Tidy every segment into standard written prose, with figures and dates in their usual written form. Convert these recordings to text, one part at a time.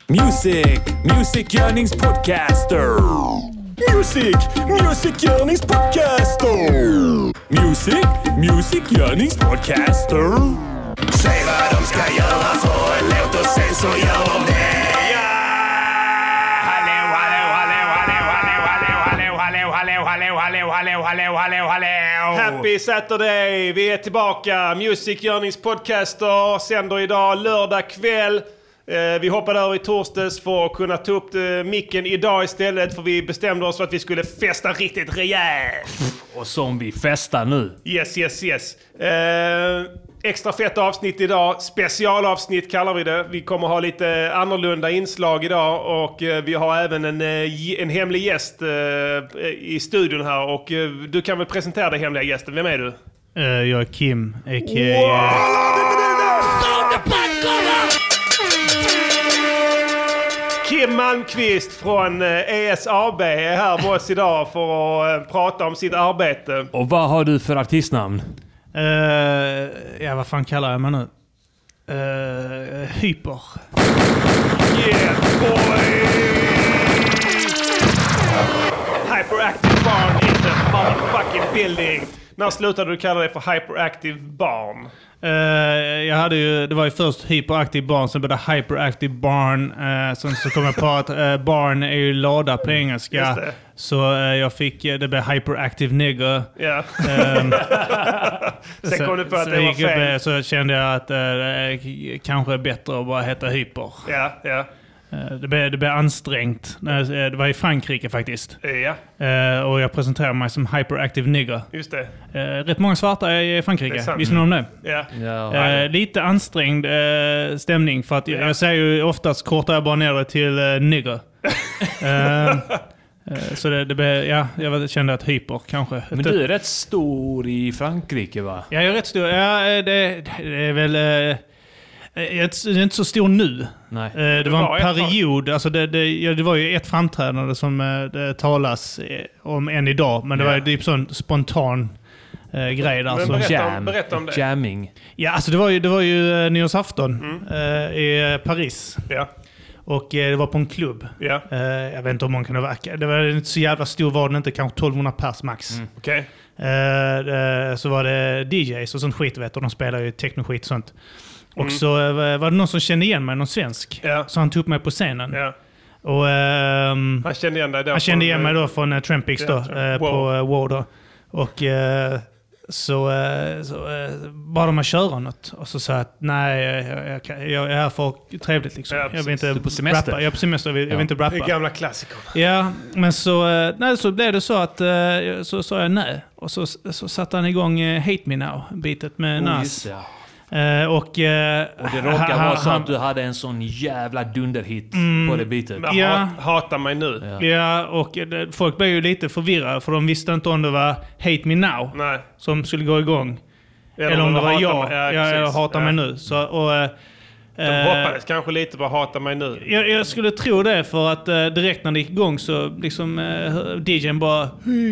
Musikgörningspodcaster. Musikgörningspodcaster. Musikgörningspodcaster. Säg vad de ska göra för en låt och sen så gör de det. Happy Saturday! Vi är tillbaka. Musikgörningspodcaster sänder idag lördag kväll. Vi hoppade över i torsdags för att kunna ta upp micken idag istället, för vi bestämde oss för att vi skulle festa riktigt rejält. Och som vi festar nu. Yes. Extra fett avsnitt idag. Specialavsnitt kallar vi det. Vi kommer ha lite annorlunda inslag idag. Och vi har även en hemlig gäst i studion här. Och du kan väl presentera dig, hemliga gästen. Vem är du? Jag är Kim, a.k.a. Kim Malmqvist från ESAB är här med oss idag för att prata om sitt arbete. Och vad har du för artistnamn? Vad fan kallar jag mig nu? Hyper. Yeah, boy! Hyperactive barn in the motherfucking building. När slutade du kalla dig för hyperactive barn? Det var ju först hyperactive barn, sen blev det hyperactive barn. Sen så kom jag på att barn är ju lada på engelska. Så jag fick, det blev hyperactive nigger. Ja. Sen kom du på att det var fel. Så kände jag att det kanske är bättre att bara heta hyper. Ja. Det blev ansträngt. Det var i Frankrike faktiskt. Ja. Och jag presenterade mig som hyperactive nigger. Just det. Rätt många svarta i Frankrike. Visste ni om det? Ja. Lite ansträngd stämning. För att jag säger ju oftast kortar jag bara ner det till nigger. Så jag kände att hyper kanske. Men du är rätt stor i Frankrike, va? Ja, jag är rätt stor. Ja, det är väl... Jag är inte så stor nu. Nej. Det var en period, alltså det var ju ett framträdande som det talas om än idag, men det var ju typ sån spontan grej där. Men berätta om det. Jamming. Ja, alltså det var ju nyårsafton i Paris. Ja. Och det var på en klubb. Ja. Jag vet inte om man kunde verka. Det var inte så jävla stor, var det inte, kanske 1200 pers max. Okej. Så var det DJs och sånt skit, vet du. De spelar ju techno-skit och sånt. Och så var det någon som kände igen mig, någon svensk. Ja. Så han tog upp mig på scenen. Ja. Och, han kände igen dig då? Han kände igen mig då från Trampix då, på WoW då. Och så bad de att köra något. Och så sa jag att nej, jag är här för trevligt liksom. Ja, jag vill inte på semester. rappa. Jag är på semester, jag vill inte rappa. Det är gamla klassiker. Ja, men så blev det så att så sa jag nej. Och så satte han igång Hate Me Now-bitet med Nas. Och det råkade vara så att du hade en sån jävla dunderhit på det bitet. Hata mig nu. Ja, och folk blev ju lite förvirrade, för de visste inte om det var Hate Me Now som skulle gå igång. Eller om det var jag hatar mig nu. Så, och, de hoppades kanske lite på hata mig nu. Jag skulle tro det, för att direkt när det gick igång så liksom DJn bara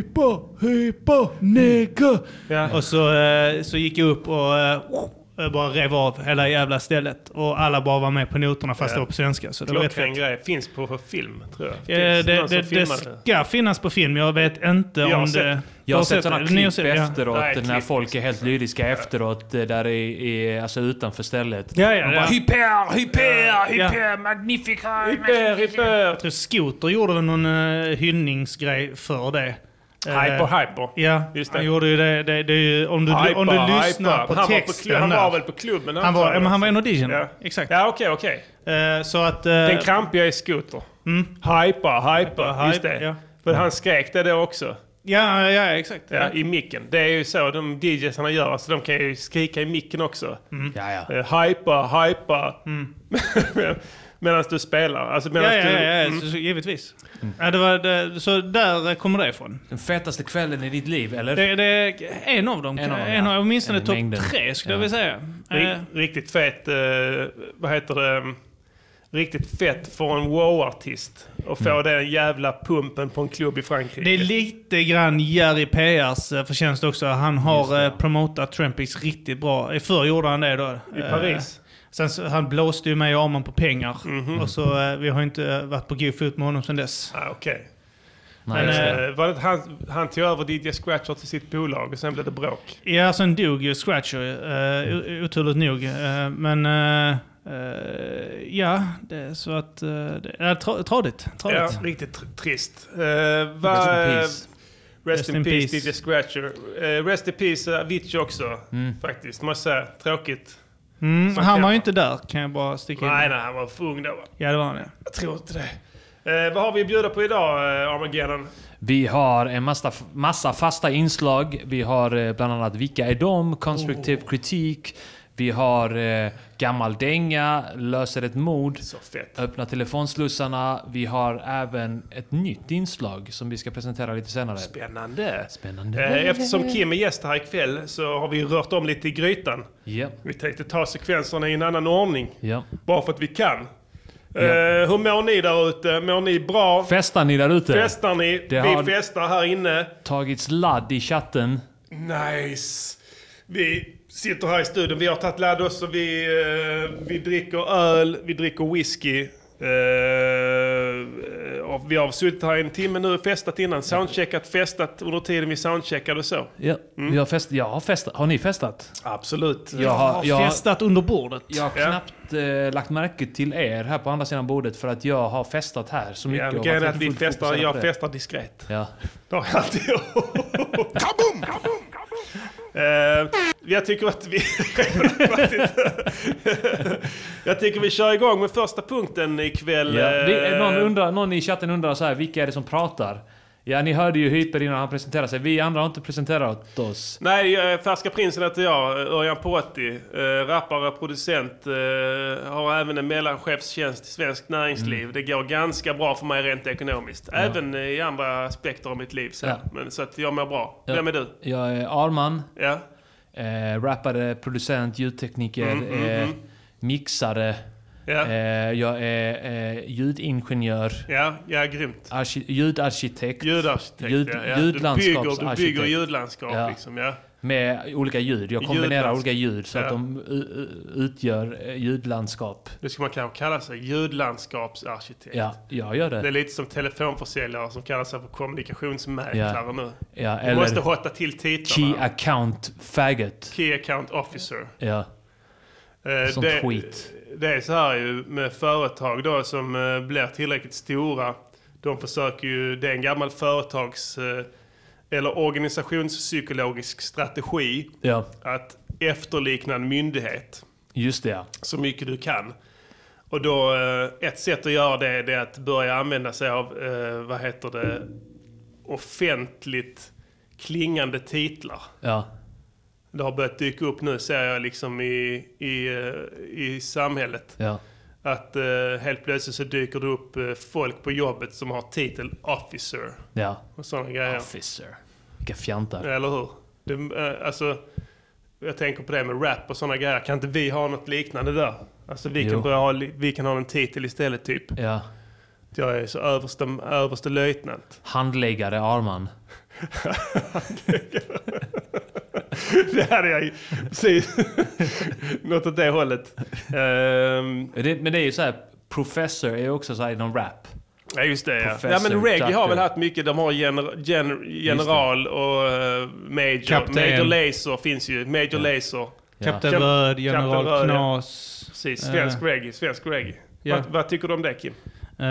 hyper, nigga. Ja. Och så gick jag upp och bara rev av hela jävla stället. Och alla bara var med på noterna fast det var på svenska. Så det var rätt fett. Grej finns på film, tror jag. Det ska finnas på film. Jag vet inte om det... Jag har sett sådana klipp efteråt när folk är helt lyriska efteråt där är alltså utanför stället. Ja. Hyper, magnifica. Hyper. Jag tror Scooter gjorde väl någon hyllningsgrej för det. Hyper. Ja, just det. Han gjorde ju det. Det är ju, om du lyssnar på texten. Han var väl på klubben? Han var en av DJ:n. Ja. Exakt. Ja, okej. Så att... Den krampiga är Scooter. Hyper. Just det. Ja. För han skrek det också. Ja, exakt. Ja, i micken. Det är ju så de DJsarna gör. Så de kan ju skrika i micken också. Hyper. Medan du spelar. Alltså, så, givetvis. Ja, så där kommer det ifrån. Den fetaste kvällen i ditt liv, eller? Det är en av dem. Åtminstone topp 3 skulle jag vilja säga. Riktigt fett. Vad heter det? Riktigt fett för en wow-artist. Och få den jävla pumpen på en klubb i Frankrike. Det är lite grann Jerry P.'s förtjänst också. Han har promotat Trampix riktigt bra. Förr gjorde han det då. I Paris? Sen så, han blåste ju mig och Arman på pengar. Och så vi har inte varit på god fot med honom sen dess. Okej. Nej, Var det han tog över DJ Scratcher till sitt bolag och sen blev det bråk? Ja, sen dog ju Scratcher, oturligt nog. Men ja, det är så att det är tradigt. Ja, riktigt trist. Rest in peace, DJ Scratcher. Rest in peace, Avicii också, faktiskt. Måste säga, tråkigt. Han var ju inte där, kan jag bara sticka in. Nej, han var för ung då. Ja, det var han. Ja. Jag tror inte det. Vad har vi att bjuda på idag, Armageddon? Vi har en massa fasta inslag. Vi har bland annat Vilka är de? Konstruktiv kritik. Vi har gammal dänga, löser ett mord, Så fett. öppna telefonslussarna. Vi har även ett nytt inslag som vi ska presentera lite senare. Spännande. Spännande. Eftersom Kim är gäst här ikväll så har vi rört om lite i grytan. Ja. Vi tänkte ta sekvenserna i en annan ordning. Ja. Bara för att vi kan. Hur mår ni där ute? Mår ni bra? Festar ni där ute? Festar ni? Vi festar här inne. Tagits ladd i chatten. Nice. Vi sitter här i studion. Vi har tagit ladd också. Vi dricker öl. Vi dricker whisky. Och vi har suttit här en timme nu och festat innan. Soundcheckat, festat under tiden vi soundcheckade och så. Ja, vi har festat. Jag har festat. Har ni festat? Absolut. Jag har festat under bordet. Jag har knappt lagt märke till er här på andra sidan bordet för att jag har festat här så mycket. Ja, det är att vi festar, jag festar diskret. Ja. Det har jag alltid gjort. Jag tycker att vi... jag tycker vi kör igång med första punkten ikväll. Ja. Någon i chatten undrar så här, vilka är det som pratar? Ja, ni hörde ju Hyper innan han presenterade sig. Vi andra har inte presenterat oss. Nej, Färska Prinsen heter jag, Örjan Potti. Rappare, producent. Har även en mellanchefstjänst i Svensk Näringsliv. Det går ganska bra för mig rent ekonomiskt. Även i andra aspekter av mitt liv. Så, men, så att jag mår bra. Vem är du? Jag är Arman. Ja. Rappare, producent, ljudtekniker, mixare. Ja. Jag är ljudingenjör. Ja, grymt. Ljudarkitekt. Ljudlandskapsarkitekt. Du bygger ljudlandskap liksom, ja. Med olika ljud. Jag kombinerar olika ljud så att de utgör ljudlandskap. Det ska man kanske kalla sig ljudlandskapsarkitekt. Ja, jag gör det. Det är lite som telefonförsäljare som kallar sig för kommunikationsmäklare nu. Ja, du måste hotta till titlarna. Key Account Faggot. Key Account Officer. Ja. Sånt skit. Det är så här ju med företag då som blir tillräckligt stora. De försöker ju, det är en gammal eller organisationspsykologisk strategi att efterlikna en myndighet. Just det. Så mycket du kan. Och då ett sätt att göra det är att börja använda sig av offentligt klingande titlar. Ja. Det har börjat dyka upp nu, ser jag liksom i samhället. Ja. Att helt plötsligt så dyker det upp folk på jobbet som har titel officer. Ja. Och sådana grejer. Officer. Vilka fjantar. Eller hur? Alltså, jag tänker på det med rap och sådana grejer. Kan inte vi ha något liknande där? Alltså vi kan ha en titel istället typ. Ja. Jag är så överste löjtnant. Handläggare Arman. Det hade jag precis. Något åt det hållet. Men det är ju så här, professor är också så här inom rap. Ja, just det. Professor, ja, men reggae har väl haft mycket. De har general och major. Kapten. Major Lazer finns ju. Major Lazer. Kapten Röd, General Knas. Precis, svensk reggae. Ja. Vad tycker du om det, Kim?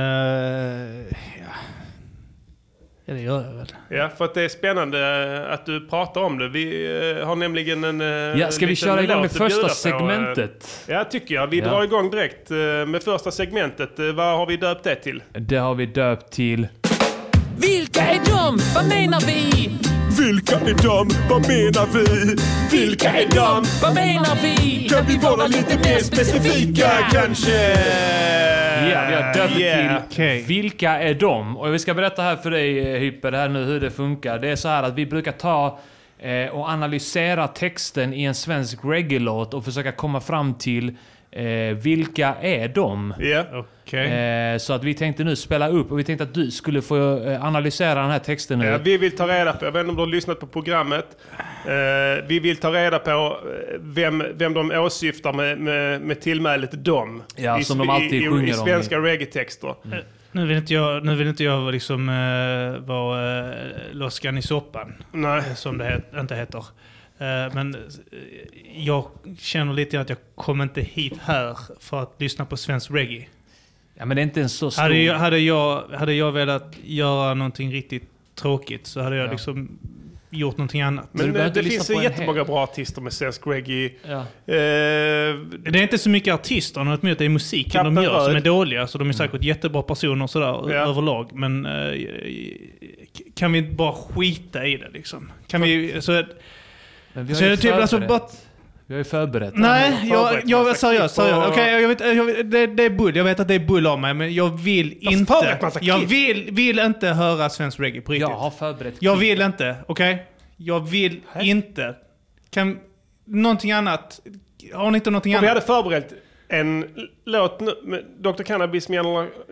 Ja, det gör jag väl. Ja, för att det är spännande att du pratar om det. Vi har nämligen en... ska vi köra igång med första segmentet? Ja, tycker jag. Vi drar igång direkt med första segmentet. Vad har vi döpt det till? Det har vi döpt till... Vilka är de? Vad menar vi? Vilka är de? Vad menar vi? Vilka är de? Vad menar vi? Kan vi vara lite mer specifika kanske? Ja, vi har döpt till Vilka är de? Och vi ska berätta här för dig, Hyper, här nu hur det funkar. Det är så här att vi brukar ta och analysera texten i en svensk reggae-låt och försöka komma fram till Vilka är de? Ja. Så att vi tänkte nu spela upp och vi tänkte att du skulle få analysera den här texten nu. Ja, vi vill ta reda på, jag vet inte om du har lyssnat på programmet. Vi vill ta reda på vem de åsyftar med tillmälet dom. Ja, som de alltid sjunger om. I svenska reggae-texter. Nu vill inte jag liksom vara loskan i soppan. Nej. Som det inte heter. Men jag känner lite att jag kommer inte hit här för att lyssna på svensk reggae. Ja, men det är inte en så stor... Hade jag velat göra någonting riktigt tråkigt så hade jag liksom gjort någonting annat. Men det finns ju jättemånga bra artister med svensk reggae. Ja. Det är inte så mycket artister, något mer, det är musiken de gör som är dåliga. Så de är säkert jättebra personer sådär överlag. Men kan vi bara skita i det liksom? Kan vi... Men vi har ju förberett. Vi har ju förberett. Nej, jag seriöst. Okej, det är bull. Jag vet att det är bull av mig, men jag vill inte. Jag vill inte höra svensk reggae på riktigt. Jag har förberett. Jag vill inte, okej? Jag vill inte. Kan någonting annat? Har ni inte någonting annat? Vi hade förberett en låt med Dr. Cannabis med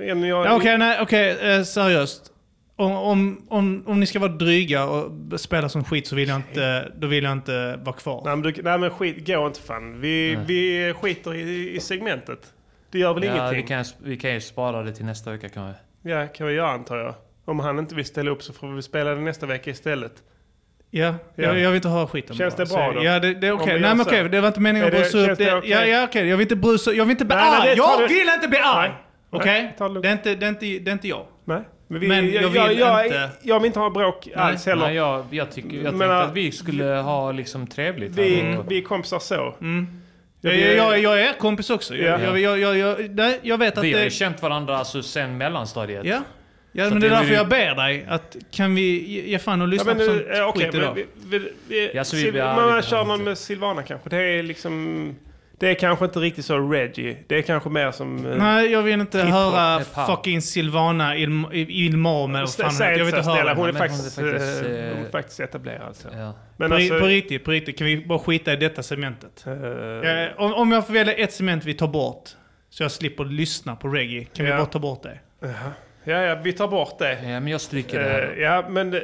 Okej, seriöst. Om ni ska vara dryga och spela som skit så vill jag inte vara kvar. Nej men skit, gå inte fan. Vi skiter i segmentet. Det gör väl ingenting. Vi kan ju spara det till nästa vecka kan vi. Ja, kan vi göra antar jag. Om han inte vill ställa upp så får vi spela det nästa vecka istället. Ja. Jag vill inte ha skiten. Känns det bra då? Ja, det är okej. Nej men okej, det var inte meningen att brusa upp det. Ja, okej. Jag vill inte brusa. Jag vill inte bli arg. Jag vill inte bli arg. Okej? Det är inte jag. Nej. Men jag vill inte ha bråk alls heller. Nej, jag tänkte att vi skulle ha liksom trevligt. Vi är kompisar så. Jag är kompis också. Jag vet att vi har ju känt varandra alltså sen mellanstadiet. Ja, men det är därför jag ber dig att kan vi ge fan och lyssna på sånt skit idag. Man kör någon med Silvana kanske. Det är liksom... Det är kanske inte riktigt så Reggie. Det är kanske mer som... Nej, jag vill inte höra fucking Silvana Ilmame. Jag vill inte höra. Hon är faktiskt etablerad. Så. Ja. Men på riktigt. Kan vi bara skita i detta segmentet? Om jag får välja ett segment vi tar bort, så jag slipper lyssna på reggae, kan vi bara ta bort det? Ja, vi tar bort det. Ja, men jag stryker det här. Ja, men...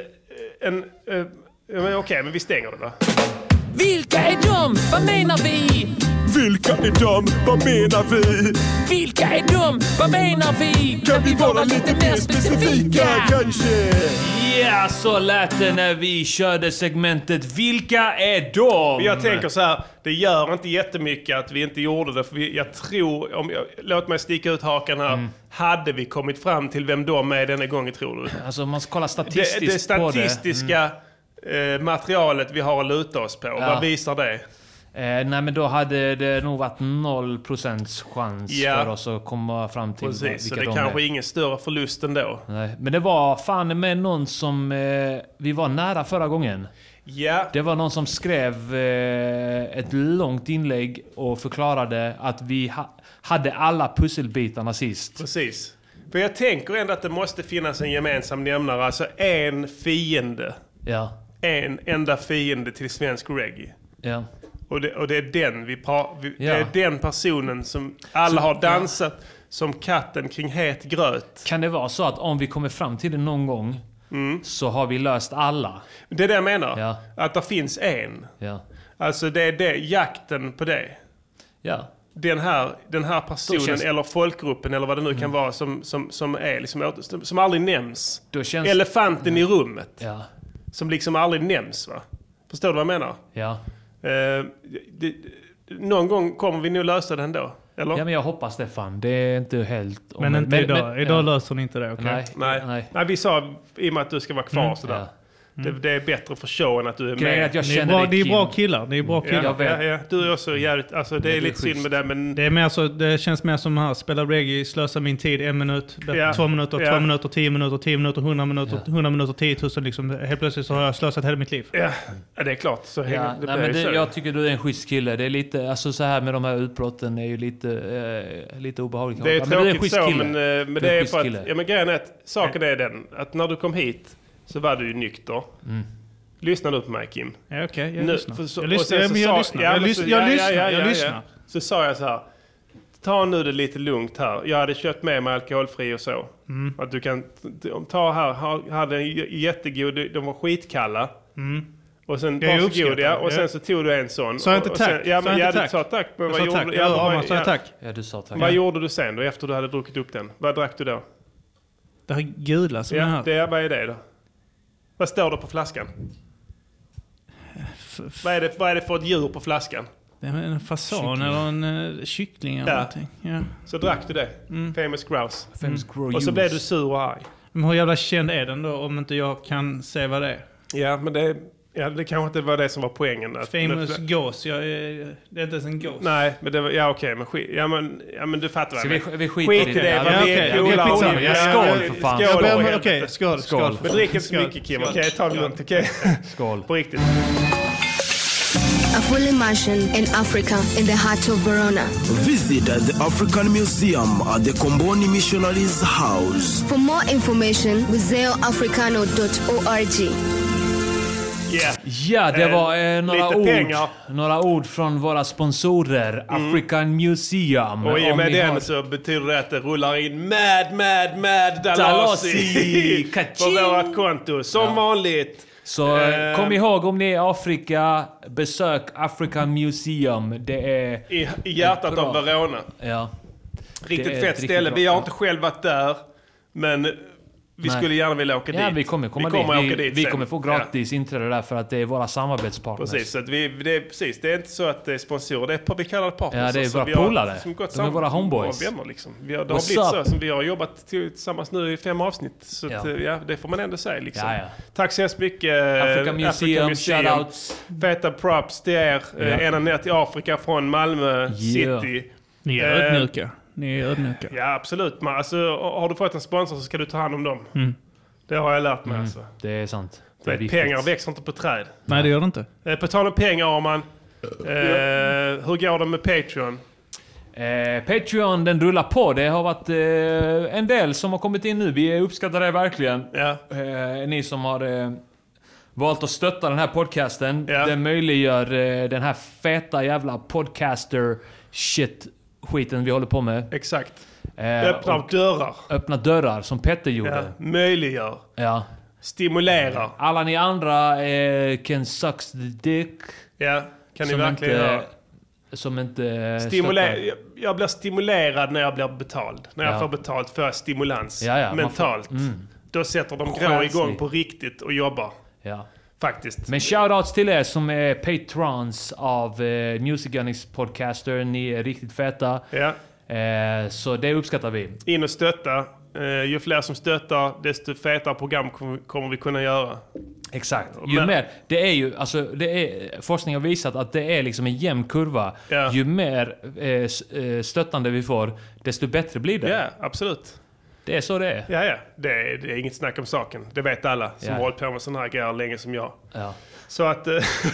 Okej, men vi stänger det då. Vilka är de? Vad menar vi? Vilka är de? Vad menar vi? Vilka är de? Vad menar vi? Kan vi vara lite mer specifika kanske? Ja, så lät det när vi körde segmentet Vilka är de? Jag tänker så här, det gör inte jättemycket att vi inte gjorde det. För jag tror, låt mig sticka ut hakan här. Hade vi kommit fram till vem de är denna gången, tror du? Alltså om man ska kolla statistiskt det statistiska materialet vi har att luta oss på. Vad visar det? Nej, men då hade det nog varit 0% chans för oss att komma fram till vilka så det de kanske är. Ingen större förlust ändå. Nej, men det var fan med någon som vi var nära förra gången. Ja. Det var någon som skrev ett långt inlägg och förklarade att vi hade alla pusselbitarna sist. Precis. För jag tänker ändå att det måste finnas en gemensam nämnare. Alltså en fiende. Ja. En enda fiende till svensk reggae. Ja. Och det är den det är den personen som alla har dansat som katten kring het gröt. Kan det vara så att om vi kommer fram till det någon gång så har vi löst alla? Det är det jag menar. Ja. Att det finns en. Ja. Alltså det är jakten på det. Ja. Den här personen eller folkgruppen eller vad det nu kan vara som är liksom, som aldrig nämns. Elefanten i rummet. Ja. Som liksom aldrig nämns, va? Förstår du vad jag menar? Ja. Någon gång kommer vi nog lösa det ändå, eller? Ja, men jag hoppas det fan. Det är inte helt... Men inte idag. Idag löser ni inte det, okej? Nej, vi sa i och med att du ska vara kvar sådär. Ja. Det är bättre för showen att du är med. Att jag känner det är bra killar. Det är bra killar. Ja. Du är också jävligt... Alltså det är lite synd med det, men... Det är mer så, det känns mer som här. Spela reggae, slösa min tid 1 minut, 2 minuter, 2 minuter, 10 minuter, 10 minuter, 100 minuter, 100 minuter, 10 000 liksom. Helt plötsligt så har jag slösat hela mitt liv. Ja, det är klart. Så jag tycker du är en schysst kille. Det är lite... Alltså så här med de här utbrotten är ju lite obehagligt. Det är tråkigt så, men det är för att... Ja, men grejen är att saken är den att när du kom hit så var du ju nykter. Lyssna nu på mig, Kim. Ja, okej, jag lyssnar. Jag lyssnar. Så sa jag så här. ta nu det lite lugnt här. Jag hade köpt med mig alkoholfri och så. Att du kan ta här, hade en jättegod, de var skitkalla. Och sen varsågod, ja. Och sen så tog du en sån. Sa inte tack? Ja, men du sa tack. Men vad gjorde du? Sa tack? Ja, du sa tack. Vad gjorde du sen då efter du hade druckit upp den? Vad drack du då? Det här gula som är här. Vad är det då? Vad står det på flaskan? Vad är det för ett djur på flaskan? Det är en fasan eller en kyckling eller någonting. Ja. Så drack du det. Famous Grouse. Och Och så blev du sur och arg. Men hur jävla känd är den då om inte jag kan se vad det är? Ja, men det kanske inte var det som var poängen. Famous gås. Det är inte ens en gås. Nej, men det var... Ja, okej. Men men du fattar vad jag vi skiter i det. Skål för fan. Okej, skål. Men drick inte så mycket, Kim. Okej, ta det lugnt. Okej. Skål. På riktigt. A fully mansion in Africa in the heart of Verona. Visit the African Museum at the Comboni Missionaries House. For more information, museoafricano.org. Yeah. Ja, det var pengar. några ord från våra sponsorer. African Museum. Och i och med den så betyder det att det rullar in mad Dalasi på vårt konto. Som vanligt. Så kom ihåg, om ni är i Afrika, besök African Museum. Det är I hjärtat av Verona. Ja. Riktigt fett ställe. Vi har inte själv varit där, men vi skulle gärna vilja åka dit. Ja, vi kommer åka dit. Vi kommer få gratis inträde där för att det är våra samarbetspartners. Precis, så att det är inte så att det är sponsorer. Det är vi kallar det partners. Ja, det är våra polare. De är våra homeboys. Vänner, liksom. Det har blivit så som vi har jobbat tillsammans nu i 5 avsnitt. Så att, det får man ändå säga. Liksom. Ja. Tack så hemskt mycket. African Museum, shoutouts. Feta props till er. Ända ner till Afrika från Malmö city. Ni är ödmjuka. Ja, absolut. Men alltså, har du fått en sponsor så ska du ta hand om dem. Det har jag lärt mig. Alltså. Det är sant. Pengar växer inte på träd. Nej, det gör det inte. På tal om pengar, Arman. Hur går det med Patreon? Patreon, den rullar på. Det har varit en del som har kommit in nu. Vi uppskattar det verkligen. Ja. Ni som har valt att stötta den här podcasten. Det möjliggör den här feta jävla podcaster skiten vi håller på med. Exakt. Öppna dörrar som Petter gjorde. Ja. Möjliggör. Ja. Stimulerar. Alla ni andra can suck the dick. Ja, kan ni verkligen göra. Som inte jag blir stimulerad när jag blir betald. När jag får betalt för stimulans. Mentalt. Då sätter de grå igång på riktigt och jobbar. Ja. Faktiskt. Men shoutouts till er som är patrons av Music Gunnings podcaster. Ni är riktigt feta. Ja. Så det uppskattar vi. In och stötta. Ju fler som stöttar, desto fetare program kommer vi kunna göra. Exakt. Mer, det är ju, alltså, forskning har visat att det är liksom en jämn kurva. Ja. Ju mer stöttande vi får, desto bättre blir det. Ja, absolut. Det är så det är. Ja. Det är inget snack om saken. Det vet alla som har hållit på med sådana här grejer länge som jag. Ja. Så att...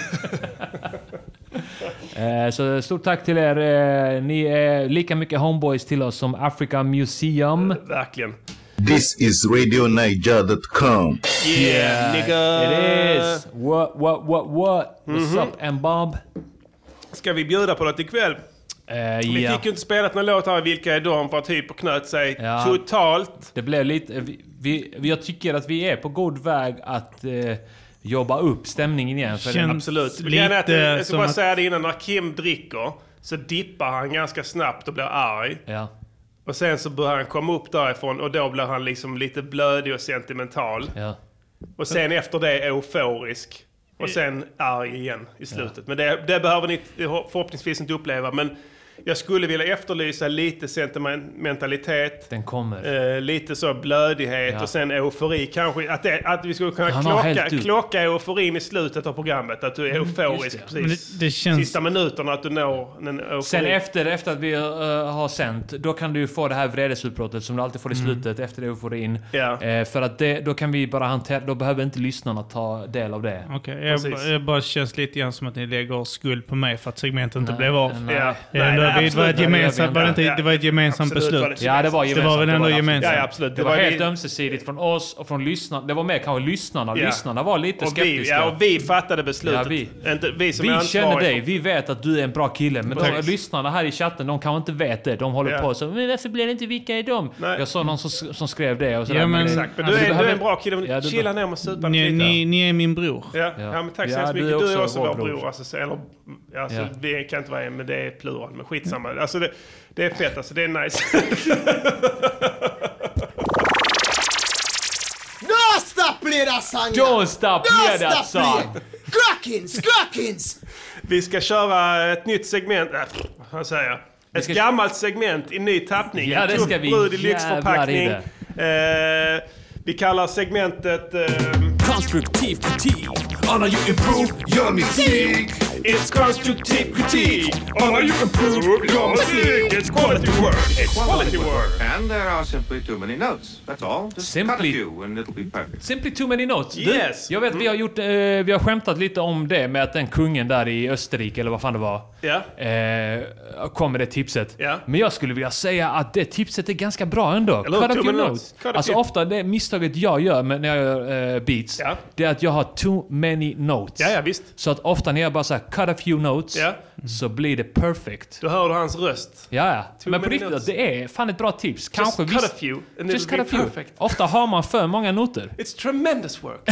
så stort tack till er. Ni är lika mycket homeboys till oss som African Museum. Verkligen. This is RadioNiger.com. Yeah, nigga. It is. What? What's up, Bob? Ska vi bjuda på det ikväll? Vi fick ju inte spelat någon låt här i Vilka är de för att Hyper knöt sig totalt. Det blev lite... Jag tycker att vi är på god väg att jobba upp stämningen igen. Absolut. Jag ska bara säga det innan. När Kim dricker så dippar han ganska snabbt och blir arg. Ja. Och sen så börjar han komma upp därifrån och då blir han liksom lite blödig och sentimental. Ja. Och sen efter det euforisk. Och sen arg igen i slutet. Ja. Men det behöver ni förhoppningsvis inte uppleva. Men jag skulle vilja efterlysa lite sentimentalitet. Den kommer. Lite så blödighet och sen eufori. Kanske att vi skulle kunna klocka euforin i slutet av programmet. Att du är euforisk precis. Det känns... Sista minuterna att du når en eufori. Sen efter att vi har sänt, då kan du få det här vredesutbrottet som du alltid får i slutet efter euforin. Ja. För att då kan vi bara hantera, då behöver inte lyssnarna ta del av det. Okej, jag bara känns lite grann som att ni lägger skuld på mig för att segmentet inte blev av. Nej, David, var det var ett gemensamt beslut. Ja, det var gemensamt. Det var väl ändå gemensamt. Ja, absolut. Det var helt ömsesidigt från oss och från lyssnarna. Det var mer kanske lyssnarna. Ja. Lyssnarna var lite skeptiska. Och vi fattade beslutet. Ja, vi. Inte vi som är Vi ansvariga känner dig, för- vi vet att du är en bra kille. Men lyssnarna här i chatten, de kanske inte vet det. De håller på så, men varför blir det inte vilka är de? Nej. Jag såg någon som skrev det och sådär. Ja, men Exakt. Men Alltså, du är behöver- en bra kille. Ja, du Chilla ner med supan lite. Ni är min bror. Ja, men tack så Ja, hemskt du är mycket. Du är också också vår vår bror. bror. Alltså, Ja. vi kan inte vara en, men det är plural. Men skitsamma. Alltså, det är fett. Alltså, det är nice. No stop play that song. Don't stop play that No stop song. play. Crackins. Vi ska köra ett nytt segment. Vad säger jag? Ett gammalt segment i ny tappning. Ja, det Tuff ska vi. brud i Jävlar lyxförpackning. i Vi kallar segmentet... Konstruktiv kritik on how you improve your music. It's constructive critique on how you improve your music. It's quality work. It's quality work. And there are simply too many notes. That's all. Just cut a few and it'll be perfect. Simply too many notes. Yes. Jag vet, vi har skämtat lite om det med att den kungen där i Österrike, eller vad fan det var, kom med det tipset. Ja. Men jag skulle vilja säga att det tipset är ganska bra ändå. Eller hur? Cut a Too few many notes. notes. Alltså ofta det misstaget jag gör när jag gör beats, det är att jag har too many notes. Ja, visst. Så att ofta när jag bara säger cut a few notes, så blir det perfect. Då hör du hans röst. Ja. Too Men på many riktigt, notes. det är fan ett bra tips. Kanske Just cut a few and Just it'll cut be a few. perfect. Ofta har man för många noter. It's tremendous work.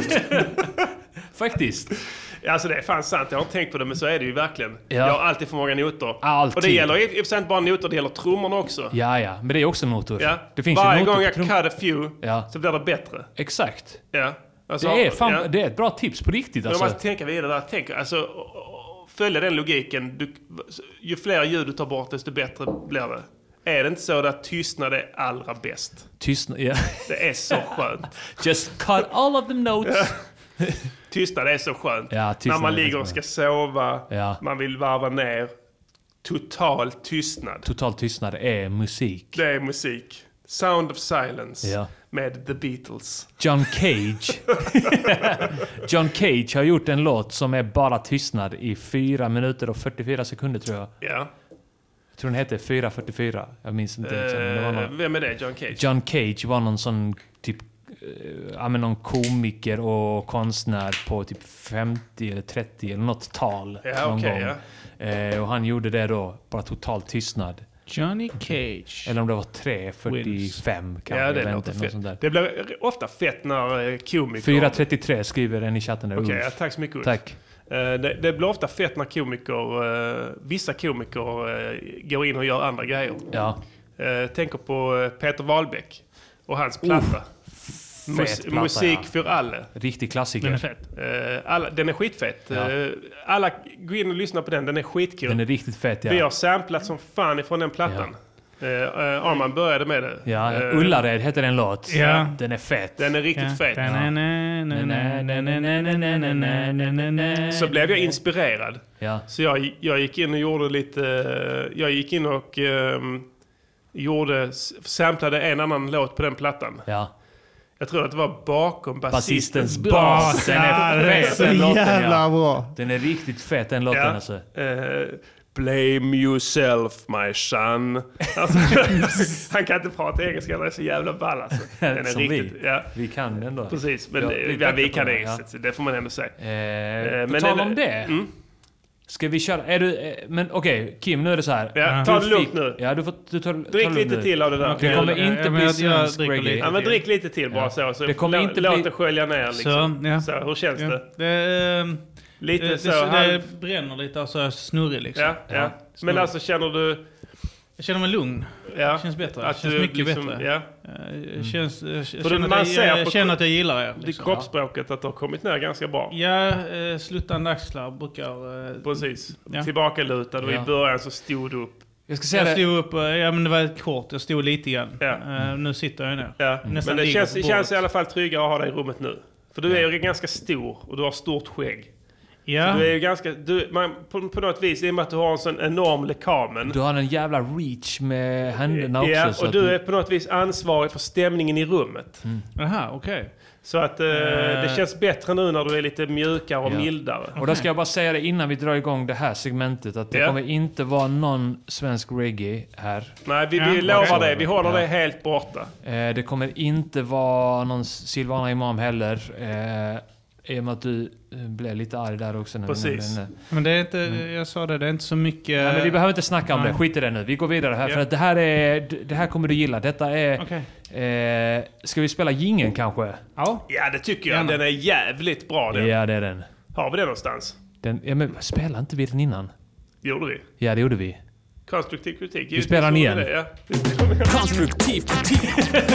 Faktiskt. Alltså det är fan sant, jag har inte tänkt på det, men så är det ju verkligen. Ja. Jag har alltid för många noter. Alltid. Och det gäller i och för sig inte bara noter, det gäller trummorna också. Ja, men det är också noter. Ja. Det finns Varje ju noter gång på jag trum- cut a few så blir det bättre. Exakt. Ja. Alltså, Det är fan, det är ett bra tips på riktigt Men alltså. man måste tänka vidare där. Tänk, alltså, följa den logiken. Ju fler ljud du tar bort, desto bättre blir det. Är det inte så att tystnad är allra bäst? Tystnad, ja. Det är så skönt. Just cut all of the notes. Tystnad är så skönt. Ja, tystnad när man är ligger och ska sova, man vill varva ner. Total tystnad. Total tystnad är musik. Det är musik. Sound of Silence Ja. med The Beatles. John Cage. John Cage har gjort en låt som är bara tystnad i 4 minuter och 44 sekunder tror jag. Ja. Jag tror den heter 4:44. Jag minns inte exakt. Men det var någon... Vem är det? John Cage? John Cage var någon sån typ någon komiker och konstnär på typ 50 eller 30 eller något tal. Ja, någon okej, gång. Och han gjorde det då, bara total tystnad. Johnny Cage. Eller om det var 3:45 kanske. Ja, det jag vet låter inte, något fett. sånt där. Det blir ofta fett när komiker... 4:33 skriver en i chatten där. Okej, tack så mycket Ulf. Tack. Det blir ofta fett när vissa komiker går in och gör andra grejer. Ja. Tänker på Peter Wahlbeck och hans platta. Fet platta, Musik för alla. Riktig klassiker. Den är fett. Den är skitfett. Ja. Alla går in och lyssnar på den. Den är skitkul. Den är riktigt fet, ja. Vi har samplat som fan ifrån den plattan. Arman började med det. Ja, Ullared heter den låt. Ja. Den är fet. Den är riktigt fet. Så blev jag inspirerad. Ja. Så jag gick in och gjorde lite... Jag gick in och samplade en annan låt på den plattan. Ja. Jag tror att det var bakom basistens bas. Den är fet, den låten. Jävla bra. Den är riktigt fet, den låten alltså. Blame yourself my son. Alltså, han kan inte prata engelska, det är så jävla ball alltså. Den är Som riktigt, vi kan ändå. Precis, men vi kan engelska, det får man ändå säga. På tal om det. Ska vi köra? Men okej, Kim, nu är det så här. Ja, ta det lugnt nu. Ja, du tar drick lite till av det där. Det kommer inte bli svensk reggae. Ja, men drick lite till bara så. Det kommer inte låt det skölja ner liksom. Så, hur känns det? Lite så. Det bränner lite och så är snurrig liksom. Ja. Men alltså känner du... Jag känner mig lugn. Ja. Det känns bättre. Att Det känns mycket liksom, bättre. Ja. Jag känner att jag gillar er. Det kroppsspråket att det har kommit ner ganska bra. Ja, sluttande axlar brukar... Precis. Tillbakalutad och i början så stod du upp. Jag ska säga jag stod upp, men det var kort. Jag stod lite grann. Ja. Nu sitter jag ner. Ja. Men det känns i alla fall tryggare att ha dig i rummet nu. För du är ju ganska stor och du har stort skägg. Ja. Så du är ju ganska... på något vis, i och med att du har en sån enorm lekamen. Du har en jävla reach med händerna också. Ja, så och du är på något vis ansvarig för stämningen i rummet. Aha, okej. Så att det känns bättre nu när du är lite mjukare och mildare. Och då ska jag bara säga det innan vi drar igång det här segmentet. Att det kommer inte vara någon svensk reggae här. Nej, vi lovar det. Vi håller det helt borta. Det kommer inte vara någon Silvana Imam heller. I och med att du blev lite arg där också. Precis. Men det är inte, jag sa det är inte så mycket... Nej, men vi behöver inte snacka om det. Skit i det nu. Vi går vidare här. För att det här kommer du gilla. Detta är... ska vi spela jingeln kanske? Ja, det tycker jag. Den är jävligt bra. Den. Ja, det är den. Har vi den någonstans? Men spelade inte vi den innan? Gjorde vi? Ja, det gjorde vi. Konstruktiv kritik. Vi spelar den igen. Konstruktiv kritik.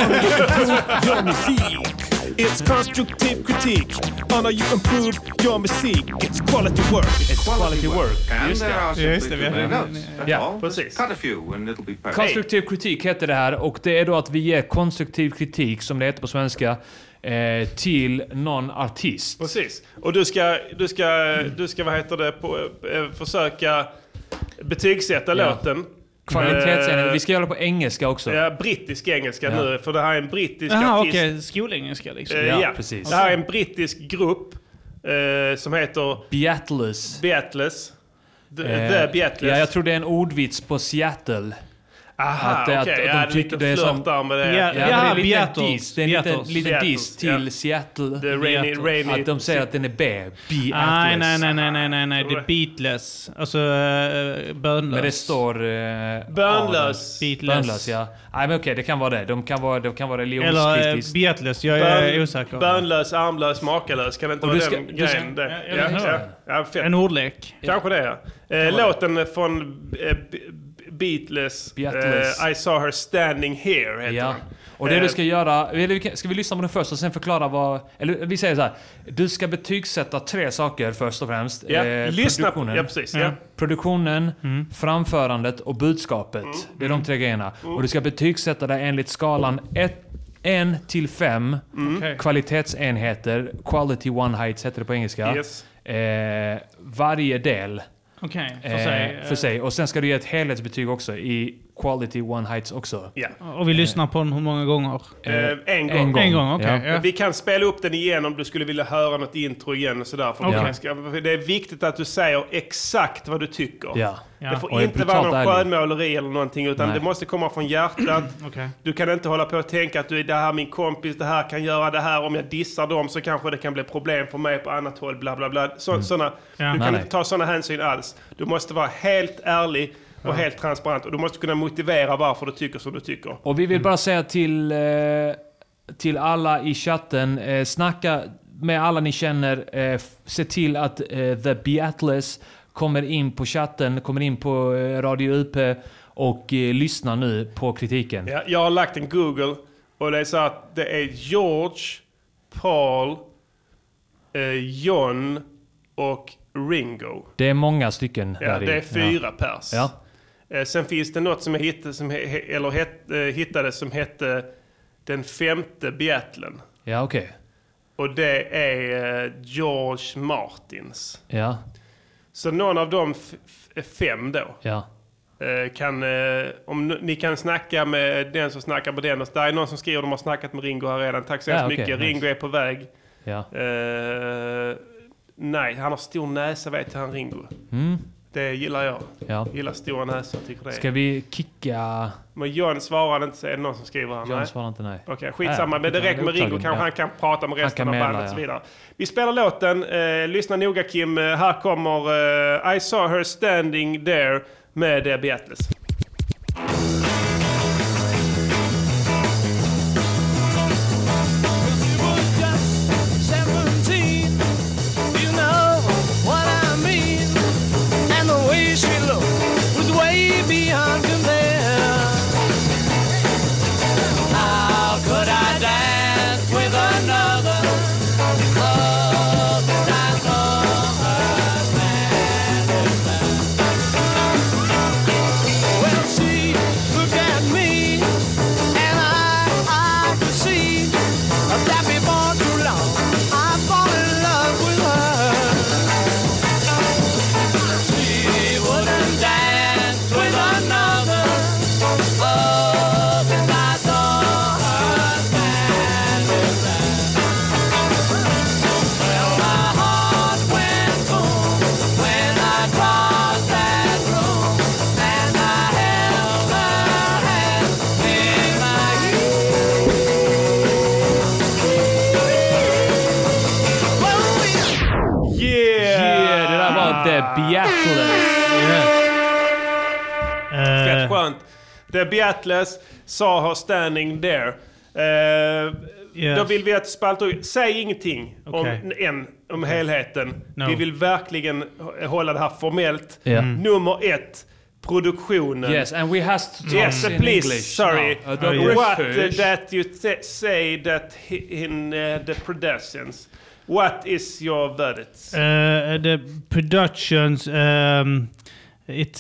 Gör musik. It's constructive critique on how you improve your music. It's quality work. It's quality work. And Just there are det. simply too many notes. That's all. precis. Cut a few and it'll be perfect. Konstruktiv kritik heter det här. Och det är då att vi ger konstruktiv kritik, som det heter på svenska, till någon artist. Precis. Och du ska vad heter det, försöka betygsätta låten. Kvalitetsenhet. Vi ska göra det på engelska också. Ja, brittisk engelska nu. För det här är en brittisk Jaha, artist. okej. Skolengelska liksom. Ja, precis. Det här är en brittisk grupp som heter Beatles. Beatles. The Beatles. Ja, jag tror det är en ordvits på Seattle. Aha, okej. De tycker det är som... där med det. Ja, det är en Beatles. liten diss. Det är en liten diss till Seattle. The rainy, att de säger att den är Beatles. Nej. Det är Beatles. Alltså bönlös. Men det står... Bönlös. Beatles. Ja. Nej, men okej, det kan vara det. De kan vara religionskritiskt. Eller Beatles, jag är osäker. Bönlös, armlös, makalös. Kan det inte vara den grejen? Ja, fett. En ordlek. Kanske det, ja. Låten från Beatles. I saw her standing here heter den. Och det du ska göra... Ska vi lyssna på den först och sen förklara vad... Eller vi säger så här. Du ska betygsätta 3 saker först och främst. Lyssna på... Ja, precis. Ja. Produktionen, framförandet och budskapet. Det är de 3 grejerna. Och du ska betygsätta det enligt skalan 1 till 5 kvalitetsenheter. Quality one heights heter det på engelska. Yes. Varje del. Okej, för sig. Och sen ska du ge ett helhetsbetyg också i Quality One Heights också. Ja. Och vi lyssnar på den hur många gånger? En gång. En gång, okej. Ja. Vi kan spela upp den igen om du skulle vilja höra något intro igen och sådär. För det är viktigt att du säger exakt vad du tycker. Ja. Det får inte vara någon skönmåleri eller någonting, utan det måste komma från hjärtat. Du kan inte hålla på och tänka att du är det här min kompis, det här kan göra det här. Om jag dissar dem så kanske det kan bli problem för mig på annat håll, bla bla bla. Du kan inte ta sådana hänsyn alls. Du måste vara helt ärlig och helt transparent. Och du måste kunna motivera varför du tycker som du tycker. Och vi vill bara säga till alla i chatten, snacka med alla ni känner. Se till att The Beatles kommer in på chatten, kommer in på Radio UP och lyssna nu på kritiken. Ja, jag har lagt en Google och det är så att det är George, Paul, John och Ringo. Det är många stycken. Ja, det är 4 pers. Ja. Sen finns det något som jag hittade som hette Den 5:e Beatlen. Ja, okej. Och det är George Martins. Ja. Så någon av de 5 då. Ja. Om ni kan snacka med den som snackar med den. Det är någon som skriver att de har snackat med Ringo här redan. Tack så hemskt mycket. Nice. Ringo är på väg. Ja. Nej, han har stor näsa, vet jag, han Ringo. Det gillar jag. Ja. Gillar stora näsor, tycker det. Ska vi kicka... Men John svarar inte, så är det någon som skriver här? John svarar inte, nej. Okej, skitsamma. Men det räcker med Ringo. Kanske han kan prata med resten av bandet och så vidare. Vi spelar låten. Lyssna noga, Kim. Här kommer I saw her standing there med Beatles. Beatles. Fett skönt. The Beatles saw her standing there. Då vill vi att spaltor... Säg ingenting om helheten. No. Vi vill verkligen hålla det här formellt. Nummer 1. Produktionen. Yes, and we has to talk yes, in please. English. Sorry. No. What that you say that in the productions. What is your verdict? The productions. It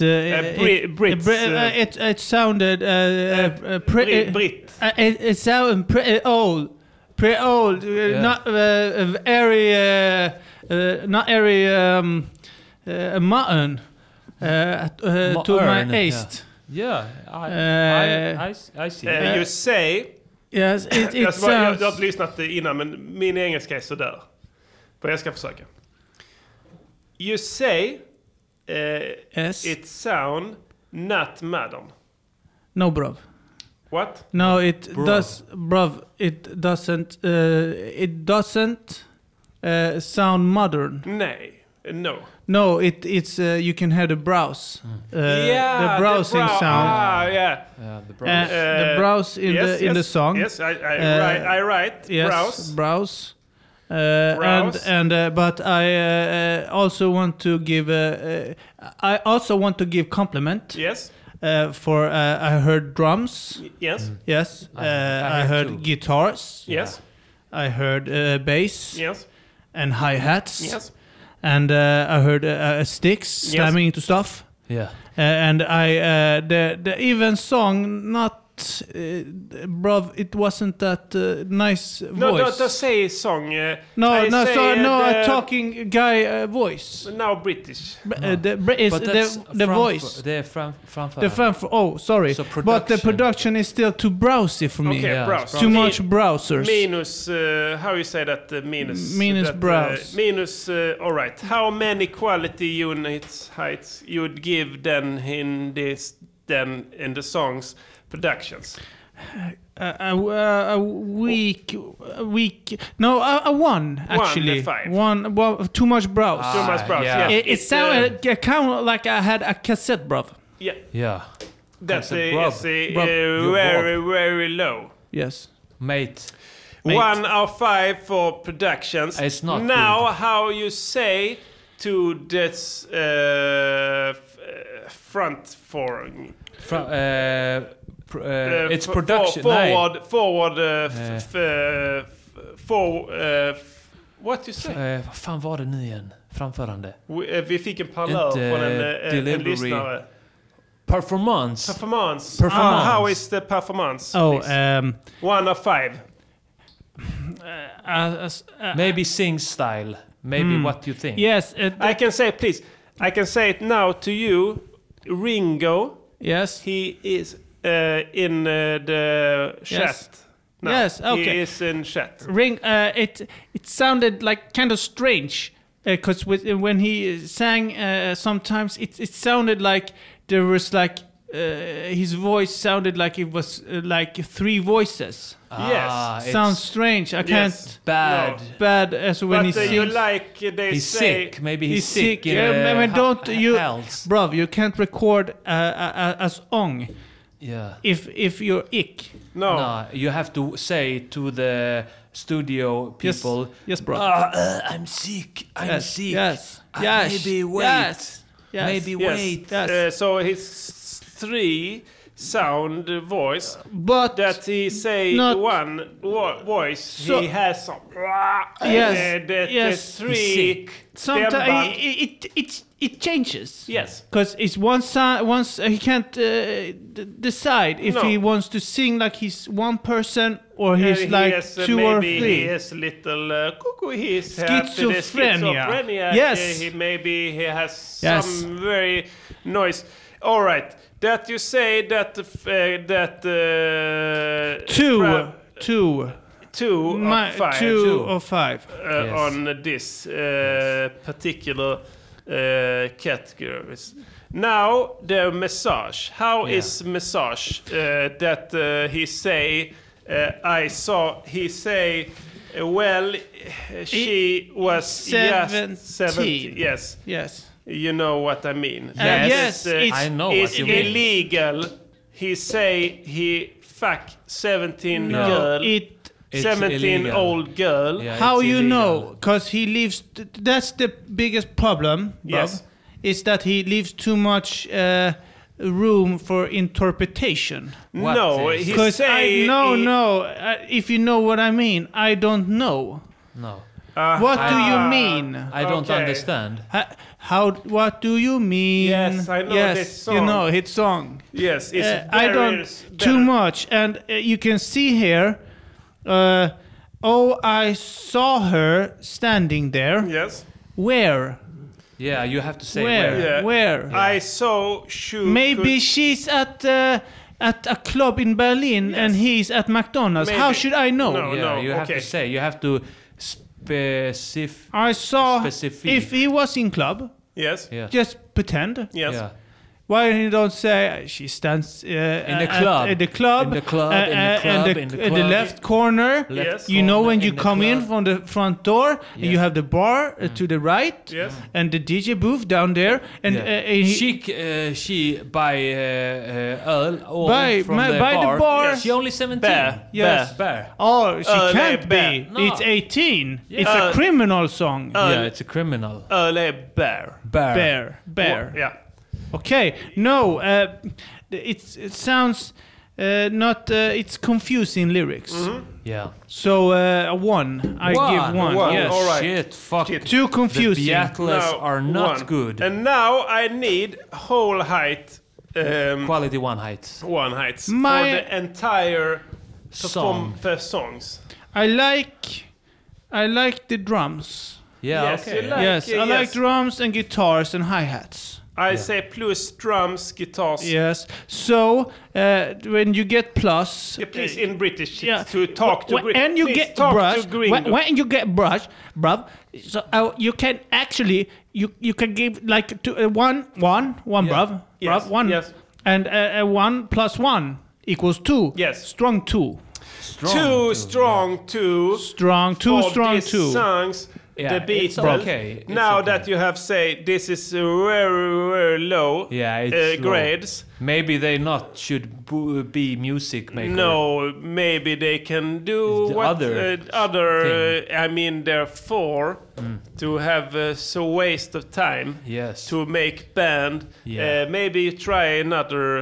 sounded Brit. It sounded pretty old. Not very not very modern to my taste. Yeah, I see. You say. Yes, it sounds. Jag har inte lyssnat innan, men min engelska är sådär. För jag ska försöka. You say yes. It sound not modern. No, bruv. What? No, it does, bruv. It doesn't. It doesn't sound modern. Nej. No. No, it's you can hear the browse. The browsing sound. The browse in the song. Yes, I write. Yes, browse. But I also want to give compliment. Yes. For I heard drums. Yes. Yes. I heard guitars. Yes. I heard bass. Yes. And hi-hats. Yes. And I heard sticks slamming into stuff. Yeah. And I the even song not bruv, it wasn't that nice voice. No, don't say song. A talking guy voice. Now British. The voice. Oh, sorry. So but the production is still too browsy for me. Okay, browse. Too much browsers. Minus, how you say that? Minus. Minus that, browse. Minus. All right. How many quality units heights you would give then in this in the songs? Productions. A week. No, a one actually. 1 to 5. One. Too much browse. Too much browse. Yeah. Yeah. It sounded kind of like I had a cassette, bruv. Yeah. Yeah. That's very low. Yes. Mate. 1 out of 5 for productions. It's not now good. How you say to this front for it's production. What you say? Vad fan var det nu igen? Framförande. Vi fick en parlör från en lyssnare. Performance. How is the performance? 1 out of 5. Maybe sing style. Maybe what you think. Yes. I can say, please. I can say it now to you. Ringo. Yes. He is in the chat. Yes. No, yes. Okay. He is in chat. It sounded like kind of strange because when he sang, sometimes it sounded like there was like his voice sounded like it was like 3 voices. Yes. Sounds strange. I can't. Bad as when he sings. You like they he's say sick. Maybe he's sick. Bruv, you can't record a song. Yeah. If you're ick. No. You have to say to the studio people. Yes, bro. I'm sick. I'm sick. Yes. Maybe wait. Yes. Maybe wait. Yes. So his 3 sound voice, but that he say one voice. So he has some. Yes. The 3. Sometimes it changes. Yes. Because it's once he can't decide if he wants to sing like he's one person or he's like 2 or 3. Maybe he has little cuckoo. He's schizophrenia. Yes. He has some very noise. All right. That you say that 2 of 5 on this particular categories. Now the massage. How is massage? That he say. He say. Well, she was 70. Yes. You know what I mean. Yes, I know it's what you mean. illegal. He say he fuck 17 girl. It's 17 illegal. old girl. Yeah, How it's you illegal. know? Because he leaves. That's the biggest problem, Bob. Yes. Is that he leaves too much room for interpretation. What No, is- he Because say... if you know what I mean, I don't know. No. What do you mean? I don't Okay. understand. What do you mean? Yes, I know that song. You know his song. Yes, it's I very don't too better. much, and you can see here. I saw her standing there. Yes. Where? Yeah, you have to say Where? where. Yeah. Where? I saw Shu. Maybe she's at a club in Berlin and he's at McDonald's. How Maybe. should I know? No. Yeah, you have okay. to say. You have to I saw Specific. if he was in club. Yes. Yeah. Just pretend. Yes. Yeah. Why you don't say she stands in the club. in the club, In the club, in the club, in the in the club. left corner. Yes. You know when in you the come in club. from the front door, and you have the bar to the right, Yes. and the DJ booth down there, and She buy öl from by the bar. Yes. She only 17. Bear. Yes. Bear. Oh, she Öl är can't be. bär. No. It's 18. Yeah. It's a criminal song. Yeah, it's a criminal. Öl är bear. Bear. Yeah. Okay. No, it sounds not. It's confusing lyrics. Yeah. So a one. I give one. One. Yes. All right. Shit, fuck. Too The confusing. Beatles Now, are not one. good. And now I need whole height. Quality one height. One heights My- for the entire Song. for songs. I like the drums. Yeah, Yes, okay. you like- Yes, I yes. like drums and guitars and hi-hats. I say plus drums, guitars. Yes. So when you get plus, Yeah, please in British yeah. to talk to when you please get talk brush, to Gringo. when you get brush, bruv, so you can actually you can give like one bruv, Yes, bruv, one, yes. and 1 plus 1 equals 2. Yes. Strong 2. Too strong to Strong 2. for Strong these 2. songs. Yeah, The beat. it's okay. It's Now okay. that you have said this is very very low Yeah, it's low. grades. Maybe they not should be music maker. No, maybe they can do The what other I mean, therefore to have so waste of time Yes. to make band. Yeah. Maybe you try another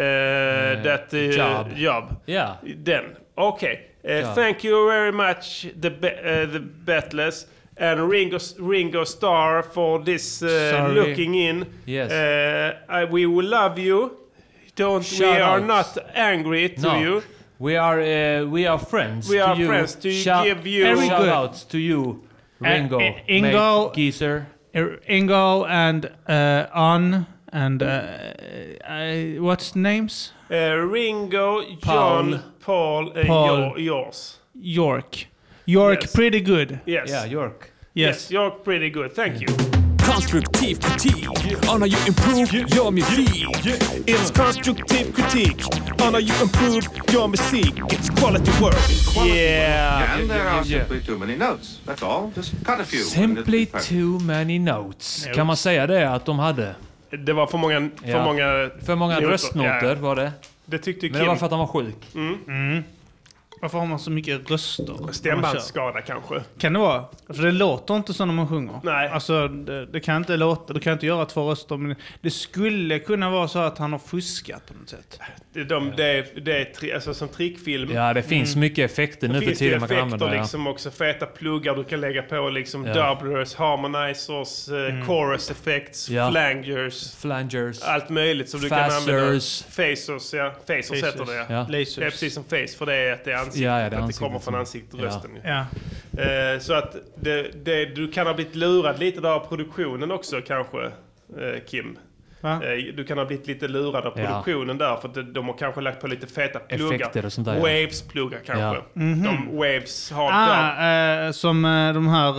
job. Yeah. Then okay. Thank you very much, the Beatles. And Ringo Starr for this looking in. Yes. We will love you. Shout we are out. not angry to No. you. We are friends. We to are you. friends to give you- shout good. outs to you, Ringo, Ingo- mate, geezer. Ingo and On and what's names? Ringo, Paul. John, Paul, and Paul. yours. York, Yes. pretty good. Yes. Yeah, York. Yes, you're pretty good. Thank you. Konstruktiv kritik on how you improve your music. It's constructive critique on how you improve your music. It's quality work. Yeah. And there are simply too many notes. That's all. Just cut a few. and it'll Simply be perfect. too many notes. Kan man säga det att de hade? Det var för många... För många noter. röstnoter Ja. var det. Det tyckte Men det Kim. var för att han var sjuk. Varför har man så mycket röster? Stämbandsskada kanske. Kan det vara? För det låter inte så när man sjunger. Nej. Alltså det kan inte låta, du kan inte göra 2 röster. Men det skulle kunna vara så att han har fuskat på något sätt. Det är alltså som trickfilm. Ja, det finns mycket effekter nu för Finns det tiden man kan effekter använda. liksom också, feta pluggar du kan lägga på liksom Ja. doublers, harmonizers, chorus effects, Ja. flangers, allt möjligt som du Phasers. kan använda. Phasers, ja. Phasers heter det, ja. Ja. Lasers. Det är precis som face, för det är att det är ansiktet, Ja, det är att det ansiktet kommer från som- ansiktet, ja. rösten. ju. Ja. Så att du kan ha blivit lurad lite där av produktionen också kanske, Kim. Va? Du kan ha blivit lite lurad av Ja. produktionen där, för att de har kanske lagt på lite feta pluggar. Effekter och sånt där, ja. Waves-pluggar kanske. Ja. De Waves har... Som de här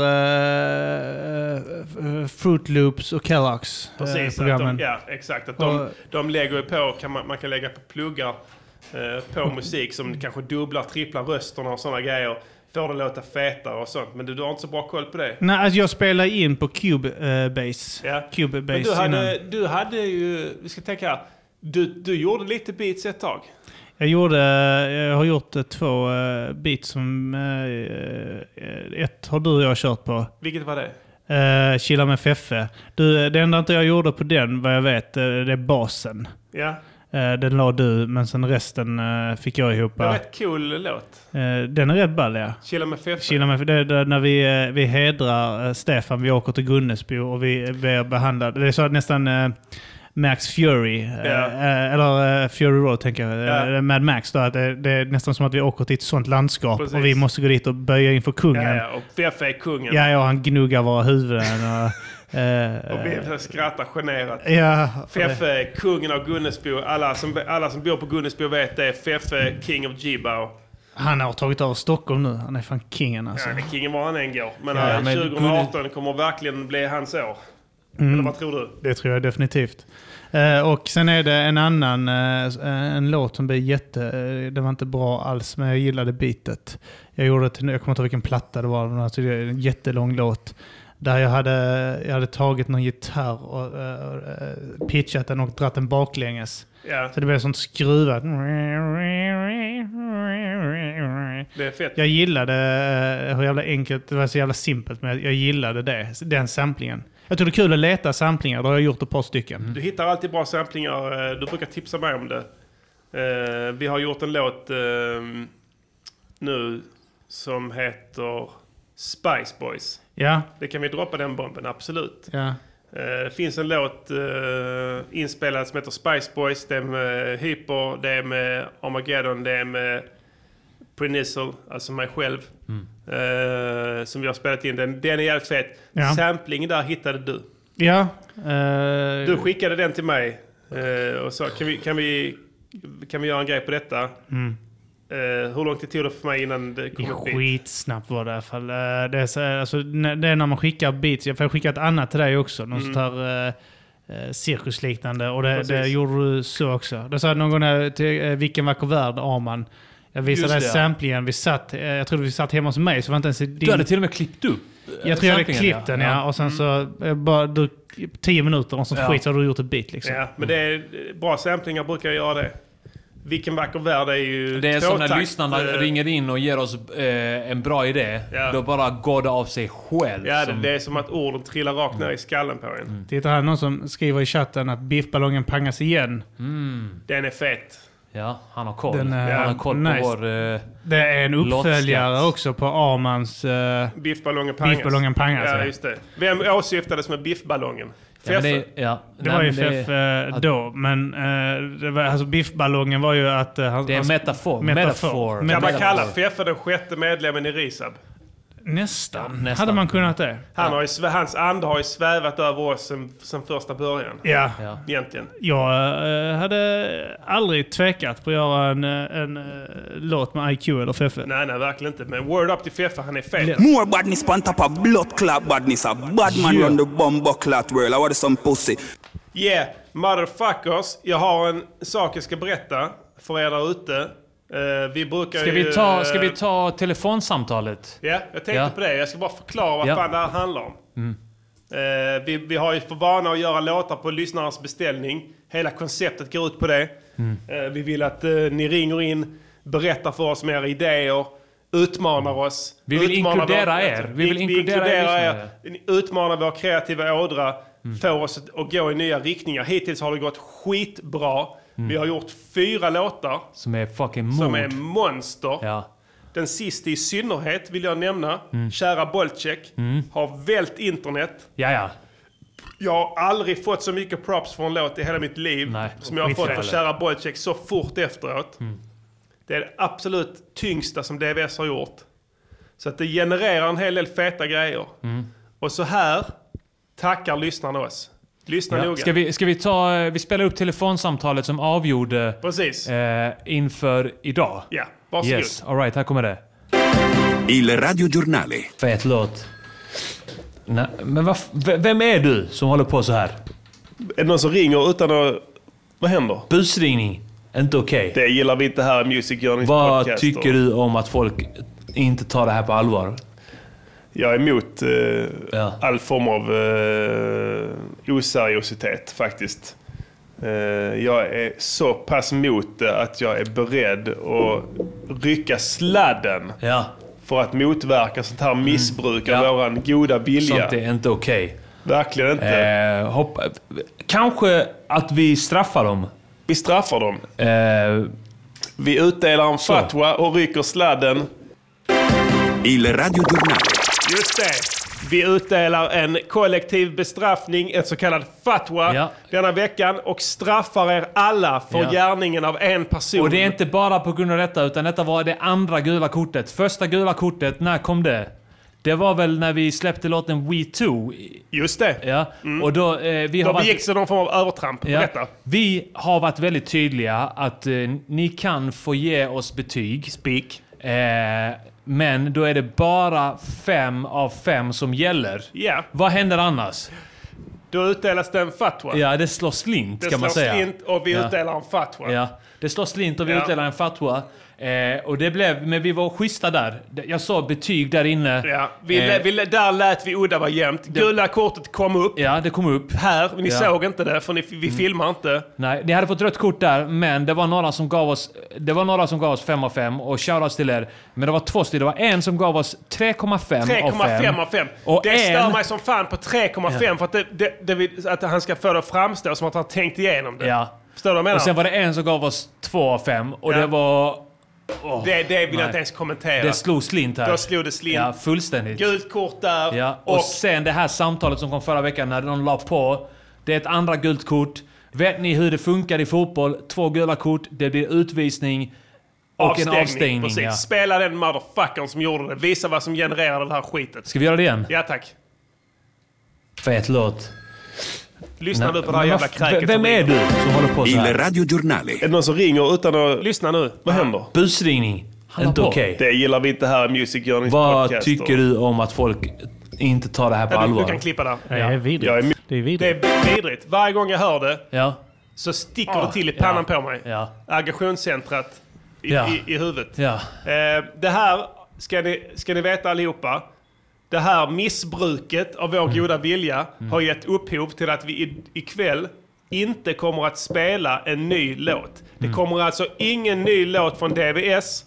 Fruit Loops och Kellogg's Precis, att programmen. exakt. Att Och- de lägger ju på, man kan lägga på pluggar på musik som kanske dubblar, tripplar rösterna och sådana grejer. får det låta fetare och sånt. Men du har inte så bra koll på det. Nej, alltså jag spelar in på Cubase. Ja. Cubase Men du hade ju... Vi ska tänka här. Du gjorde lite beats ett tag. Jag har gjort 2 beats som... ett har du och jag kört på. Vilket var det? Chilla med Feffe. Det enda inte jag gjorde på den, vad jag vet, det är basen. Ja. Den la du, men sen resten fick jag ihop. Det var rätt cool låt. Den är rätt ball, ja. Chilla med Feffe. Chilla med Feffe. Det är när vi hedrar Stefan, vi åker till Gunnesbo och vi behandlar... Det är så att nästan... Max Fury, eller Fury Road tänker jag, Mad Max då, att det är nästan som att vi åker till ett sånt landskap. Precis. Och vi måste gå dit och böja inför kungen. Ja, och Feffe är kungen. Ja, han gnuggar våra huvuden. Och vi skrattar generat. Ja, Feffe är kungen av Gunnesbo. Alla som bor på Gunnesbo vet det. Feffe, king of Jibao. Han har tagit över Stockholm nu. Han är fan kingen alltså. Ja, han är kingen var han än går. Men 2018 kommer verkligen bli hans år. Eller vad tror du? Det tror jag definitivt. Och sen är det en annan en låt som blev det var inte bra alls, men jag gillade beatet. Jag kommer inte ihåg vilken platta det var, alltså det är en jättelång låt där jag hade tagit någon gitarr och pitchat den och dratt den baklänges. Ja. Så det blev sånt skruvat. Det är fett. Jag gillade hur jävla enkelt, det var så jävla simpelt, men jag gillade den samplingen. Jag tror det är kul att leta samplingar. Det har jag gjort ett par stycken. Du hittar alltid bra samplingar. Du brukar tipsa mig om det. Vi har gjort en låt nu som heter Spice Boys. Ja. Det kan vi droppa den bomben, absolut. Ja. Det finns en låt inspelad som heter Spice Boys. Det är med Hyper, det är med Armageddon, det är med Prenizzle, alltså mig själv. Som vi har spelat in. Den är jävligt fet. Ja. Sampling där hittade du. Ja. Du skickade den till mig och sa kan vi göra en grej på detta? Hur långt tog det för mig innan det kom upp? Skitsnabbt var det i alla fall. Det är, så, alltså, det är när man skickar beats. Jag får skicka ett annat till dig också. Någon sånt här cirkusliknande. Och det gjorde du så också. Det sa någon gång till Vilken vacker värld, Arman. Jag visade samplingen. Jag trodde vi satt hemma hos mig. Så var inte ens Du hade till och med klippt upp. Jag tror jag hade klippt den, ja. Och sen så bara 10 minuter och så skit så har du gjort ett beat liksom. Ja, men det är bra samplingar brukar jag göra det. Vilken vacker värld är ju... Det är som när lyssnarna ringer in och ger oss en bra idé. Ja. Då bara går det av sig själv. Ja, det är som att orden trillar rakt ner i skallen på en. Titta här, någon som skriver i chatten att biffballongen pangas igen. Den är fett. Ja, han har koll. Han har koll på vår det är en uppföljare också på Armans... Biffballongen pangas. Ja, just det. Vem åsyftades med biffballongen? Det var ju Feffe då, men det var, alltså biffballongen var ju att... det är en metafor. Kan man kalla Feffe den 6:e medlemmen i Risab? Nästan. Hade man kunnat det? Hans ande har ju svävat över oss sen första början. Ja. Egentligen. Jag hade aldrig tvekat på att göra en låt med IQ eller Feffe. Nej, verkligen inte. Men word up till Feffe, han är fet. More badness on top of blood clot badness. A bad man run the bomb clot world. I want some pussy. Yeah, motherfuckers. Jag har en sak jag ska berätta för er där ute. Vi brukar ska vi ta telefonsamtalet? Ja, jag tänkte på det. Jag ska bara förklara vad fan det här handlar om. Vi har ju för vana att göra låtar på lyssnarnas beställning. Hela konceptet går ut på det. Vi vill att ni ringer in, berättar för oss med era idéer, utmanar oss. Vi vill inkludera er. Vi vill inkludera er. Utmanar vår kreativa ådra. Får oss att gå i nya riktningar. Hittills har det gått skitbra. Vi har gjort 4 låtar som är fucking som är monster. Ja. Den sista i synnerhet vill jag nämna. Kära Boltcheck har vält internet. Ja. Jag har aldrig fått så mycket props för en låt i hela mitt liv som jag har fått för Kära Boltcheck så fort efteråt. Det är det absolut tyngsta som DVS har gjort. Så att det genererar en hel del feta grejer. Och så här tackar lyssnarna oss. Lyssna noga. Vi spelar upp telefonsamtalet som avgjorde inför idag. Ja, varsågod. Yes, all right, här kommer det. Il Radio Giornale. Fet låt. Nej, men vem är du som håller på så här? Är det någon som ringer utan att... Vad händer? Busringning. Inte okej. Det gillar vi inte här i Music Journeys podcast. Vad tycker du om att folk inte tar det här på allvar. Jag är emot all form av oseriositet faktiskt. Jag är så pass emot det att jag är beredd att rycka sladden för att motverka sånt här missbruk av våran goda vilja. Sånt är inte okej. Verkligen inte. Kanske att vi straffar dem. Vi straffar dem. Vi utdelar en fatwa och rycker sladden. Il Radio Giornale. Just det. Vi utdelar en kollektiv bestraffning, en så kallad fatwa, denna veckan och straffar er alla för gärningen av en person. Och det är inte bara på grund av detta, utan detta var det andra gula kortet. Första gula kortet, när kom det? Det var väl när vi släppte låten We Too. Just det. Ja. Och då, vi har begick sig någon form av övertramp. Berätta. Vi har varit väldigt tydliga att ni kan få ge oss betyg. Speak. Men då är det bara 5 av 5 som gäller. Yeah. Vad händer annars? Då utdelas det en fatwa. Ja, det slår slint kan man säga. Det slår slint och vi utdelar en fatwa. Ja, det slår slint och vi utdelar en fatwa. Och det blev, men vi var schyssta där. Jag sa betyg där inne. Ja, där lät vi udda vara jämnt. Gula kortet kom upp. Ja, det kom upp. Här, ni såg inte det för vi filmar inte. Nej, ni hade fått rött kort där, men det var några som gav oss 5 av 5 och shoutouts till er. Men det var 2 stycken. Det var en som gav oss 3,5 av 5. Och det stör mig som fan på 3,5 för att han ska få det att framstå som att han tänkt igenom det. Ja. Förstår du vad jag menar? Och sen var det en som gav oss 2 av 5 och det var... det vill jag inte ens kommentera. Det slog slint här. Då slog det slint. Ja, fullständigt. Gult kort där. Ja. Och sen det här samtalet som kom förra veckan när de la på. Det är ett andra gult kort. Vet ni hur det funkar i fotboll? 2 gula kort, det blir utvisning och en avstängning. Precis. Ja. Spela den motherfuckern som gjorde det. Visa vad som genererade det här skitet. Ska vi göra det igen? Ja, tack. Fet låt. Lyssna nu på det här jävla kräket. Vem är du som håller på så här? Il Radio Giornale. Är det någon som ringer utan att... Lyssna nu. Vad händer? Busringning. Inte okej. Det gillar vi inte här i Music Journeys Vad podcast. tycker du om att folk inte tar det här på allvar? Du kan klippa där. Det är vidrigt. Det är vidrigt. Varje gång jag hör det så sticker det till i pannan på mig. Ja. Aggressionscentrat i huvudet. Ja. Det här ska ni veta allihopa. Det här missbruket av vår goda vilja har gett upphov till att vi ikväll inte kommer att spela en ny låt. Det kommer alltså ingen ny låt från DVS.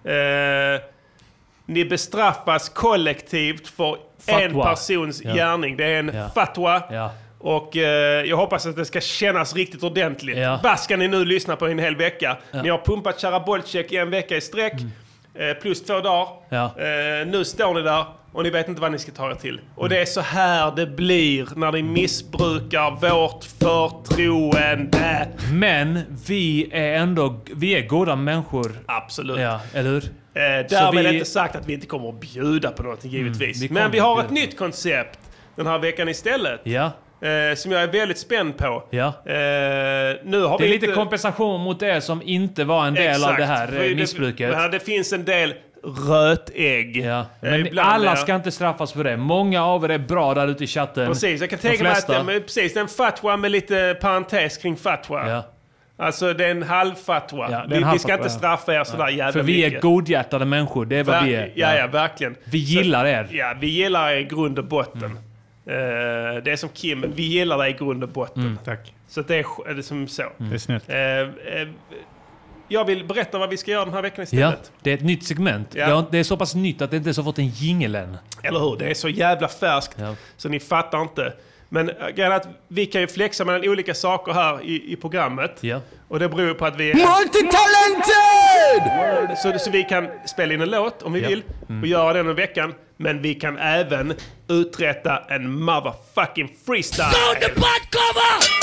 Ni bestraffas kollektivt för en persons gärning. Det är en fatwa. Ja. Och jag hoppas att det ska kännas riktigt ordentligt. Ja. Vad ska ni nu lyssna på en hel vecka? Ja. Ni har pumpat Charabolchek i en vecka i sträck. Plus 2 dagar. Ja. Nu står ni där och ni vet inte vad ni ska ta er till. Och det är så här det blir när ni missbrukar vårt förtroende. Men vi är goda människor. Absolut. Ja, eller hur? Därmed är inte sagt att vi inte kommer att bjuda på någonting givetvis. Men vi har ett nytt koncept den här veckan istället. Ja. Som jag är väldigt spänd på. Ja. Nu har det är lite kompensation mot det som inte var en del av det här missbruket. Det finns en del rötägg. Ja. Men alla ska inte straffas för det. Många av er är bra där ute i chatten. Precis, jag kan tänka mig att det är en fatwa med lite parentes kring fatwa. Ja. Alltså det är en halvfatwa. Ja, vi ska inte straffa er sådär jävla för vi är godhjärtade människor, det är vad vi är. Ja, verkligen. Vi gillar er. Ja, vi gillar er i grund och botten. Det är som Kim, vi gillar dig i grund och botten. Tack. Så det är som så. Det är snällt. Jag vill berätta vad vi ska göra den här veckan istället. Ja, det är ett nytt segment. Ja. Det är så pass nytt att det inte ens har fått en jingle än. Eller hur? Det är så jävla färskt så ni fattar inte. Men att vi kan ju flexa mellan olika saker här i programmet. Ja. Och det beror på att vi är... Multitalented! Så vi kan spela in en låt om vi vill och göra den en veckan. Men vi kan även uträtta en motherfucking freestyle. Sound the butt cover!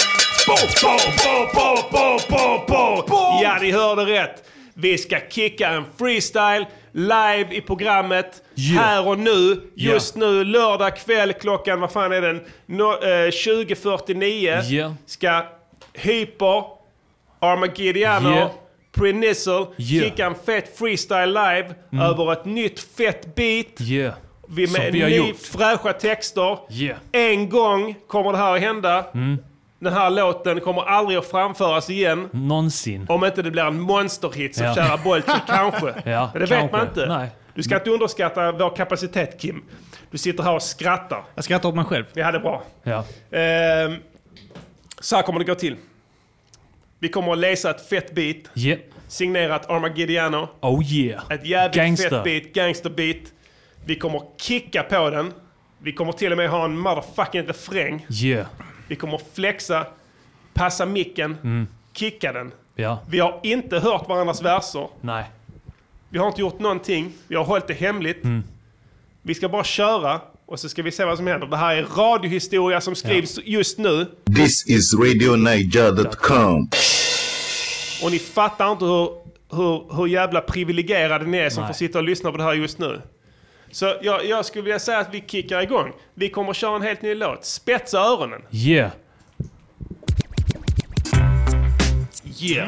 Ja, ni hörde rätt. Vi ska kicka en freestyle live i programmet här och nu. Just nu, lördag kväll klockan, vad fan är den? 20:49 ska Hyper, Armageddon, Pre-Nizzle kicka en fett freestyle live över ett nytt fett beat. Vi med fräscha texter. En gång kommer det här att hända. Den här låten kommer aldrig att framföras igen. Någonsin. Om inte det blir en monsterhit som Charabolchek kanske. Ja, men det vet man inte. Nej. Du ska inte underskatta vår kapacitet, Kim. Du sitter här och skrattar. Jag skrattar åt mig själv. Ja, det är bra. Ja. Så här kommer det gå till. Vi kommer att läsa ett fett beat. Yeah. Signerat Armageddano. Oh yeah. Ett jävligt Gangster. fett beat, gangsterbeat. Vi kommer kicka på den. Vi kommer till och med ha en motherfucking refräng. Yeah. Vi kommer flexa, passa micken, kicka den. Ja. Vi har inte hört varandras verser. Nej. Vi har inte gjort någonting. Vi har hållit det hemligt. Vi ska bara köra och så ska vi se vad som händer. Det här är radiohistoria som skrivs just nu. This is RadioNiger.com. Och ni fattar inte hur jävla privilegierade ni är som får sitta och lyssna på det här just nu. Så jag skulle vilja säga att vi kickar igång. Vi kommer att köra en helt ny låt. Spetsa öronen. Yeah. Yeah.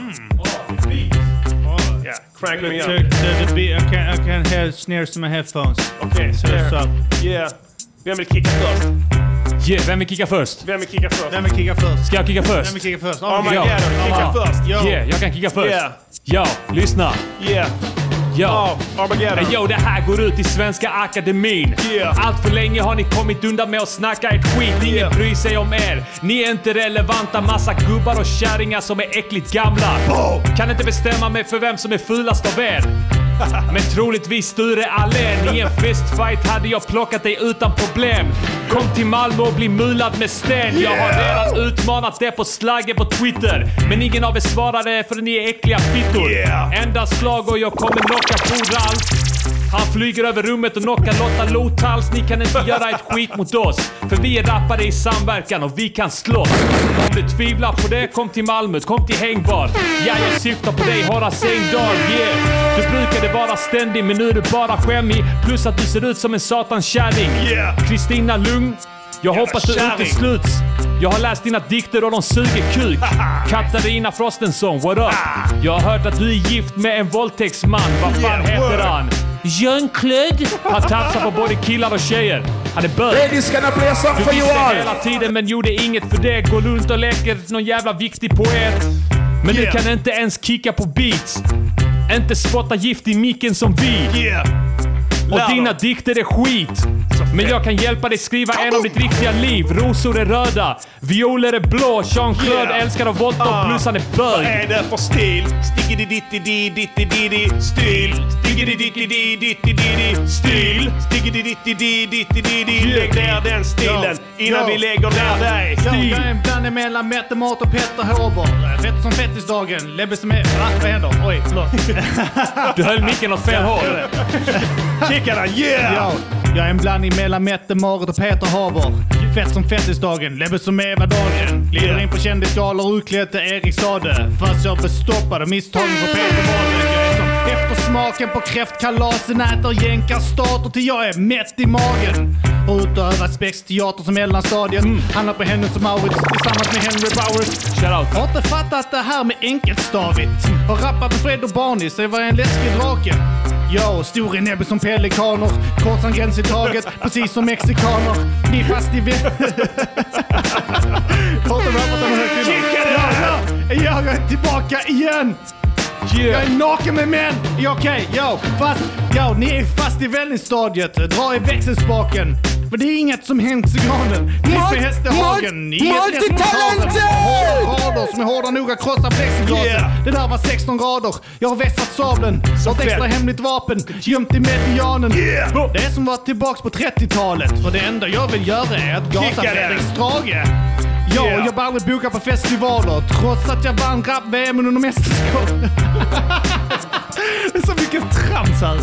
Yeah. Crank me up. The beat, I can hear snares in my headphones. Okay, snare. Yeah. Vem vill kicka först? Yeah, vem vill kicka först? Vem vill kicka först? Vem vill kicka först? Ska jag kicka först? Vem vill kicka först? Oh my god, kicka först. Yeah, jag kan kicka först. Yeah. Ja, lyssna. Yeah. Ja. Armageddon. Jo, det här går ut i Svenska Akademin. Yeah. Allt för länge har ni kommit undan med att snacka ett skit. Ingen bryr sig om er. Ni är inte relevanta, massa gubbar och kärringar som är äckligt gamla. Kan inte bestämma mig för vem som är fulast av er. Men troligtvis Sture Allén. I en fistfight hade jag plockat dig utan problem. Kom till Malmö och bli mulad med sten. Jag har redan utmanat det på slagge på Twitter. Men ingen av er svarade för ni är äckliga fittor. Enda slag och jag kommer knocka Ralf. Han flyger över rummet och knockar Lotta Lothals. Ni kan inte göra ett skit mot oss. För vi är rappare i samverkan och vi kan slåss. Om du tvivlar på det, kom till Malmö, kom till Hängbar. Ja, jag syftar på dig, Horace Engdahl, yeah. Du brukade vara ständig, men nu är du bara skämmig. Plus att du ser ut som en satankärring. Kristina Lugn, jag hoppas du utesluts. Jag har läst dina dikter och de suger kuk. Katarina Frostenson, what up? Jag har hört att du är gift med en våldtäktsman. Vad fan heter han? Jean-Claude. Han tafsar på både killar och tjejer. Han är bög. Du visste hela tiden men gjorde inget för det. Går runt och leker någon jävla viktig poet. Men du kan inte ens kicka på beats. Inte spotta gift i micken som vi. Och dina dikter är skit. Men jag kan hjälpa dig skriva en om ditt riktiga liv. Rosor är röda, violer är blå. Jean-Claude älskar att volta och plus han är bög. Vad är det för stil? Stiggidi-ditti-di-ditti-di-di. Stil. Stiggidi-ditti-di-ditti-di-di. Stil. Stiggidi-ditti-di-ditti-di-di. Lägg ner den stilen innan vi lägger ner dig. Stil. Jag är en blandning mellan Mette Mart och Petter Håber. Fett som fettisdagen. Lebbe som är... Vad händer? Oj, förlåt. Du höll micken åt fel håll. Kicka den, yeah! Jag är en blandning mellan Mette Marit och Peter Haber. Fett som fettisdagen, Lebbe som Eva Dagen. Glider in på kändisgalor utklädd till Erik Sade. Fast jag bestoppade misstagen för Peter Wahlbeck. Jag är som eftersmaken på kräftkalasen. Äter jänkar starter till jag är mätt i magen. Och utövar spexteater som mellanstadiet. Handlar på Hennes och Maurits tillsammans med Henry Bowers. Har inte fattat det här med enkelstavigt. Har rappat med Fred och Barney så jag var en läskig drake. Jag stor i näbben som pelikaner. Korsan gräns i taget, precis som mexikaner. Ni fast i jag är tillbaka igen. Jag är naken med män. Okej, fast ni är fast i vändningsstadiet. Dra i växelspaken. För det är inget som hänt i granen. Ni är för Hästehagen. Ni är rader som är hårda nog att krossa plexiglaset. Det där var 16 rader. Jag har vässat sabeln. Så ett extra hemligt vapen gömt i medianen. Det är som var tillbaks på 30-talet. För det enda jag vill göra är att gasa Fredrik Strage. Jag bara vill boka på festivaler. Trots att jag vann rap-VM under mästerskap. Det är så mycket trams här.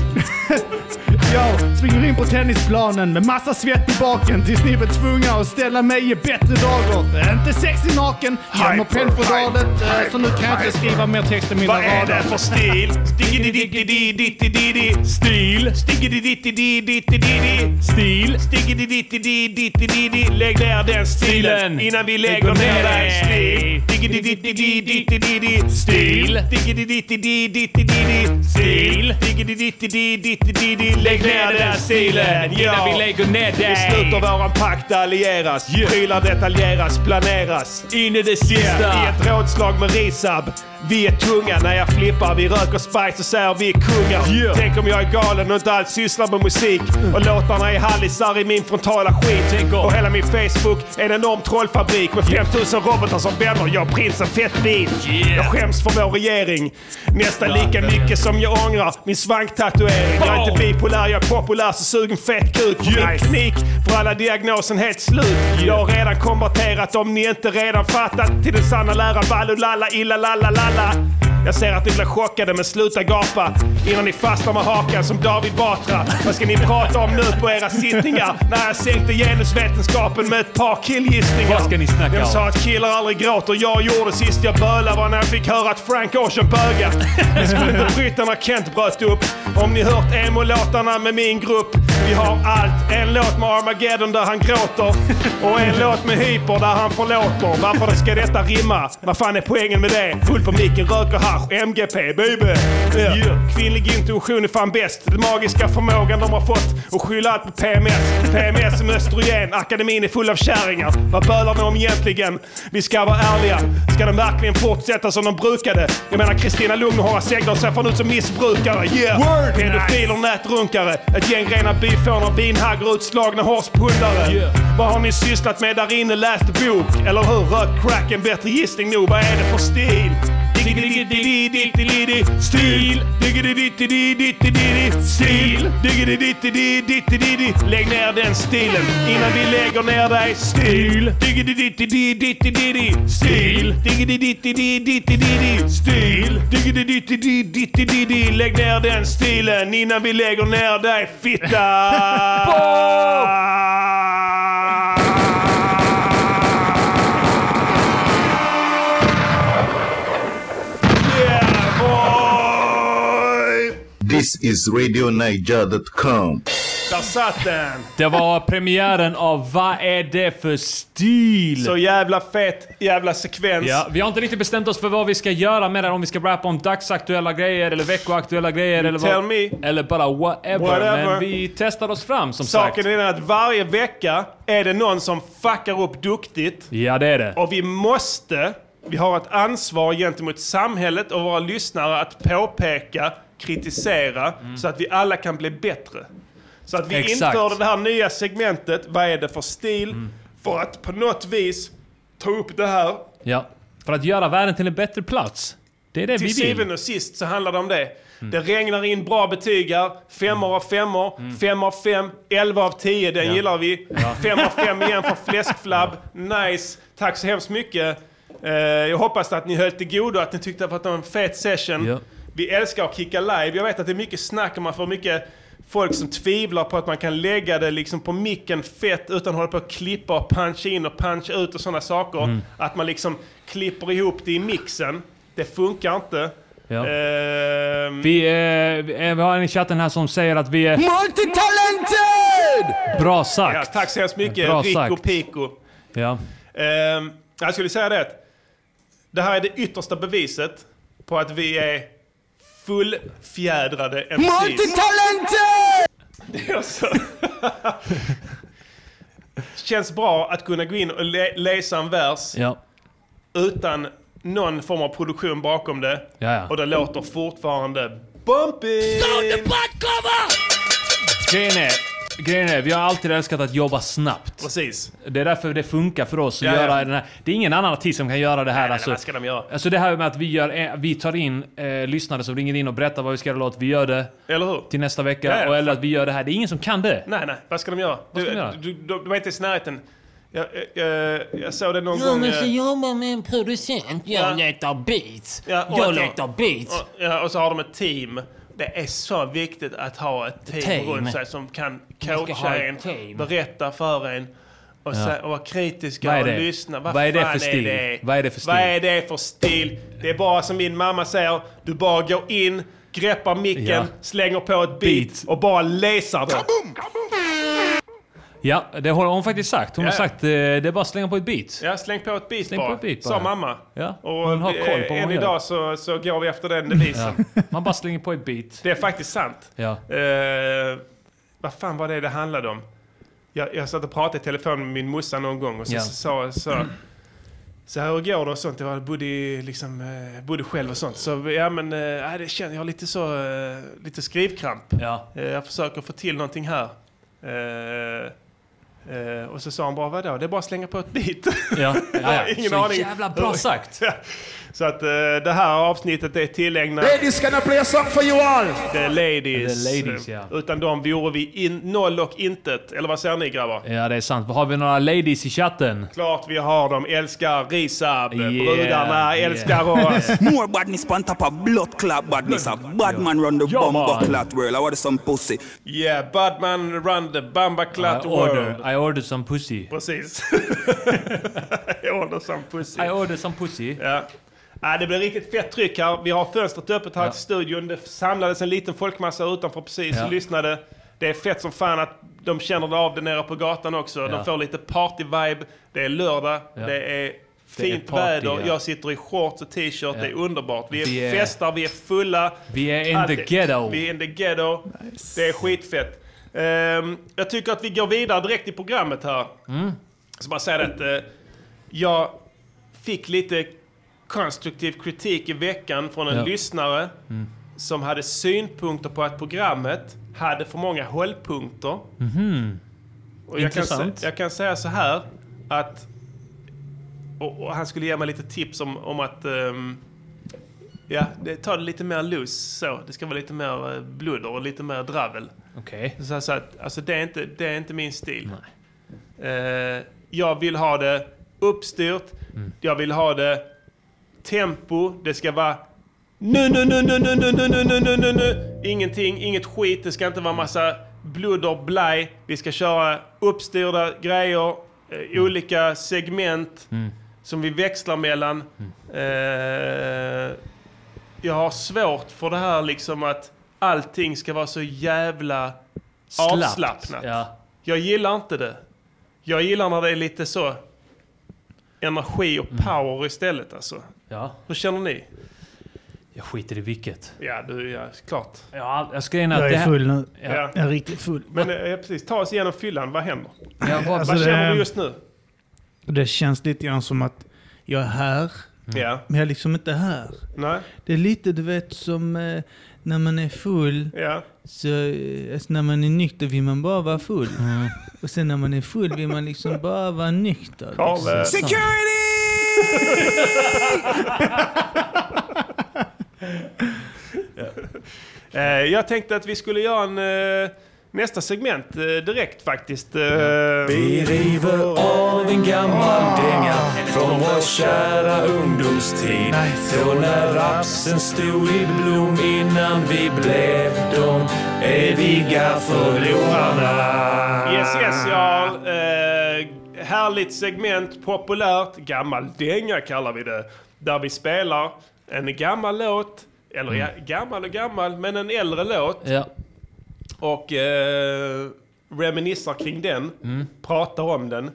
Jag springer in på tennisplanen med massa svett i baken tills ni blir tvungna att ställa mig i bättre dagar. Inte sexig naken, genom pennfodralet. Så nu kan jag inte skriva mer text än mina rader. Vad är det för stil? Stiggidi-ditti-di-ditti-di-di. Stil. Stiggidi-ditti-di-ditti-di-di. Stil. Stiggidi-ditti-di-ditti-di-di. Lägg ner den stilen innan vi lägger ner dig. Stil. Stiggidi-ditti-di-ditti-di-di. Stil. Stiggidi-ditti-di-ditti-di-di. Stil. Stiggidi-ditti-di-ditti-di-di. Lägg ner den stilen innan vi lägger ner dig. I slutet av våran pakt allieras. Prylar detaljeras, planeras. In i det sista. I ett rådslag med Risab. Vi är tunga när jag flippar, vi röker spice och säger vi är kungar. Tänk om jag är galen och inte alls sysslar med musik. Och låtarna är hallisar i min frontala skit. Och hela min Facebook är en enorm trollfabrik med 5000 robotar som vänner. Jag prins en fett bil. Jag skäms för vår regering. Nästan lika mycket som jag ångrar min svanktatuering. Jag är inte bipolär, jag är populär så sugen fet kuk. Min klinik för alla diagnosen helt slut. Jag har redan konverterat om ni inte redan fattat till den sanna läran. Balulala, illa lalla lalla. Jag ser att ni blir chockade men sluta gapa innan ni fastnar med hakan som David Batra. Vad ska ni prata om nu på era sittningar när jag sänkte genusvetenskapen med ett par killgissningar? Vad ska ni snacka Jag om? sa att killar aldrig gråter. Jag gjorde sist jag bölade var när jag fick höra att Frank Ocean bögar. Jag skulle inte bryta när Kent bröt upp. Om ni hört emo-låtarna med min grupp. Vi har allt. En låt med Armageddon där han gråter. Och en låt med Hyper där han förlåter. Varför ska detta rimma? Vad fan är poängen med det? Full på micken, röker hasch, MGP, baby. Kvinnlig intuition är fan bäst. Den magiska förmågan de har fått. Och skylla allt på PMS. PMS som östrogen. Akademin är full av kärringar. Vad bölar de om egentligen? Vi ska vara ärliga. Ska de verkligen fortsätta som de brukade? Jag menar Kristina Lugn och Håra Segdal ser fan ut som missbrukare. Pedofiler, nätrunkare. Ett gäng rena byfånar, vinhaggar, utslagna horspundare. Vad har ni sysslat med där inne? Läst bok? Eller hur? Rökt crack, en bättre gissning nog. Vad är det för stil? Stil. Stil. Lägg ner den stilen innan vi lägger ner dig. Stil. Stil. Stil. Lägg ner den stilen innan vi lägger ner dig, fitta. This is RadioNiger.com. Där satt den. Det var premiären av Vad är det för stil? Så jävla fett, jävla sekvens. Ja, vi har inte riktigt bestämt oss för vad vi ska göra med det. Om vi ska rappa om dagsaktuella grejer eller veckoaktuella grejer eller bara whatever. Men vi testar oss fram som sagt. Saken är att varje vecka är det någon som fuckar upp duktigt. Ja, det är det. Och vi har ett ansvar gentemot samhället och våra lyssnare att påpeka, kritisera så att vi alla kan bli bättre. Så att vi införde det här nya segmentet, vad är det för stil? För att på något vis ta upp det här. Ja, för att göra världen till en bättre plats. Det är det vi vill. Till syvende och sist så handlar det om det. Det regnar in bra betygar. 5 av 5, 5 av 5, 11 av 10, den gillar vi. 5 av 5 igen för fläskflabb. Nice, tack så hemskt mycket. Jag hoppas att ni höll till godo, att ni tyckte att det var en fet session. Ja. Vi älskar att kicka live. Jag vet att det är mycket snack och man får mycket folk som tvivlar på att man kan lägga det liksom på micken fett utan att hålla på att klippa och puncha in och puncha ut och sådana saker. Att man liksom klipper ihop det i mixen. Det funkar inte. Ja. Vi har en i chatten här som säger att vi är multitalented! Bra sagt. Ja, tack så hemskt mycket, bra Rico sagt. Pico. Ja. Jag skulle säga det här är det yttersta beviset på att vi är fullfjädrade MCs. Multitalented! Det är så. Känns bra att kunna gå in och läsa en vers utan någon form av produktion bakom det. Ja. Och det låter fortfarande bumpy. Grejen är, vi har alltid älskat att jobba snabbt. Precis. Det är därför det funkar för oss att göra den här. Det är ingen annan artist som kan göra det här. Nej, vad ska de göra? Alltså det här med att vi tar in lyssnare som ringer in och berättar vad vi ska göra låt. Vi gör det till nästa vecka. Eller att vi gör det här. Det är ingen som kan det. Nej. Vad ska de göra? De är inte i närheten. Jag såg det någon gång. Jag måste jobba med en producent. Jag letar beats. Och så har de ett team. Det är så viktigt att ha ett team runt sig som kan coacha en, berätta för en och vara kritiska och lyssna. Vad är det för stil? Vad är det för stil? Det är bara som min mamma säger, du bara går in, greppar micken, slänger på ett beat och bara läser det. Ja, det har hon faktiskt sagt. Hon har sagt det är bara att slänga på ett beat. Ja, släng på ett beat bara. Sa mamma. Ja, och hon har koll på än idag så går vi efter den devisen. Ja. Man bara slänger på ett beat. Det är faktiskt sant. Ja. Vad fan var det handlade om? Jag satt och pratade i telefon med min morsa någon gång och så Så här går det och sånt. Jag bodde själv och sånt. Så ja, men det känner jag lite skrivkramp. Ja. Jag försöker få till någonting här. Och så sa han bara, vadå? Det är bara att slänga på ett bit. Ja. Ingen så aning. Jävla bra sagt. Så att det här avsnittet är tillägnat... Ladies, can I play a song for you all? The ladies. The ladies, ja. Utan dem vore vi noll och intet. Eller vad säger ni, grabbar? Ja, det är sant. Har vi några ladies i chatten? Klart vi har dem. Älskar Risab. Brudarna älskar oss. More badness on top of blood clot badness. A bad man run the bomb clot world. I want some pussy. Yeah, bad man run the bomb clot world. I order some pussy. Precis. I order some pussy. I order some pussy. Ja. Det blir riktigt fett tryck här. Vi har fönstret öppet här till studion. Det samlades en liten folkmassa utanför precis och lyssnade. Det är fett som fan att de känner av det nere på gatan också. Ja. De får lite party-vibe. Det är lördag. Ja. Det är fint väder. Ja. Jag sitter i shorts och t-shirt. Ja. Det är underbart. Vi är festar, vi är fulla. Vi är in the ghetto. Vi är in the ghetto. Nice. Det är skitfett. Jag tycker att vi går vidare direkt i programmet här. Så bara säga att jag fick lite konstruktiv kritik i veckan från en lyssnare som hade synpunkter på att programmet hade för många hållpunkter. Och jag kan säga så här att och han skulle ge mig lite tips om att ta det lite mer loose så. Det ska vara lite mer bludder och lite mer dravel. Okej. Så att alltså det är inte min stil. Jag vill ha det uppstyrt. Jag vill ha det tempo, det ska vara ingenting, inget skit, det ska inte vara massa bludder, blaj. Vi ska köra uppstyrda grejer, olika segment som vi växlar mellan. Jag har svårt för det här liksom att allting ska vara så jävla avslappnat. Ja. Jag gillar inte det. Jag gillar när det är lite så energi och power istället alltså. Ja. Hur känner ni? Jag skiter i vilket. Ja, klart. Ja, jag är full nu. Ja. Jag är riktigt full. Men precis, ta oss igenom fyllan. Vad händer? Ja, vad känner du just nu? Det känns lite grann som att jag är här. Ja. Men jag är liksom inte här. Nej. Det är lite, du vet, som när man är full. Ja. Så alltså, när man är nykter vill man bara vara full. Och sen när man är full vill man liksom bara vara nykter. Liksom. Security! Jag tänkte att vi skulle göra nästa segment direkt faktiskt. Vi river av en gammal dänga från vår kära ungdomstid. Då när rapsen stod i blom innan vi blev de eviga förlorarna. Yes, Jarl. Härligt segment, populärt. Gammal dänga kallar vi det. Där vi spelar en gammal låt. Eller gammal, men en äldre låt. Ja. Och reminissar kring den. Pratar om den.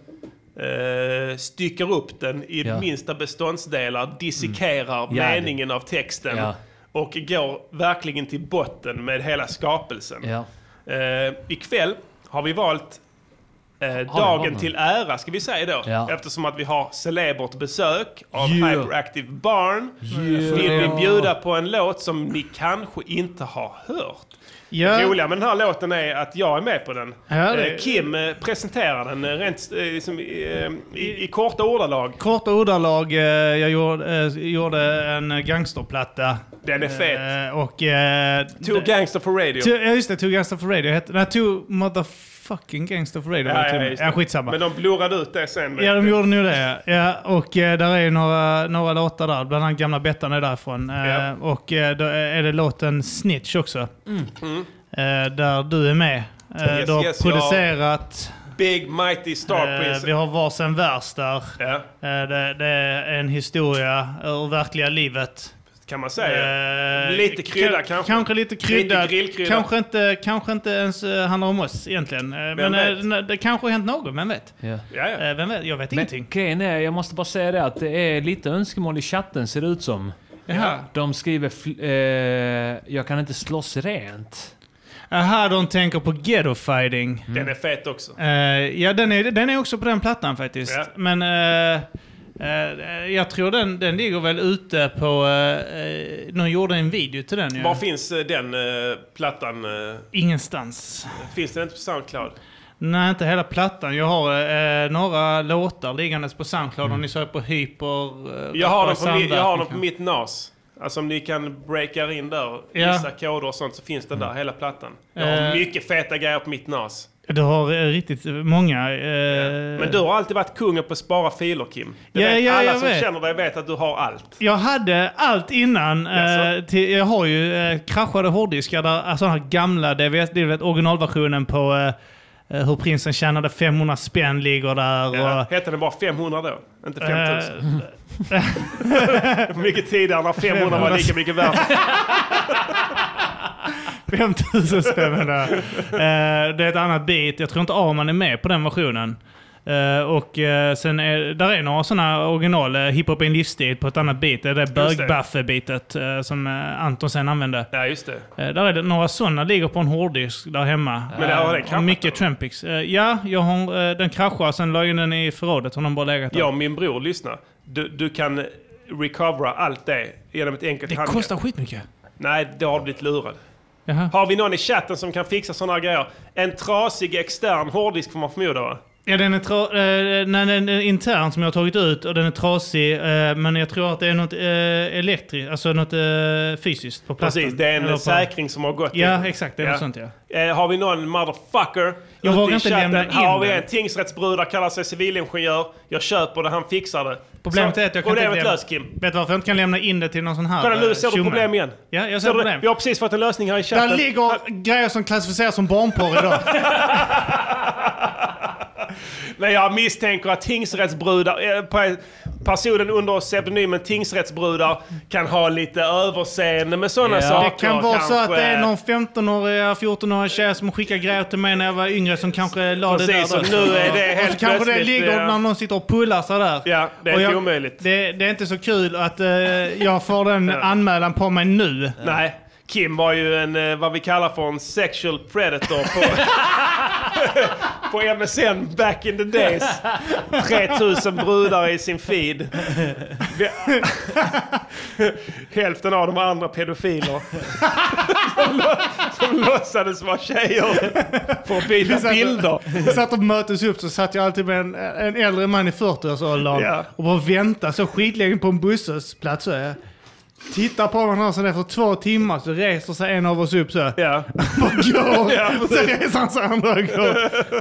Stycker upp den i minsta beståndsdelar. Dissekerar meningen av texten. Ja. Och går verkligen till botten med hela skapelsen. Ja. Ikväll har vi valt dagen till ära, ska vi säga då. Ja. Eftersom att vi har celebert besök av Hyperactive Barn. Vill vi bjuda på en låt som ni kanske inte har hört. Det roliga med den här låten är att jag är med på den. Kim presenterar den rent i korta ordalag. Korta ordalag. Jag gjorde en gangsterplatta. Den är fet. Och Two Gangster for Radio. Ja, just det. Two Gangster for Radio. Nej, Two Motherfucking Gangster for Radio. Ja, skitsamma. Men de blurrade ut det sen. Ja, de gjorde nu det. Ja, och där är ju några låtar där. Bland annat Gamla Bettan är därifrån. Och då är det låten Snitch också. Där du är med. Du har producerat... Big Mighty Star Prince. Vi har varsin vers där. Det är en historia ur verkliga livet. Kan man säga. Lite krydda kanske. Kanske lite krydda. Lite grillkrydda. Kanske inte ens handlar om oss egentligen. Men det kanske har hänt något, vem vet? Vem vet? Jag vet ingenting. Grejen är, jag måste bara säga det, att det är lite önskemål i chatten, ser det ut som. De skriver jag kan inte slåss rent. Aha, de tänker på ghetto fighting. Den är fet också. Ja, den är också på den plattan faktiskt. Men Jag tror den ligger väl ute på... någon gjorde en video till den. Var finns den plattan? Ingenstans. Finns den inte på SoundCloud? Nej, inte hela plattan. Jag har några låtar liggandes på SoundCloud om ni söker på Hyper. Jag har den på mitt NAS. Alltså om ni kan breaka in där vissa koder och sånt så finns den där, hela plattan. Jag har mycket feta grejer på mitt NAS. Du har riktigt många... Men du har alltid varit kungen på att spara filer, Kim. Alla som känner dig vet att du har allt. Jag hade allt innan. Jag har ju kraschade hårddiskar där, sådana här gamla DVS, originalversionen på hur prinsen tjänade 500 spänn ligger där. Ja. Heter det bara 500 då? Inte 5000? Mycket tidigare när 500 var lika mycket värt. 5000 spänn där. Det är ett annat beat. Jag tror inte Arman är med på den versionen. Och sen där är några sådana original hiphop i en livsstil på ett annat beat. Det är det bögbuffe-beatet som Anton sen använde. Ja, just det. Där är det några sådana ligger på en hårddisk där hemma. Men det har den kraschat? Mycket Trampix. Ja, jag har den kraschar, sen la in den i förrådet. Har de bara legat där. Ja, min bror, lyssna. Du kan recovera allt det genom ett enkelt handgrepp. Det kostar skitmycket. Nej, det har blivit lurad. Jaha. Har vi någon i chatten som kan fixa sådana här grejer? En trasig extern hårddisk får man förmoda, va? Ja, den är intern som jag har tagit ut och den är trasig, men jag tror att det är något elektriskt, alltså något fysiskt på plattan. Precis, det är en säkring som har gått. Ja, exakt, det är något sånt, ja. Har vi någon motherfucker jag vågar inte lämna in har vi en tingsrättsbrudar, kallar sig civilingenjör. Jag köper det, han fixar det. Problemet är att jag kan inte lös, Kim. Vet du varför jag inte kan lämna in det till någon sån här? Kolla nu, ser du problem igen? Ja, jag ser problem. Vi har precis fått en lösning här i chatten. Där ligger grejer som klassificeras som barnporr idag. Men jag misstänker att tingsrättsbrudar, personen under pseudonymen tingsrättsbrudar kan ha lite överseende med sådana saker. Det kan vara kanske så att det är någon 15-åriga, 14-åriga tjej som skickar grejer till mig när jag var yngre som kanske la det där. Precis, nu är det helt och så kanske det ligger när någon sitter och pullar så där. Ja, det är inte omöjligt. Det är inte så kul att jag får den anmälan på mig nu. Nej. Kim var ju en, vad vi kallar för en sexual predator på MSN back in the days. 3000 brudar i sin feed. Hälften av de andra pedofiler som låtsades vara tjejer för att bilda bilder. Jag satt och möttes upp, så satt jag alltid med en äldre man i 40-årsåldern och bara väntade så skitlänge på en bussplats. Tittar på varandra så efter 2 timmar så reser sig en av oss upp så. Ja. Och så reser han sig andra och går.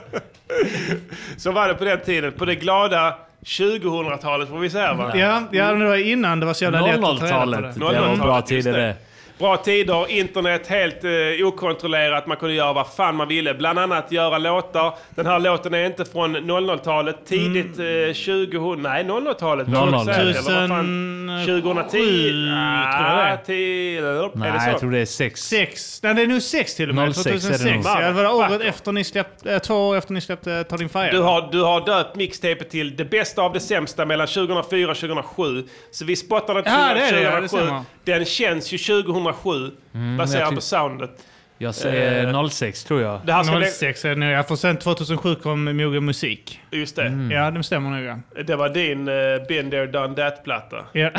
Så var det på den tiden. På det glada 2000-talet får vi säga, va? Ja, det var innan det var så jävla lätt att ta reda på det. Det var bra tider det. Bra tider, internet helt okontrollerat. Man kunde göra vad fan man ville. Bland annat göra låtar. Den här låten är inte från 00-talet. Tidigt 2000... Nej, 00-talet. 2010. Nej, jag tror det är 6. Nej, det är nu 6 till och med. 2006. Det var året efter ni släppte... 2 år efter ni släppte Ta din fire. Du har döpt mixtapet till det bästa av det sämsta mellan 2004 och 2007. Så vi spottade den 2007. Den känns ju 2007 baserat på soundet. Jag säger 06 tror jag. Det här 06 är det nu. För sen 2007 kom Mogen Musik. Just det. Ja, det stämmer nog. Ja. Det var din Been There Done That-platta. Ja.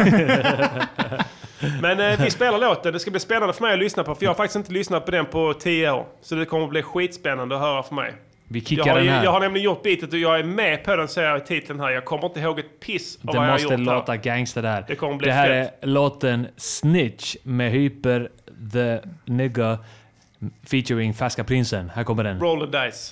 Men vi spelar låten. Det ska bli spännande för mig att lyssna på. För jag har faktiskt inte lyssnat på den på 10 år. Så det kommer att bli skitspännande att höra för mig. Vi kickar den här. Jag har nämligen gjort beatet och jag är med på den, säger jag i titeln här. Jag kommer inte ihåg ett piss av vad jag har gjort. Det måste låta gangster där. Det kommer bli det här fett. är låten Snitch med Hyper the Nigga featuring Färska Prinsen. Här kommer den. Roll the dice.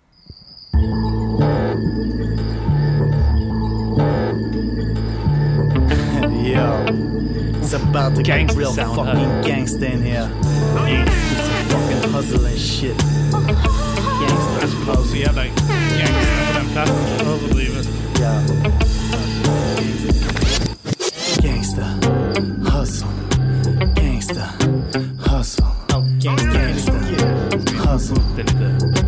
Yo, it's about to get real fucking gangster in here. It's a fucking hustle and shit. Så jävla gangster på den plattan. Överdrivet. Ja. Gangster, hustle. Gangster, hustle. Gangster, hustle.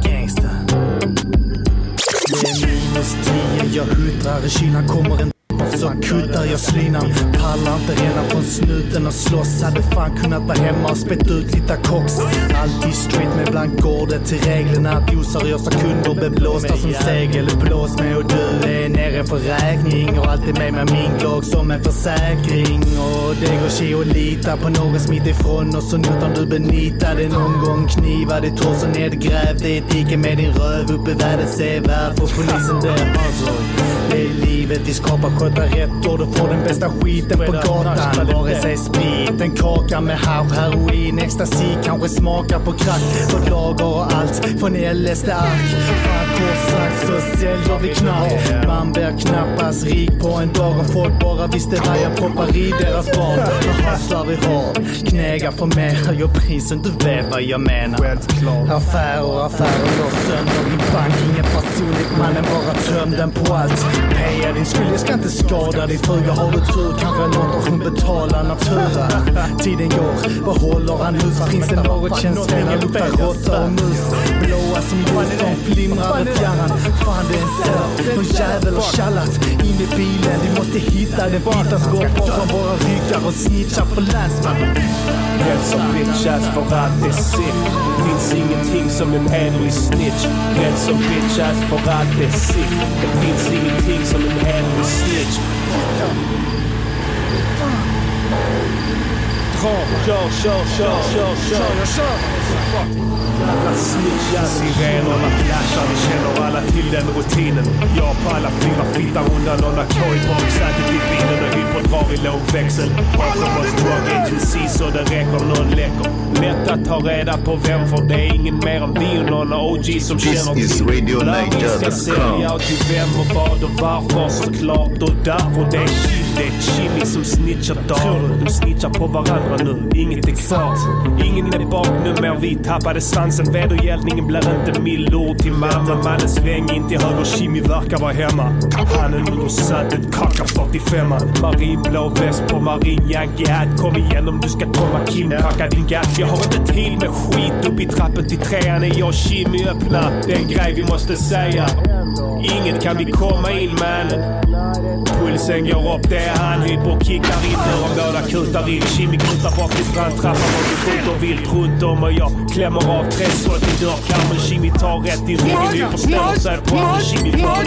Gangster. Det är -10, jag hutrar i kylan, kommer en så kuddar jag slinan. Pallar inte redan från snuten och slåss. Hade fan kunnat vara hemma och spett ut lite koks. Alltid straight med blank går det till reglerna. Att oseriösa kunder blir blåsta som segel. Blås med och du är nere för räkning. Och alltid med min lag som en försäkring. Och det går tje och lita på någon smitt ifrån. Och så utan du benitade någon gång knivar. Det tår så nedgrävd. Det är ett dike med din röv uppe i världen. Se värld för polisen där. Alltså, det är livet vi skapar, sköta rätt. Och du får den bästa skiten på gatan. Vare sig sprit, en kaka med hasch, heroin, ecstasy. Kanske smakar på crack. Vårt lager och allt från LSD-ark. Fan kort sagt så säljer vi knark. Man blir knappast rik på en dag. Om folk bara visste vad jag proppar i deras barn. Då hustlar vi hårt, knägar för mer. Höjer prisen, du vet vad jag menar. Affärer går sönder. Din bank, ingen personligt, mannen bara töm den på allt. Peja din skuld, jag ska inte skada dig. Fruga har du tur, kanske låter hon betala natura. Tiden går, vad håller han hus? Finns det något känsligare, luktar råtta och mus. Blåa som ljus som flimrar i fjärran. Fan det är en cell, någon jävel har kallat. In i bilen, vi måste hitta det. Bitas går bakom våra ryggar och snitchar på länsman. Rätt som bitch-ass för att det är sick. Det finns ingenting som en hederlig snitch. Rätt som bitch-ass för att det är sick. Det finns ingenting som en hederlig snitch. Kör. Jävla snitchar. Sirenerna flashar, vi känner alla till den rutinen. Jag på alla fyra fittar undan några koj baksätet i bilen och hyper drar i lågväxel. Bakom oss drug agency så det räcker någon läcker. Lätt att ta reda på vem, för det är ingen mer än vi och några OG som känner till. När vi ska sälja till vem och vad och varför såklart. Och därför det är Jimmy som snitchar dagen. De snitchar på varandra nu, inget är klart. Ingen är bak nu mer, vi tappade svansen. Vedergällningen blir inte millord till mamma. Mannen sväng in till höger, Jimmy verkar vara hemma. Han är under sätet, kakar 45an. Marinblå väst på marin Yankee hat. Kom igen om du ska komma Kim, packa din gat. Jag har inte tid med skit, upp i trappen till trean är jag och Jimmy öppna. Det är en grej vi måste säga. Inget kan vi komma in mannen. Pulsen går upp, det är han hyper och kickar in. Om båda kutar in, Jimmy kutar bak till strandtrappan och vi skjuter vilt runt om. Och jag klämmer av 3 skott i dörrkammen. Jimmy tar rätt i ryggen, nyper ställer sig på honom. Jimmy börjar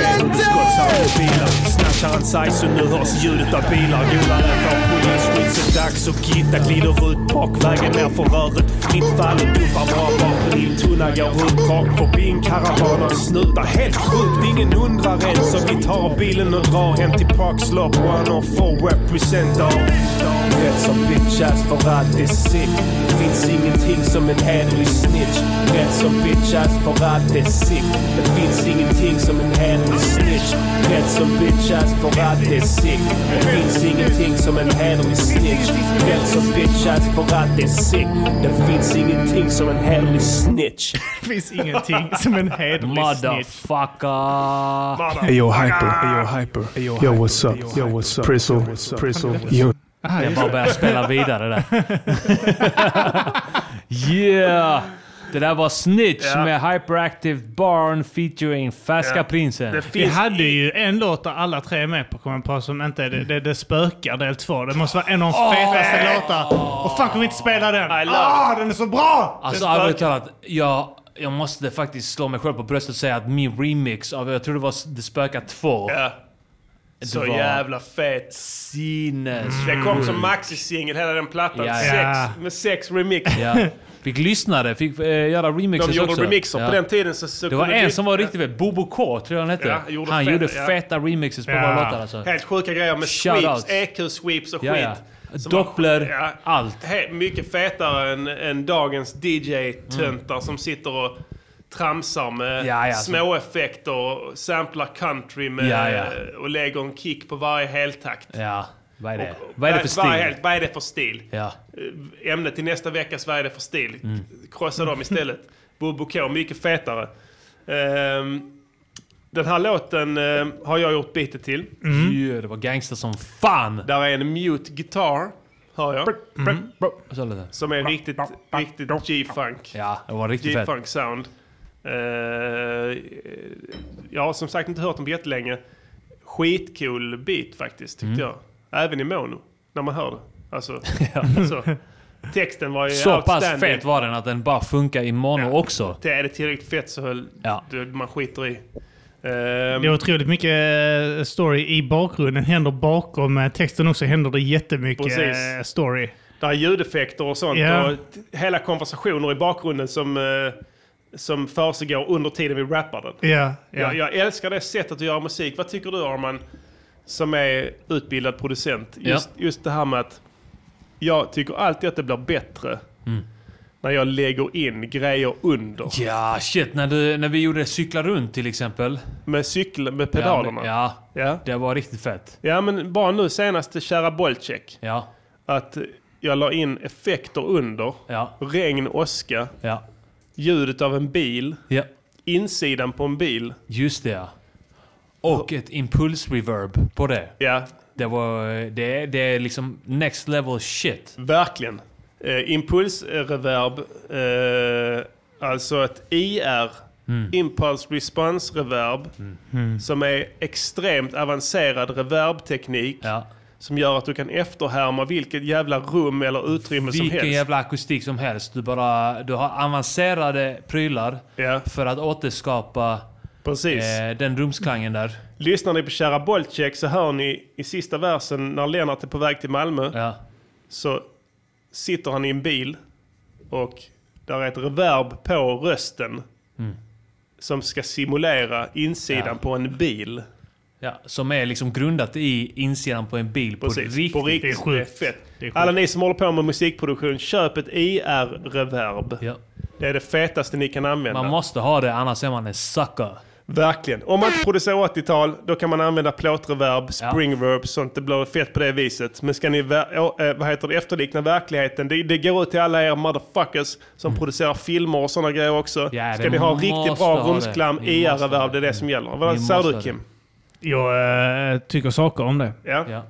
bilar. Snatchar han sig så nu hörs ljudet av bilar. Golare får polisskjuts, är dags och Gitta glider ut bakvägen ner för röret. Fritt fall och dumpar bra vapen i tunna går runt rakt förbi en karavan och snutar helt sjukt. Ingen undrar än så vi tar bilen och drar hem till Parkslop 104 represent all. Rätt som bitch-ass för att det är sick. Det finns ingenting som en hederlig snitch. Rätt som bitch-ass för att det är sick. Det finns ingenting som en hederlig snitch. Rätt som bitch-ass för att det är sick. Det finns ingenting som en hederlig snitch. Rätt som bitch-ass för att det är sick. Det finns ingenting som en hederlig snitch. Det finns ingenting som en hederlig snitch. Motherfucker. Yo hyper. Yo what's up? Yo what's up? Prizzle. Yo. Jag bara börjar spela vidare där. Yeah! Det där var Snitch med Hyperactive Barn featuring Färska Prinsen. Vi hade ju en låt där alla tre är med på, kommer på, som inte är det spökar del 2. Det måste vara en av de fetaste låtar. Och fan, kommer vi inte spela den? Den är så bra! Alltså ärligt talat, jag måste faktiskt slå mig själv på bröstet och säga att min remix av, jag tror det var Det spökar 2. Ja. Så jävla fett. Sinnes. Det kom som maxi-singel, hela den plattan. Med 6 remix. Ja. Fick lyssnare, fick göra remixes också. De gjorde remixer på den tiden. Så det var en som var riktigt fett. Bobo K tror jag han hette. Han gjorde feta remixes på våra låtar alltså. Helt sjuka grejer med sweeps, EQ-sweeps och skit. Doppler, allt. Mycket fetare än dagens DJ-töntar som sitter och tramsar med små effekter och samplar country med och lägger en kick på varje heltakt. Ja, vad är det? Vad är det för stil? Vad är det för stil? Ja. Ämnet till nästa veckas vad är det för stil? Krossa dem istället. Bobo K, mycket fetare. Den här låten har jag gjort beatet till. Det var gangster som fan. Där är en mute guitar, hör jag. Som är riktigt G-funk. Ja, det var riktigt fett. G-funk sound. Jag har som sagt inte hört dem jättelänge. skitcool beat faktiskt, tyckte jag. Även i mono, när man hör det. Alltså, texten var ju så pass fett var den att den bara funkar i mono också. Det är det tillräckligt fett så man skiter i. Det är otroligt mycket story i bakgrunden. Händer bakom texten också. Händer det jättemycket story. Det är ljudeffekter och sånt. Och hela konversationer i bakgrunden som försiggår under tiden vi rappar den. Jag älskar det sättet att göra musik. Vad tycker du, Arman, som är utbildad producent? Just det här med att jag tycker alltid att det blir bättre när jag lägger in grejer under. Ja, shit. När vi gjorde cykla runt till exempel. Med pedalerna. Ja, det var riktigt fett. Ja, men bara nu senaste Kära Bollcheck. Ja. Att jag la in effekter under. Ja. Regn, åska. Ja. Ljudet av en bil. Ja. Insidan på en bil. Just det, ja. Och ett impulsreverb på det. Ja. Det är liksom next level shit. Verkligen. Impulsreverb, alltså ett IR, Impulse Response Reverb, som är extremt avancerad reverbteknik som gör att du kan efterhärma vilket jävla rum eller utrymme som helst. Vilken jävla akustik som helst. Du har avancerade prylar för att återskapa den rumsklangen där. Lyssnar ni på Kära Bollcheck så hör ni i sista versen när Lennart är på väg till Malmö så sitter han i en bil och där är ett reverb på rösten som ska simulera insidan på en bil. Ja, som är liksom grundat i insidan på en bil. Precis, på riktigt. Det är fett. Alla ni som håller på med musikproduktion, köp ett IR-reverb. Ja. Det är det fetaste ni kan använda. Man måste ha det, annars är man en sucker. Verkligen. Om man inte producerar 80-tal, då kan man använda plåtreverb, springreverb, sånt. Det blir fett på det viset. Men ska ni efterlikna verkligheten, det går ut till alla er motherfuckers som producerar filmer och sådana grejer också. Ja, ska ni ha riktigt bra rumsklam, IR-reverb, det är det som gäller. Vad säger du, Kim? Jag tycker saker om det.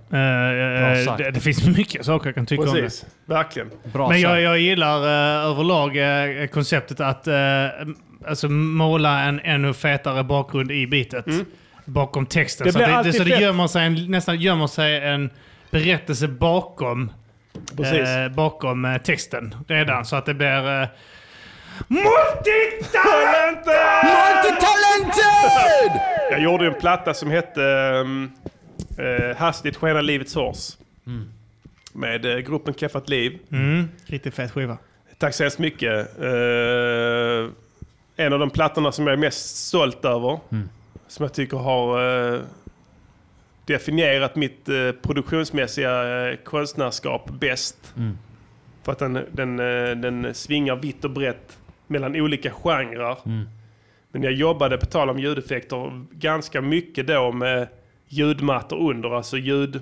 Det finns mycket saker jag kan tycka om det. Verkligen. Men jag gillar överlag konceptet att alltså måla en ännu fetare bakgrund i bitet. Bakom texten. Det så det gömmer sig en berättelse bakom texten redan. Så att det blir multitalented! Jag gjorde en platta som hette Hastigt skena livets hårs. Med gruppen Keffat Liv. Riktigt fet skiva. Tack så hemskt mycket. En av de plattorna som jag är mest stolt över. Som jag tycker har definierat mitt produktionsmässiga konstnärskap bäst. För att den svingar vitt och brett mellan olika genrer. Men jag jobbade på tal om ljudeffekter ganska mycket då med ljudmattor under. Alltså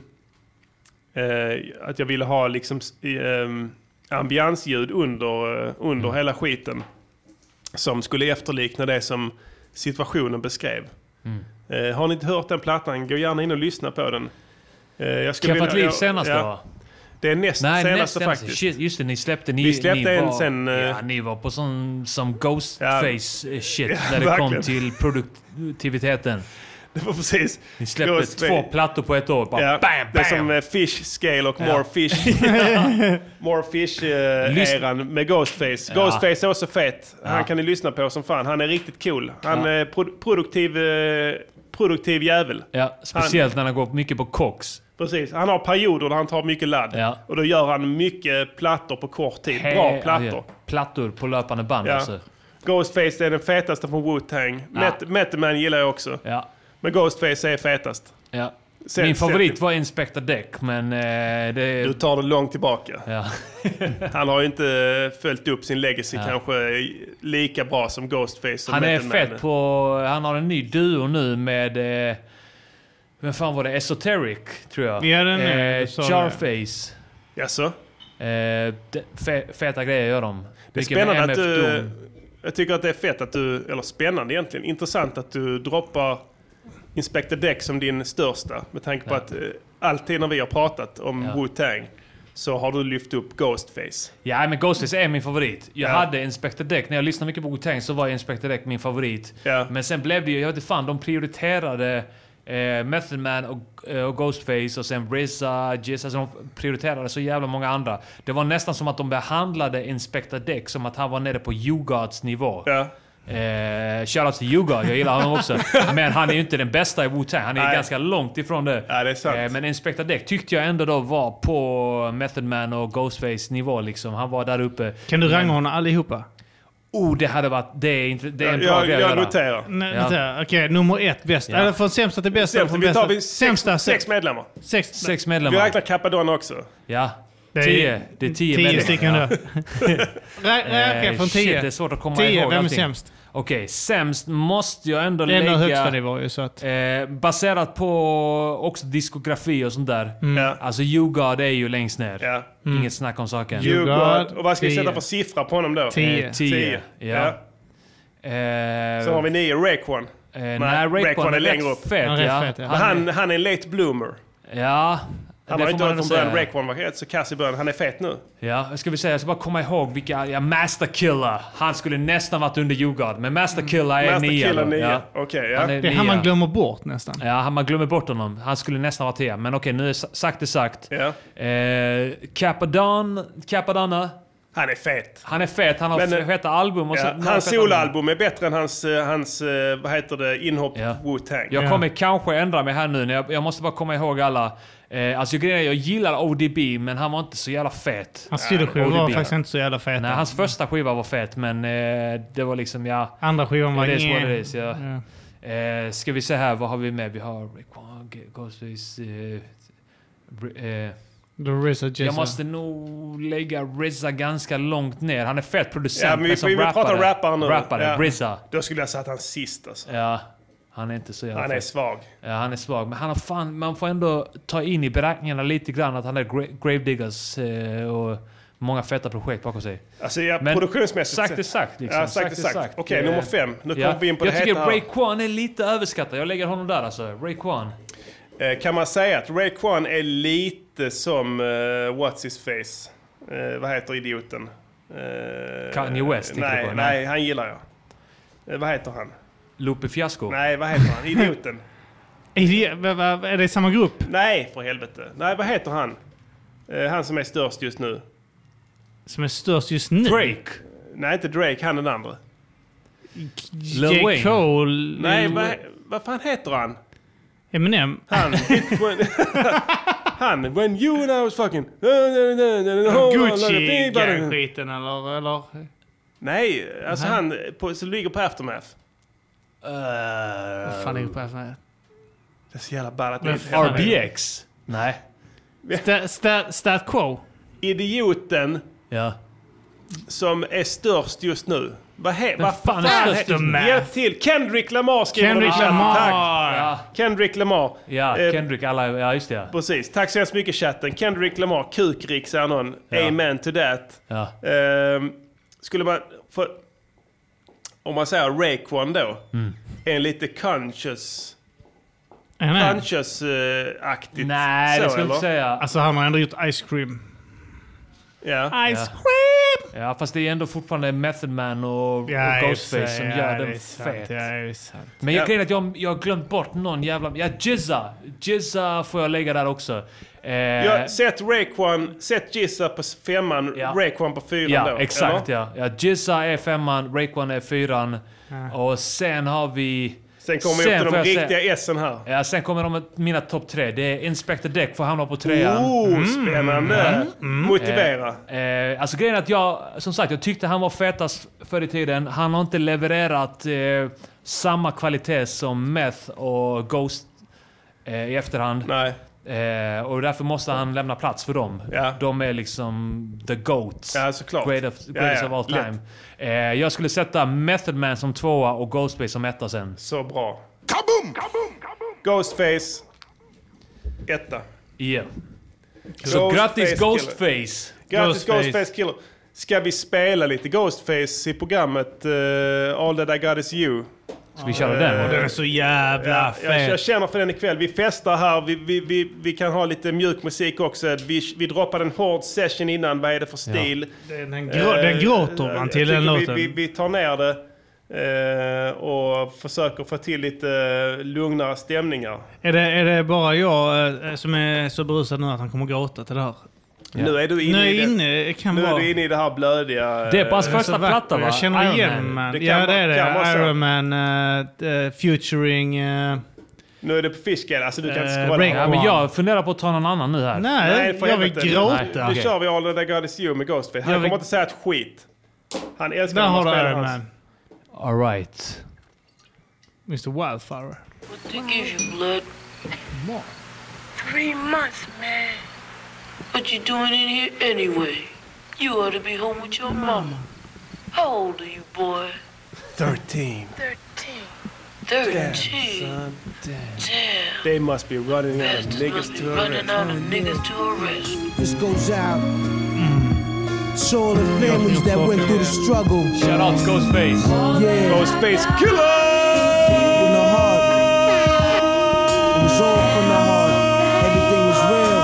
att jag ville ha liksom ambiansljud under hela skiten. Som skulle efterlikna det som situationen beskrev. Har ni inte hört den plattan? Gå gärna in och lyssna på den. Keffat Liv senast då? Det är näst senaste faktiskt. Shit, just det, ni släppte en sen. Ni var på som Ghostface shit när det kom till produktiviteten. Det var precis. Ni släppte Ghostface. 2 plattor på ett år. Bara bam, bam. Det är som Fish Scale och More Fish. More Fish-eran med Ghostface. Ghostface är också fet. Han kan ni lyssna på som fan. Han är riktigt cool. Han är produktiv jävel. Ja, speciellt när han går mycket på koks. Precis. Han har perioder där han tar mycket ladd. Ja. Och då gör han mycket plattor på kort tid. Bra plattor. Plattor på löpande band alltså. Ghostface är den fetaste från Wu-Tang. Method Man gillar jag också. Ja. Men Ghostface är fetast. Ja. Min favorit var Inspector Deck, men Du tar det långt tillbaka. Ja. Han har ju inte följt upp sin legacy kanske lika bra som Ghostface. Han är fett på... Han har en ny duo nu med... vem fan var det? Esoteric, tror jag. Ja, den är Charface. Jaså? Feta grejer gör de. Det är spännande att du... Jag tycker att det är fett att du... Eller spännande egentligen. Intressant att du droppar Inspector Deck som din största. Med tanke på att alltid när vi har pratat om Wu-Tang så har du lyft upp Ghostface. Ja, men Ghostface är min favorit. Jag hade Inspector Deck. När jag lyssnade mycket på Wu-Tang så var Inspector Deck min favorit. Ja. Men sen blev det ju... Jag vet inte fan, de prioriterade... Method Man och Ghostface och sen RZA, Jizz, alltså de prioriterade så jävla många andra. Det var nästan som att de behandlade Inspector Deck som att han var nere på YouGods nivå. Ja. Shoutout till YouGod, jag gillar honom också. Men han är ju inte den bästa i Wu-Tang. Han är ganska långt ifrån det. Ja, det är sant. Men Inspector Deck tyckte jag ändå då var på Method Man och Ghostface nivå liksom. Han var där uppe. Kan du ranga honom allihopa? Det hade varit... Det är en bra grej jag noterar. Okej, nummer 1 bäst. Ja. Eller från sämsta till bästa. Vi tar 6 medlemmar. 6 medlemmar. Vi räknar Capadonna också. Ja. 10. Det är 10 medlemmar. 10 stycken då. Okej, från 10. Shit, det är svårt att komma 10, ihåg vem är allting. sämst? Okej, sämst måste jag ändå lägga... Det är lägga... högsta nivå ju, så att... baserat på också diskografi och sånt där. Ja. Alltså YouGod är ju längst ner. Ja. Inget snack om saken. YouGod. Och vad ska vi sätta för siffra på honom då? 10. Ja. Så har vi 9, Raekwon. Nej, Raekwon är längre upp. Fet, ja. Han är en late bloomer. Ja. Han har inte hört från början. Raekwon var rätt så kass i början. Han är fet nu. Ja, ska vi säga. Jag ska bara komma ihåg vilka... Ja, Master Killer. Han skulle nästan varit under YouGod. Men Master Killer är 9. Master Killer 9. Ja. Okej, ja. Det är han man glömmer bort nästan. Ja, man glömmer bort honom. Han skulle nästan vara 10. Men okej, nu är sagt är sagt. Ja. Capadonna. Han är fet. Han är fet. Han har feta album. Och så, hans soloalbum är bättre än hans vad heter det, inhopp Wu-Tang. Jag kommer kanske ändra mig här nu. När jag måste bara komma ihåg alla. Alltså jag gillar ODB, men han var inte så jävla fet. Hans sidoskiva var faktiskt inte så jävla fet. Nej, hans första skiva var fet, men det var liksom, ja... Andra skivan var ingen... Det är så ja. Ska vi se här, vad har vi med? Vi har Ghostface... Jag måste nog lägga RZA ganska långt ner. Han är fett producent. Ja, men vi pratar rappare nu. Rappare, RZA. Då skulle jag satt han sist alltså. Ja, han är inte så jävla Han är svag. Ja, han är svag. Men han har fan, man får ändå ta in i beräkningarna lite grann att han är Gravediggers och många feta projekt bakom sig. Alltså produktionsmässigt... Sagt är sagt liksom. Ja, sagt är sagt. Okej, nummer 5. Nu kommer vi in på det heta. Jag tycker Raekwon är lite överskattad. Jag lägger honom där alltså. Raekwon. Kan man säga att Raekwon är lite som What's His Face? Vad heter idioten? Kanye West? Nej, han gillar jag. Vad heter han? Lupe Fiasco? Nej, vad heter han? Idioten. Är det samma grupp? Nej, för helvete. Nej, vad heter han? Han som är störst just nu. Som är störst just nu? Drake. Nej, inte Drake. Han är den andra. J. Cole. Nej, vad fan heter han? Eminem. Han. When you and I was fucking... Gucci-skiten eller? Nej, alltså han som ligger på Aftermath. Vad fan ligger på Aftermath? Det är så jävla ballat. RBX? Nej. Stat Quo? Idioten. Ja. Som är störst just nu. Vad fan är störst? Hjälp till. Kendrick Lamar skriver Kendrick Lamar. Tack. Ja. Kendrick Lamar. Ja, Kendrick alla. Ja, just det. Precis. Tack så hemskt mycket chatten. Kendrick Lamar. Kukrik säger någon. Ja. Amen to that. Ja. Skulle man... om man säger Raekwon då. Är en lite conscious-aktigt. Nej, så, det skulle jag inte säga. Alltså han har ändå gjort Ice Cream. Ja. Ice Cream! Ja, fast det är ändå fortfarande Method Man och Ghostface som gör den fet. Men jag grejer att jag har glömt bort någon jävla... Ja, Jizza får jag lägga där också. Sätt Jizza på 5:an, Raekwon på 4:an ja, då. Exakt, ja. Jizza är 5:an, Raekwon är 4:an. Och sen har vi... Sen kommer vi upp till de riktiga S'en här. Ja, sen kommer mina topp 3. Det är Inspector Deck får hamna på 3:an. Spännande. Motivera. Alltså grejen är att jag tyckte han var fetast förr i tiden. Han har inte levererat samma kvalitet som Meth och Ghost i efterhand. Nej. Och därför måste han lämna plats för dem. Ja. De är liksom the GOATs. Ja, såklart. Greatest of all time. Jag skulle sätta Method Man som 2:a och Ghostface som 1:a sen. Så bra. Kaboom! Ghostface 1:a. Yeah. Så grattis Ghostface! Grattis Ghostface Killer. Ska vi spela lite Ghostface i programmet All That I Got Is You? Ska vi köra den? Den är så jävla fet. Jag känner för den ikväll. Vi festar här. Vi kan ha lite mjuk musik också. Vi droppar en hård session innan. Vad är det för stil? Den gråter man till den låten. Vi tar ner det. Och försöker få till lite lugnare stämningar. Är det bara jag som är så brusad nu att han kommer gråta till det här? Ja. Nu är du inne i det här blödiga... Det är på hans första platta, va? Jag känner igen man. Ja, det är det. Iron Man featuring... Nu är det på Fishgate, alltså du kan inte scrolla. Ja, men jag funderar på att ta någon annan nu här. Nej jag vill gråta. Nu kör vi All That God Is You med Ghostface. Han kommer inte säga ett skit. Han älskar när man spelar hans. Man. All right. Mr. Wildfire. What they give you, blood? More. 3 months, man. What you doing in here anyway? You ought to be home with your mama. How old are you, boy? 13. 13. Damn, son. Damn. They must be running out of niggas to arrest. This goes out to all the families that went through the struggle. Shout out to Ghostface. Yeah. Ghostface Killer! From the heart. It was all from the heart. Everything was real.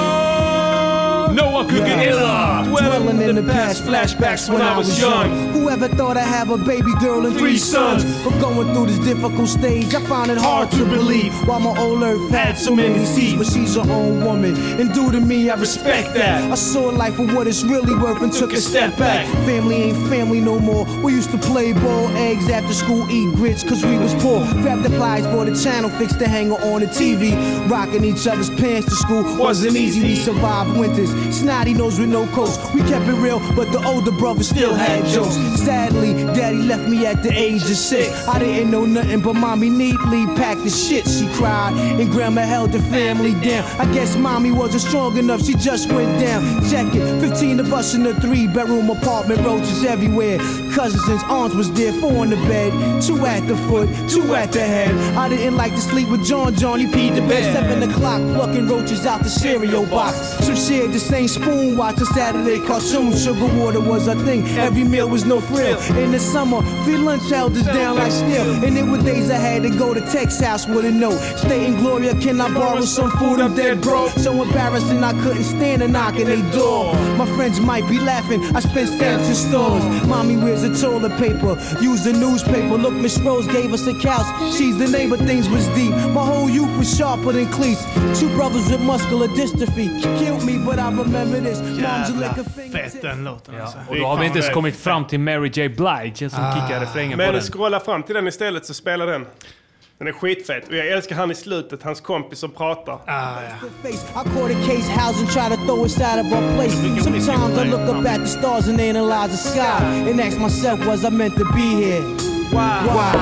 No one could get iller. Dwelling in the past, flashbacks when I was young. Whoever thought I'd have a baby girl and 3 sons? But going through this difficult stage, I found it hard to believe. While my old earth had so many seeds, but she's her own woman. And due to me, I respect that. I saw life for what it's really worth and took a step back. Family ain't family no more. We used to play ball, eggs after school, eat grits, cause we was poor. Grab the pliers for the channel, fix the hanger on the TV. Rocking each other's pants to school wasn't easy. We survived winters, snotty nose with no coats. We kept it real, but the older brother still had jokes. Sadly, daddy left me at the age of 6. I didn't know nothing, but mommy neatly packed the shit. She cried, and grandma held the family down. I guess mommy wasn't strong enough, she just went down. Check it, 15 of us in a 3-bedroom apartment, roaches everywhere. Cousins and aunts was there, 4 in the bed, 2 at the foot, 2 at the head. I didn't like to sleep with John, he peed the bed. 7 o'clock, plucking roaches out the cereal box. Some shared the same spoon, watching Saturday cartoons. Sugar water was a thing, every meal was no frill. In the summer, free lunch held us down like steel. And it were days I had to go to Tech's house with a note stating, Gloria, can I borrow some food? I'm dead broke. So embarrassing I couldn't stand a knock at their door. My friends might be laughing, I spent stamps in stores. Mommy wears a toilet paper, use the newspaper. Look, Miss Rose gave us a couch, she's the name, but things was deep. My whole youth was sharper than cleats. 2 brothers with muscular dystrophy killed me, but I remember this. Mom's a lick of fett den låten alltså. Och då har vi inte ens kommit fram till Mary J. Blige som kickar refrängen på den. Men scrolla fram till den istället så spelar den. Den är skitfett. Och jag älskar han i slutet, hans kompis som pratar. I caught a case house and try to throw us out of our place. Sometimes I look up at the stars and analyze the sky and ask myself, was I meant to be here? Why?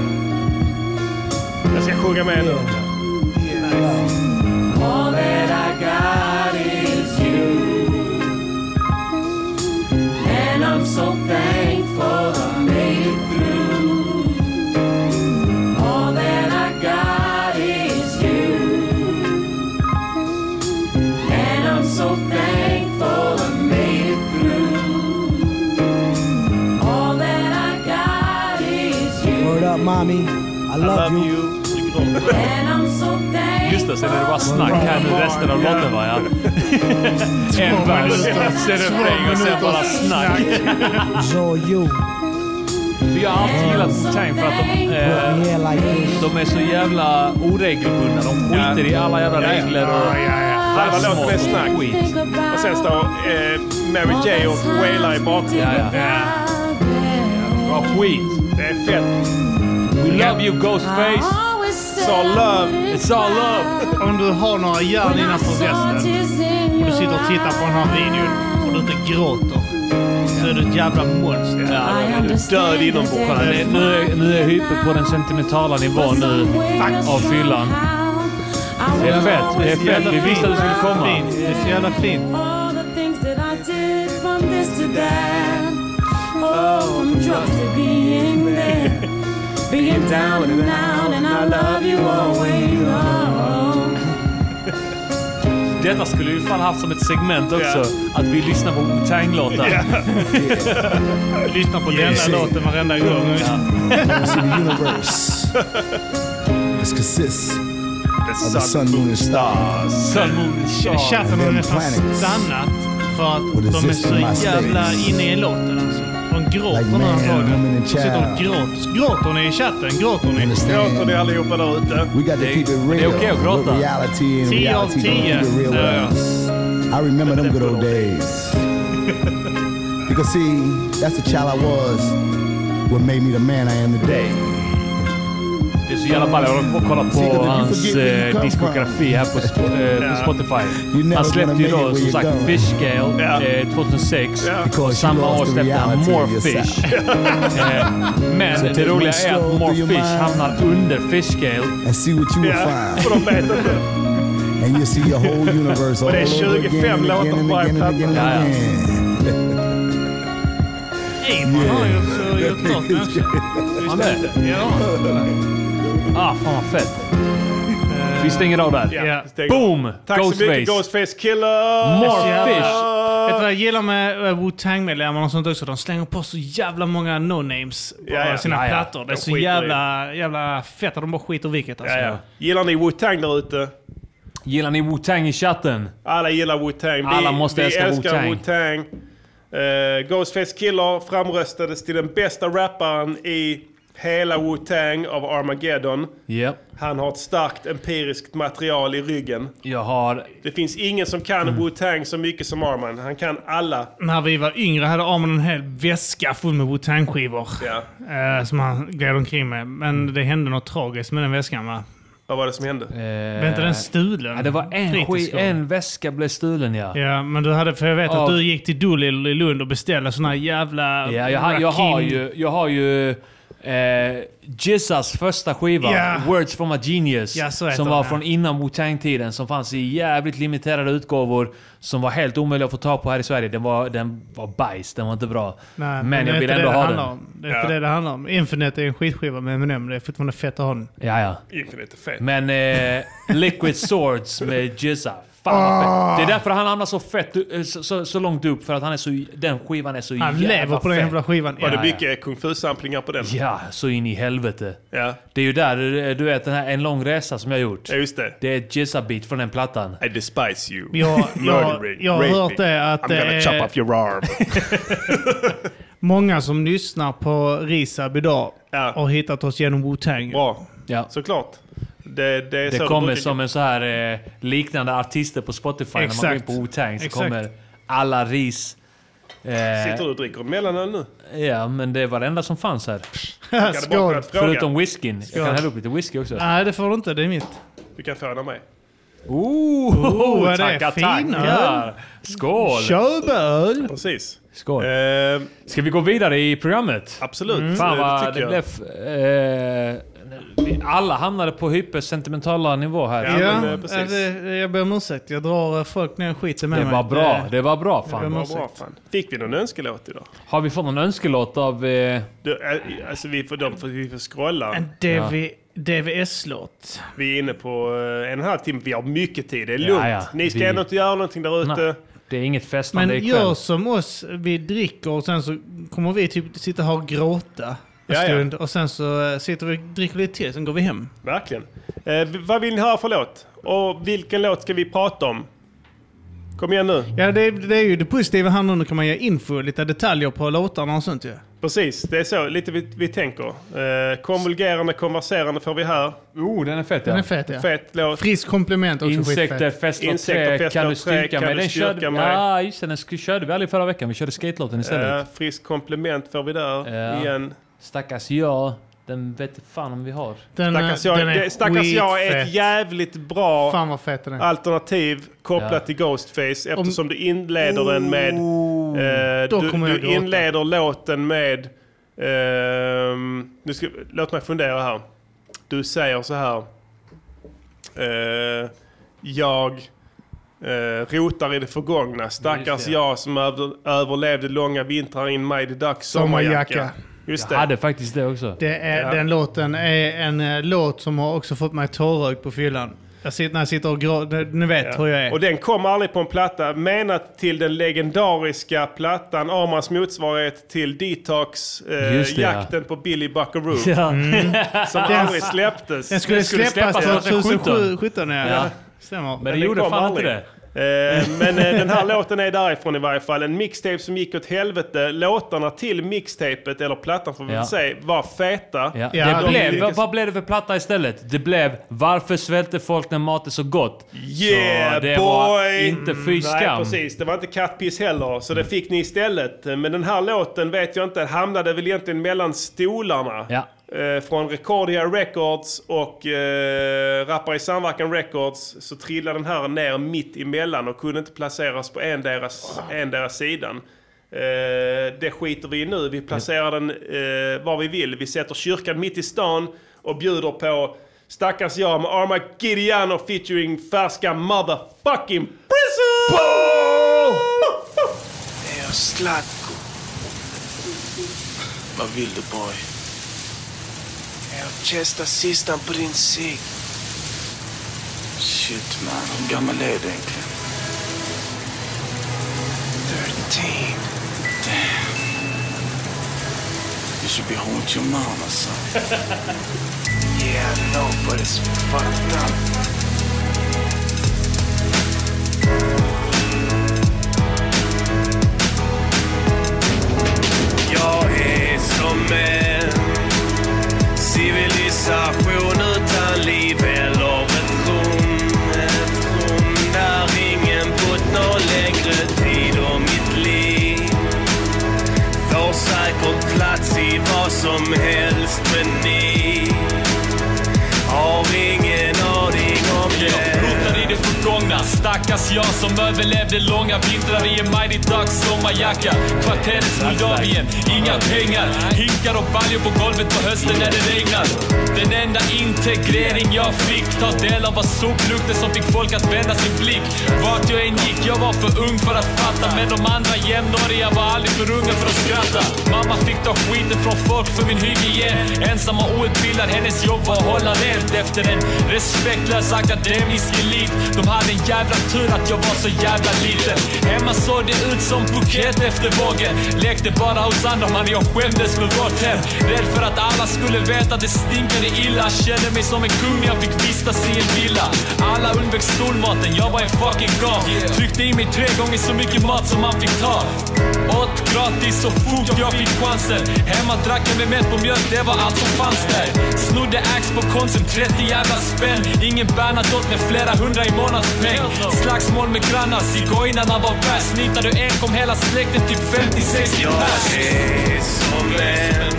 Jag ska sjunga med nu. All that I got is you. And I'm so thankful I made it through. All that I got is you. And I'm so thankful I made it through. All that I got is you. Word up, mommy. I love you. And I'm so thankful. Just det, sen är det bara snack här med resten av låten, va? Ja. En vers, sen refräng och sen bara snack. Jag har alltid gillat Wu-Tang för att de är så jävla oregelbundna. De skiter i alla jävla regler och halva låten är snack. Och sen står Mary J och Waila i bakgrunden. Bra skit. Det är fett. We love you, Ghostface. It's all love. It's all love. Om du har några järn innanför västen och du sitter och tittar på den här videon och du inte gråter, så är du ett jävla monster. Ja, du är död inombords. Nu är jag hyper på den sentimentala nivån nu av fyllan. Det är fett. Det är fett. Vi visste att det skulle komma. Det är så jävla fint. Being down and out and I love you always. Detta skulle ju fan haft som ett segment också, att vi lyssnar på Wu-Tang-låtar. Lyssnar på denna låten varenda gång. The universe. This consists of the sun, moon and stars. Sun, moon and stars. Chatten har nästan stannat för att de är så jävla inne i låten alltså. De gråter när han sa det. De sitter och gråter. Gråter ni i chatten? Gråter ni? Gråter ni allihopa där ute? Det är okej att gråta. 10 av 10. I remember them good old days. Because see, that's the child I was. What made me the man I am today. Det är så jävla ball. Jag håller på att kolla på hans diskografi här på Spotify. Han släppte ju då som sagt Fishgale 2006. Och samma år släppte han More Fish. Men det roliga är att More Fish hamnar under Fishgale. And see what you will find. För de vet inte. And you see your whole universe all Och det är 25 låtar på varje platta. Man har ju också gjort något kanske. Han är? Ja. Fan vad fett. Vi stänger av där. Ja. Boom! Tack så mycket Ghostface Killer. More Fish. Vet du vad jag gillar med Wu-Tang-medlemmar och sånt också? De slänger på så jävla många no-names på sina plattor. Det är så jävla fett att de bara skiter vilket alltså. Ja. Gillar ni Wu-Tang där ute? Gillar ni Wu-Tang i chatten? Alla gillar Wu-Tang. Alla måste älska Wu-Tang. Wu-Tang. Ghostface Killer framröstades till den bästa rapparen i hela Wu-Tang av Armageddon. Yep. Han har ett starkt empiriskt material i ryggen. Det finns ingen som kan Wu-Tang så mycket som Arman. Han kan alla. När vi var yngre hade Arman en hel väska full med Wu-Tang-skivor. Som han gled omkring med. Men det hände något tragiskt med den väskan, va? Vad var det som hände? Var inte den stulen? Ja, det var en väska blev stulen, ja. Ja, men du hade, för jag vet att du gick till Doolittle i Lund och beställde såna jävla... Ja, jag har ju Jizzas första skiva, Words from a Genius, som var från innan Wu-Tang-tiden, som fanns i jävligt limiterade utgåvor, som var helt omöjliga att få tag på här i Sverige. Den var bajs, den var inte bra. Nej, men jag vill ändå ha den. Det är inte det handlar om. Infinite är en skitskiva med Eminem, det är fortfarande fett att ha den. Ja. Infinite är fett. Men Liquid Swords med Jizza. Det är därför han hamnar så fett så långt upp, för att han är så, den skivan är så jävla fett. Han lever på den jävla skivan. Var det mycket kung fu-samplingar på den? Ja, så in i helvete. Ja. Det är ju där, du vet, den här En lång resa som jag har gjort. Ja, just det. Det är ett Jizza-beat från den plattan. I despise you. Jag har hört det att I'm gonna chop off your arm. Många som lyssnar på Risab idag har hittat oss genom Wu-Tang. Bra, såklart. Det kommer som en så här liknande artister på Spotify. Exakt. När man går in på Wu-Tang så kommer alla Ris. Sitter du och dricker mellanöl nu? Ja, men det var det enda som fanns här. Skål. Förutom whiskyn. Jag kan hälla upp lite whisky också. Nej, det får du inte. Det är mitt. Du kan få den av mig. Tackar. Skål. Köböl. Precis. Skål. Ska vi gå vidare i programmet? Absolut. Fan vad det blev... alla hamnade på hypersentimentala nivå här. Ja, jag ber om ursäkt. Jag drar folk ner skiten med mig. Det var bra. Fan. Fick vi någon önskelåt idag? Har vi fått någon önskelåt av... Alltså vi får scrolla. En DVS-låt. Vi är inne på 1,5 timme. Vi har mycket tid. Det är lugnt. Ni ska ändå inte göra någonting där ute. Nej, det är inget festande ikväll. Men gör som oss. Vi dricker och sen så kommer vi typ sitta här och gråta en stund. Och sen så sitter vi och dricker lite till. Sen går vi hem. Verkligen. Vad vill ni höra för låt? Och vilken låt ska vi prata om? Kom igen nu. Ja, det är ju det positiva här nu. Nu kan man ge info, lite detaljer på låtarna och sånt ju. Precis, det är så lite vi tänker. Konvulgerande, konverserande får vi här. Den är fett, Den är fet, ja. Fet låt. Frisk komplement också. Insekter, fästlåt 3, kan du styrka med. Den körde, ja, just det, den körde vi aldrig förra veckan. Vi körde skatelåten istället. Frisk komplement får vi där igen. Stackars jag. Den vet fan om vi har. Stackars jag är ett jävligt bra alternativ kopplat till Ghostface, eftersom du inleder den med du inleder låten med låt mig fundera här. Du säger så här: jag rotar i det förgångna. Stackars jag som överlevde långa vintrar in mig i dags sommarjacka. Just det. Jag hade faktiskt det också. Den låten är en låt som har också fått mig tårögd på fyllan. När jag sitter och ni vet hur jag är. Och den kom aldrig på en platta. Menat till den legendariska plattan, Armans motsvarighet till Detox, jakten på Billy Buckaroo. Som aldrig släpptes. Den skulle släppas 2017. Stämmer. Men det gjorde fan inte det. Men den här låten är därifrån i varje fall. En mixtape som gick åt helvete. Låtarna till mixtapet, eller plattan får vi väl säga, var feta. Vad blev det för platta istället? Det blev Varför svälter folk när mat är så gott? Yeah, så det boy! var inte fy skam. Nej, precis. Det var inte kattpiss heller. Så det fick ni istället. Men den här låten vet jag inte. Hamnade väl egentligen mellan stolarna. Ja. Från Recordia Records och Rappare i Samverkan Records, så trillade den här ner mitt emellan och kunde inte placeras på en deras sidan. Det skiter vi i nu. Vi placerar den var vi vill. Vi sätter kyrkan mitt i stan och bjuder på Stackars jag med Armageddon featuring färska motherfucking Prison! Jag Zlatko. Vad vill du, boy? Jag testar sistan på din cigg. Shit, man. Hur gammal är du egentligen? 13. Damn. You should be home with your mama, son. Yeah, I know, but it's fucked up. Jag är som en civilisation utan liv eller ett rum där ingen bott någon längre tid, och mitt liv får säkert plats i vad som helst, men ni har ingen aning om det. Rotar i det förgångna, stackars jag som överlevde långa vintrar i en mighty duck sommarjacka. Kvarterets Moldavien, inga pengar, hinkar och baljor på golvet på hösten när det regnar. Den enda integrering jag fick, ta del av var soplukter som fick folk att vända sin blick. Vart jag än gick, jag var för ung för att fatta, men de andra jämnåriga var aldrig för unga för att skratta. Mamma fick ta skiten från folk för min hygien. Ensam och outbildad, hennes jobb var att hålla rent efter en respektlös akademisk elit. De hade en jävla tur att jag var så jävla liten. Hemma såg det ut som Phuket efter vågen. Lekte bara hos andra, man, jag skämdes för vårt hem. Rädd för att alla skulle veta att det stinkade illa. Kände mig som en kung, jag fick vistas i en villa. Alla undvek skolmaten, jag var en fucking gam. Tryckte i mig 3 gånger så mycket mat som man fick ta. Åt gratis så fort jag fick chansen. Hemma drack jag med mjölk på mjölk, det var allt som fanns där. Snodde ax på Konsum, 30 jävla spänn. Ingen Bernadotte med flera 100 i månadspeng. Slagsmål med grannar, cigojnarna var värst. Nitade en kom hela släkten typ 50-60 pers. Jag är som en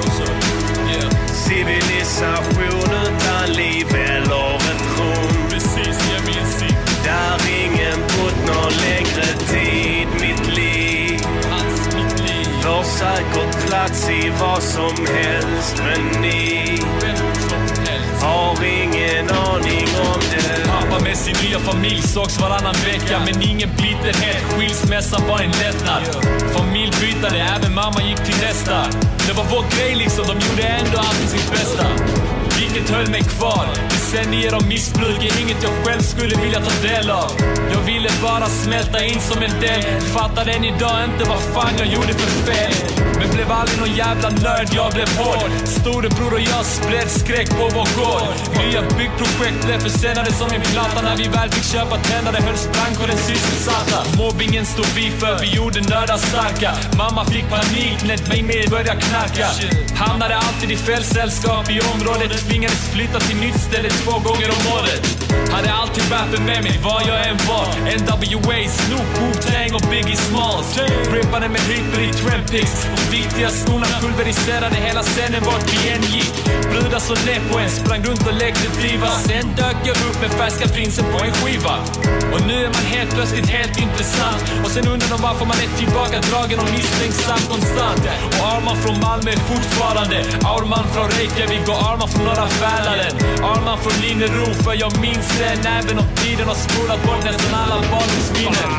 civilisation utan liv eller ett rum. Precis, jag minns det. Där ingen bott någon längre tid, mitt liv får säkert plats i vad som helst, men ni har ingen aning om det. Pappa med sin nya familj sågs varannan vecka, men ingen bitterhet, skilsmässan var en lättnad. Familj bytade, även mamma gick till nästa. Det var vår grej liksom, de gjorde ändå alltid sitt bästa. Vilket höll mig kvar, decennier av missbruk är inget jag själv skulle vilja ta del av. Jag ville bara smälta in som en del. Fattar än idag inte vad fan jag gjorde för fel. Men blev aldrig någon jävla nörd, jag blev hård. Storebror och jag spred skräck på vår gård. Nya byggprojekt blev försenade som min platta. När vi väl fick köpa tändare hölls brandkåren sysselsatta. Mobbingen stod vi för, vi gjorde nördar starka. Mamma fick panik när mig med började knacka. Hamnade alltid i fel sällskap i området. Tvingades flytta till nytt ställe 2 gånger om året. Hade alltid rappen med mig, var jag än var. NWA, Snoop, Wu-Tang och Biggie Smalls. Rippade med hyper i Trampix. De viktiga skorna pulveriserade hela scenen vart vi än gick. Brudar så led på en, sprang runt och lekte diva. Sen dök jag upp med färska prinsen på en skiva. Och nu är man helt plötsligt helt intressant. Och sen undrar de varför man är tillbaka dragen och misstänksam konstant. Och Arman från Malmö är fortfarande Arman från Reykjavik och Arman från norra Färlanden. Arman från Linnero, för jag minns den. Även om tiden har spolat bort nästan alla barndomsminnen.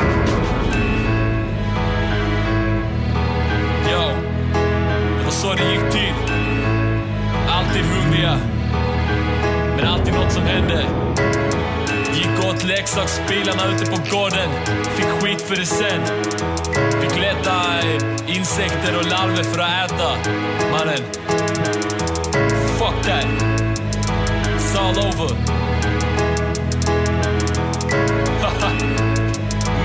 Yo, det var så det gick till. Alltid hungriga, men alltid något som hände. Gick åt leksaksbilarna ute på gården. Fick skit för det sen. Fick leta insekter och larver för att äta. Mannen, fuck that. It's all over.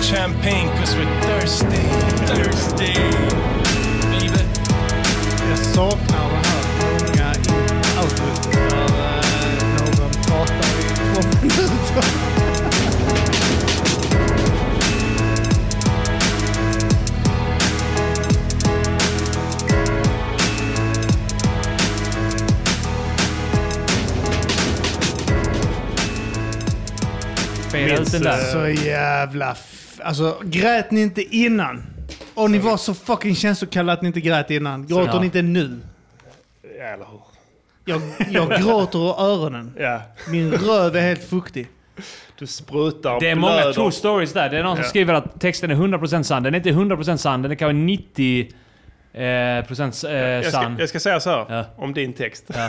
champagne cause we're thirsty. Thirsty. Baby. Jag saknar det här långa outrot där någon pratar i 2 minuter. Så jävla... Alltså, grät ni inte innan? Och ni var så fucking känslokalla att ni inte grät innan. Gråter ni inte nu? Eller hur? Jag gråter ur öronen. Ja. Min röv är helt fuktig. Du sprutar. Det är många true stories där. Det är någon som skriver att texten är 100% sann. Den är inte 100% sann. Den kan vara 90% sann. Jag ska säga så här om din text. Ja.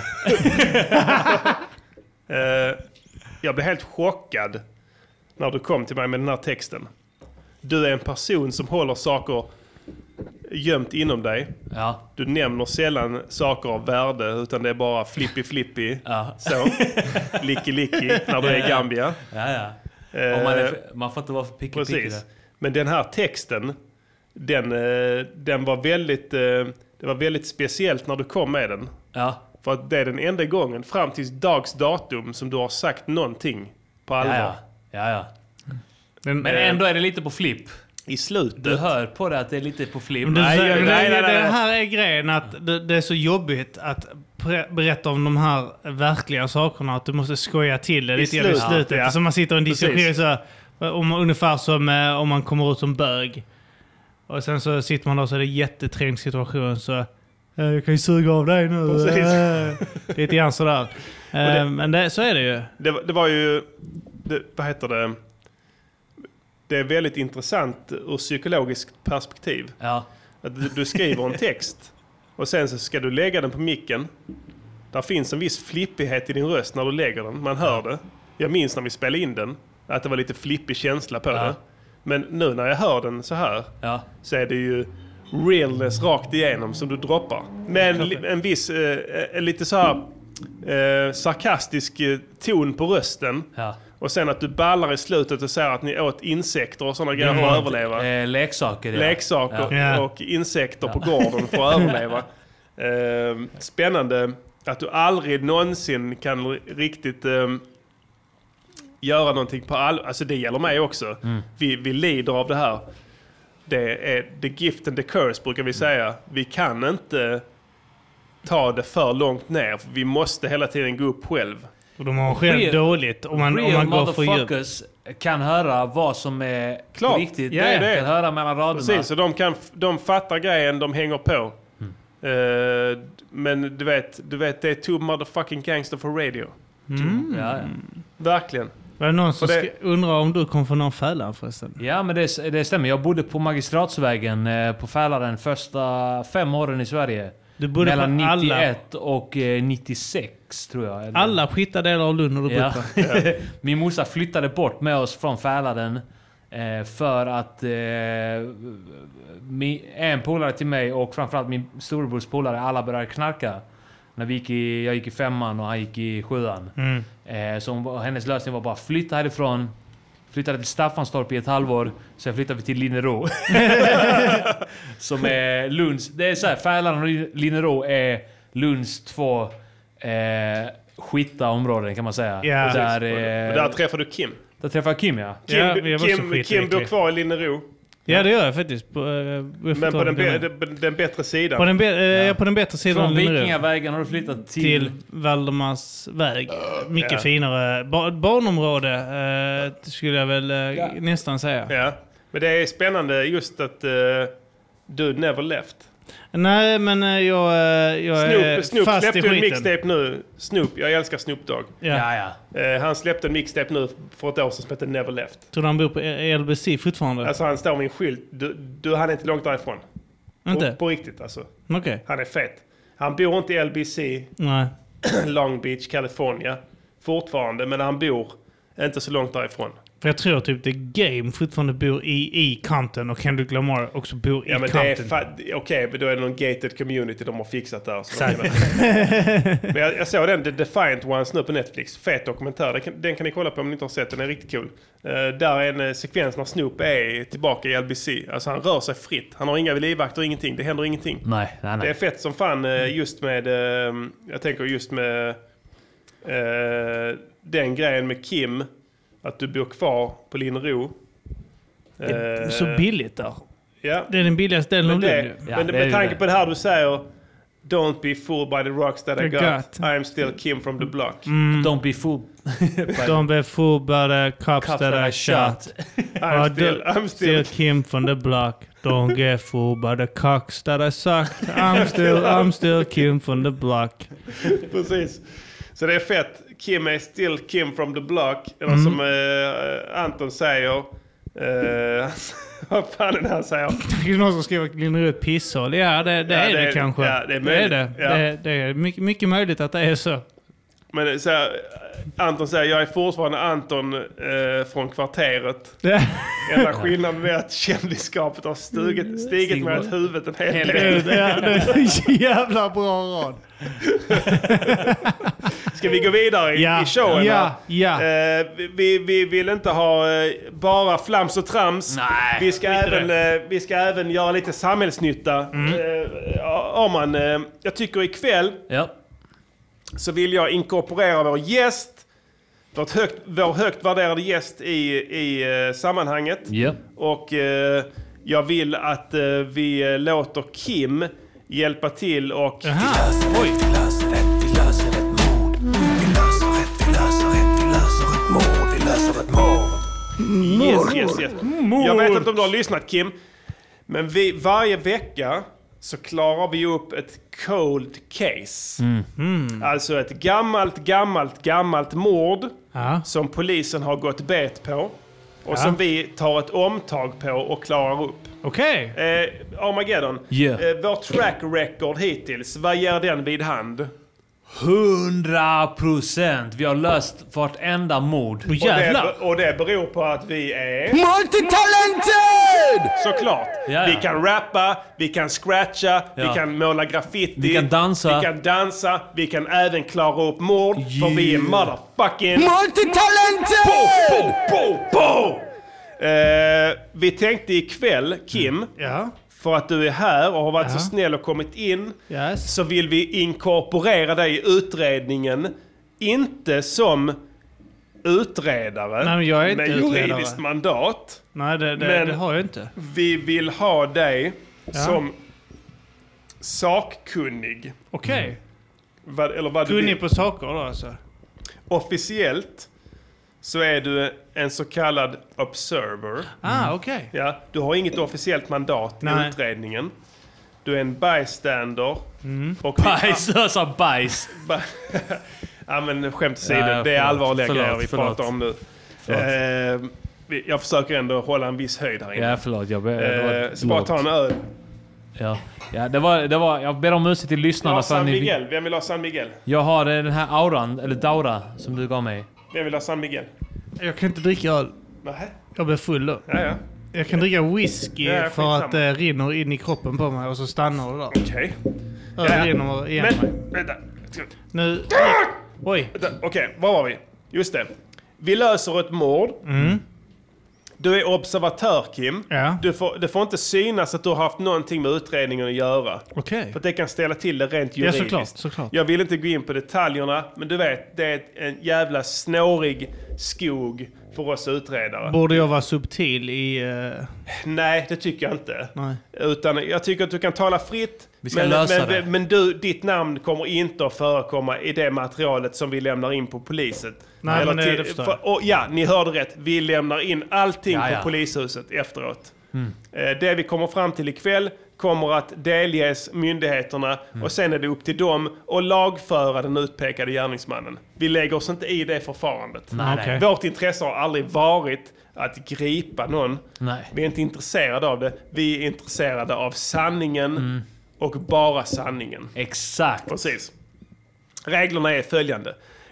Jag blev helt chockad när du kom till mig med den här texten. Du är en person som håller saker gömt inom dig. Ja. Du nämner sällan saker av värde, utan det är bara flippy. Ja. Så. Licky när du är i Gambia. Ja. Man får inte vara för picky där. Men den här texten, den var väldigt, det var väldigt speciellt när du kom med den. Ja. För att det är den enda gången fram tills dags datum som du har sagt någonting på allvar. Ja. Men ändå är det lite på flip. I slutet. Du hör på det att det är lite på flip. Nej. Det här är grejen att det är så jobbigt att berätta om de här verkliga sakerna. Att du måste skoja till det lite i slutet. Ja. Så man sitter i en diskussion så här, ungefär som om man kommer ut som bög. Och sen så sitter man där så är det jätteträngd situation så... Jag kan ju suga av dig nu. Det är lite grann sådär. Men så är det ju. Det var ju... vad heter det? Det är väldigt intressant ur psykologiskt perspektiv. Ja. Att du skriver en text och sen så ska du lägga den på micken. Där finns en viss flippighet i din röst när du lägger den. Man hör det. Jag minns när vi spelade in den att det var lite flippig känsla på det. Men nu när jag hör den så här så är det ju realness rakt igenom som du droppar. Med en viss, lite så här sarkastisk ton på rösten. Ja. Och sen att du ballar i slutet och säger att ni åt insekter och sådana grejer för att överleva. Leksaker. Ja. Leksaker och insekter på gården för att överleva. Spännande att du aldrig någonsin kan riktigt göra någonting på alltså det gäller mig också. Vi lider av det här. Det är the gift and the curse brukar vi säga. Vi kan inte ta det för långt ner. Vi måste hela tiden gå upp själv. Och de har själv dåligt om man går för motherfuckers kan höra vad som är klart, riktigt. Det är det. Kan höra mellan raderna. Precis, och de fattar grejen, de hänger på. Men du vet, det är too motherfucking gangster for radio. Ja. Verkligen. Var det någon som undrar om du kom från någon Fälaren förresten? Ja, men det stämmer. Jag bodde på Magistratsvägen på Fälaren första 5 åren i Sverige. Du bodde mellan 91 och 96 tror jag. Eller? Alla skittar delar av Lund och du bodde. Min morsa flyttade bort med oss från Fälaren för att en polare till mig och framförallt min storebrors polare alla började knarka. När jag gick i 5:an och han gick i 7:an. Så hennes lösning var bara flytta härifrån. Flyttade till Staffanstorp i ett halvår. Sen flyttade vi till Linnero. Som är Lunds... Det är så här, Fälaren och Linnero är Lunds 2 skita områden kan man säga. Yeah. Där träffar du Kim. Där träffar jag Kim, ja. Kim bor kvar i Linnero. Ja, det gör jag faktiskt. Men på den bättre sidan. På den bättre sidan. Från Vikingavägen har du flyttat till Valdemars väg. Mycket finare barnområde skulle jag väl nästan säga. Ja, men det är spännande just att du never left. Nej, men jag är Snoop fast i släppte skiten. en mixtape nu. Snoop, jag älskar Snoop Dogg. Ja. Han släppte en mixtape nu för ett år sedan som heter Never Left. Tror du han bor på LBC fortfarande? Alltså han står med en skylt. Han är inte långt därifrån. Inte? På riktigt alltså. Okay. Han är fet. Han bor inte i LBC. Nej. Long Beach, California. Fortfarande, men han bor inte så långt därifrån. För jag tror typ The Game fortfarande bor i Compton och Kendrick Lamar också bor i Compton. Okej, men då är det någon gated community de har fixat där. Men jag såg den The Defiant Ones nu på Netflix. Fet dokumentär. Den kan ni kolla på om ni inte har sett. Den är riktigt cool. Där är en sekvens när Snoop är tillbaka i LBC. Alltså han rör sig fritt. Han har inga livvakter och ingenting. Det händer ingenting. Nej. Det är fett som fan just med... jag tänker just med den grejen med Kim... Att du bor kvar på Linnero. Så billigt där. Ja. Det är den billigaste delen av Lund. Men med tanke på det här du säger... Don't be fooled by the rocks that I got. I'm still Kim from the block. Don't be fooled. Don't be fooled by the cops that I shot. I'm still Kim from the block. Don't get fooled by the cocks that I sucked. I'm still Kim from the block. Precis. Så det är fett. Kim är still Kim from the block. Eller som Anton säger. Vad fan är det han säger? Det är någon som skriver Linnero ett pisshål. Ja, det är det kanske. Ja, det är möjligt. Det är mycket möjligt att det är så. Men så här, Anton säger, jag är fortfarande Anton från kvarteret. Enda skillnaden är att kändisskapet har stigit med ett huvudet en hel del. Det är en jävla bra rad. Ska vi gå vidare i showen? Ja. Vi vill inte ha bara flams och trams. Nej, vi ska även göra lite samhällsnytta. Jag tycker ikväll så vill jag inkorporera vår gäst, vår högt värderade gäst i sammanhanget. Och jag vill att vi låter Kim hjälpa till och... Vi löser ett mord. Vi löser ett mord. Yes. Jag vet inte om du har lyssnat, Kim. Men varje vecka så klarar vi upp ett cold case. Alltså ett gammalt mord som polisen har gått bet på. Och som vi tar ett omtag på och klarar upp. Okej. Armageddon. Vår track record hittills, vad ger den vid hand? 100%. Vi har löst vartenda mord. Och det beror på att vi är... multitalented! Såklart. Vi kan rappa, vi kan scratcha, vi kan måla graffiti. Vi kan dansa. Vi kan även klara upp mord. För vi är motherfucking... multitalented! Vi tänkte ikväll, Kim... För att du är här och har varit så snäll och kommit in, så vill vi inkorporera dig i utredningen. Inte som utredare. Nej, men jag är inte med juridiskt mandat. Nej, det har jag inte. Vi vill ha dig som sakkunnig. Okej. Vad kunnig på saker då alltså? Officiellt så är du en så kallad observer. Okej. Ja, du har inget officiellt mandat i utredningen. Du är en bystander. Bajs. Ja, men skämt åsido, det är allvarliga grejer vi pratar om nu. Jag försöker ändå hålla en viss höjd här inne. Ja, förlåt. Så bara ta en öl. Ja, det var jag ber om ursäkt till lyssnarna. San Miguel. Vem vill ha San Miguel? Jag har den här auran, eller daura, som du gav mig. Vem vill ha San Miguel? Jag kan inte dricka öl. Nej. Jag blir full då. Ja. Jag kan dricka whisky för att det rinner in i kroppen på mig och så stannar det där. Okej. Det rinner igen mig. Vänta. Nu... Oj. Okej, var var vi? Just det. Vi löser ett mord. Du är observatör, Kim. Det får inte synas att du har haft någonting med utredningen att göra. Okej. För att det kan ställa till det rent juridiskt. Ja, såklart. Jag vill inte gå in på detaljerna, men du vet, det är en jävla snårig skog för oss utredare. Borde jag vara subtil i... Nej, det tycker jag inte. Nej. Utan jag tycker att du kan tala fritt. Vi ska lösa det. Men ditt namn kommer inte att förekomma i det materialet som vi lämnar in på polisen. Nej, men det förstår jag. Ja, ni hörde rätt. Vi lämnar in allting på polishuset efteråt. Det vi kommer fram till ikväll kommer att delges myndigheterna och sen är det upp till dem att lagföra den utpekade gärningsmannen. Vi lägger oss inte i det förfarandet. Nej. Vårt intresse har aldrig varit att gripa någon. Nej. Vi är inte intresserade av det. Vi är intresserade av sanningen och bara sanningen. Exakt. Precis. Reglerna är följande.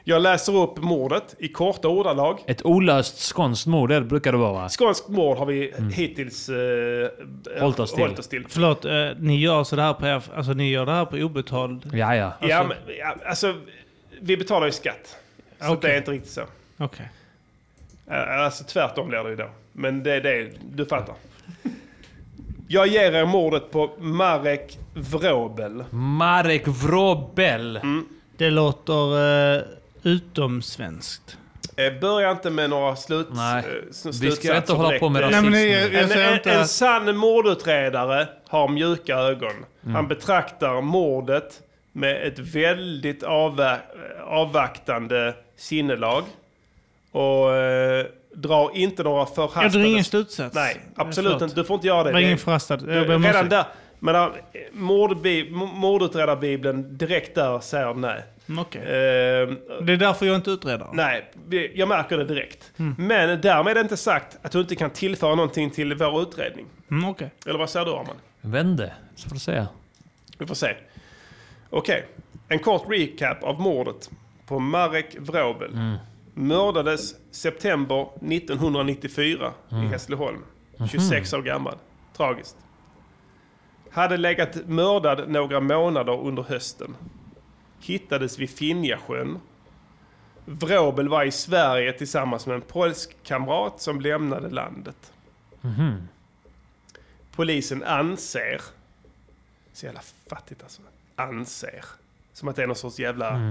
Jag läser upp mordet i korta ordalag. Ett olöst skånskt mord, det brukar det vara, va? Skånskt mord har vi hittills hållit oss till. Förlåt, ni gör så där på alltså ni gör det här på obetald. Ja. Alltså, vi betalar ju skatt. Så det är inte riktigt så. Okej. Alltså tvärtom blir det ju då. Men det är det, du fattar. Jag ger er mordet på Marek Vrobel. Marek Vrobel. Det låter utomsvenskt. Börja inte med några vi ska inte hålla på med rasism. En sann mordutredare har mjuka ögon. Han betraktar mordet med ett väldigt avvaktande sinnelag. Och drar inte några förhastade... Jag drar ingen slutsats. Nej, absolut inte. Du får inte göra det. Det var ingen förhastad. Redan där. Men mordutredarbibeln direkt där säger nej. Okay. Det är därför jag inte utreder. Nej, jag märker det direkt. Men därmed är det inte sagt att du inte kan tillföra någonting till vår utredning. Okay. Eller vad säger du, Arman? Vände, så får du säga. Vi får se. Okej. En kort recap av mordet på Marek Vrobel. Mördades september 1994 i Hässleholm. 26 år gammal. Tragiskt. Hade legat mördad några månader under hösten. Hittades vid Finjasjön. Vrobel var i Sverige tillsammans med en polsk kamrat som lämnade landet. Polisen anser... Så jävla fattigt alltså. Anser. Som att det är någon sorts jävla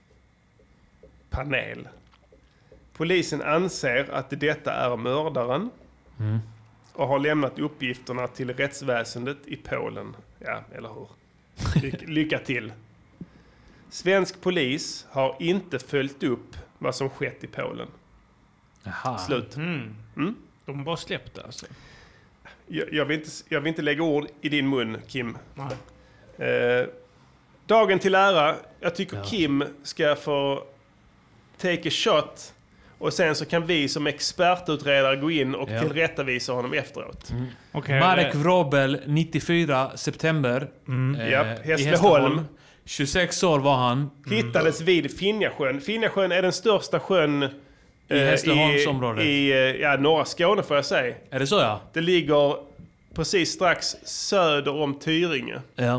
panel. Polisen anser att detta är mördaren. Och har lämnat uppgifterna till rättsväsendet i Polen. Ja, eller hur? Lycka till. Svensk polis har inte följt upp vad som skett i Polen. Aha. Slut. De bara släppte alltså. Jag vill inte lägga ord i din mun, Kim. Dagen till ära. Jag tycker Kim ska få take a shot. Och sen så kan vi som expertutredare gå in och tillrättavisa honom efteråt. Okay, Marek Vrobel, 94 september. Hässleholm. 26 år var han. Hittades vid Finjasjön. Finjasjön är den största sjön i Hässleholmsområdet. I norra Skåne, får jag säga. Är det så, ja? Det ligger precis strax söder om Tyringe. Ja.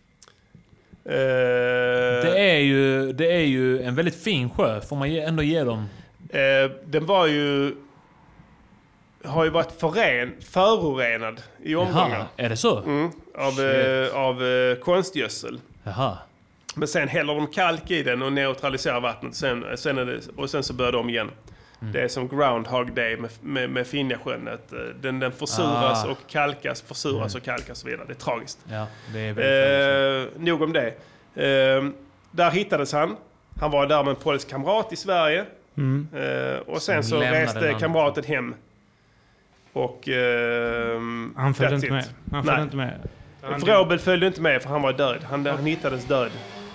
Det är ju en väldigt fin sjö, får man ändå ge dem. Den har ju varit förorenad i omgångar. Jaha, är det så? Av konstgödsel. Jaha. Men sen häller de kalk i den och neutraliserar vattnet. Sen så börjar de igen. Det är som Groundhog Day med Finjasjön. Den försuras och kalkas, försuras och kalkas och vidare. Det är tragiskt. Ja, det är väldigt nog om det. Där hittades han. Han var där med en polsk kamrat i Sverige. Och sen så reste kamraten hem. Och han följde inte med. Vrobel följde inte med för han var död. Han hittades död.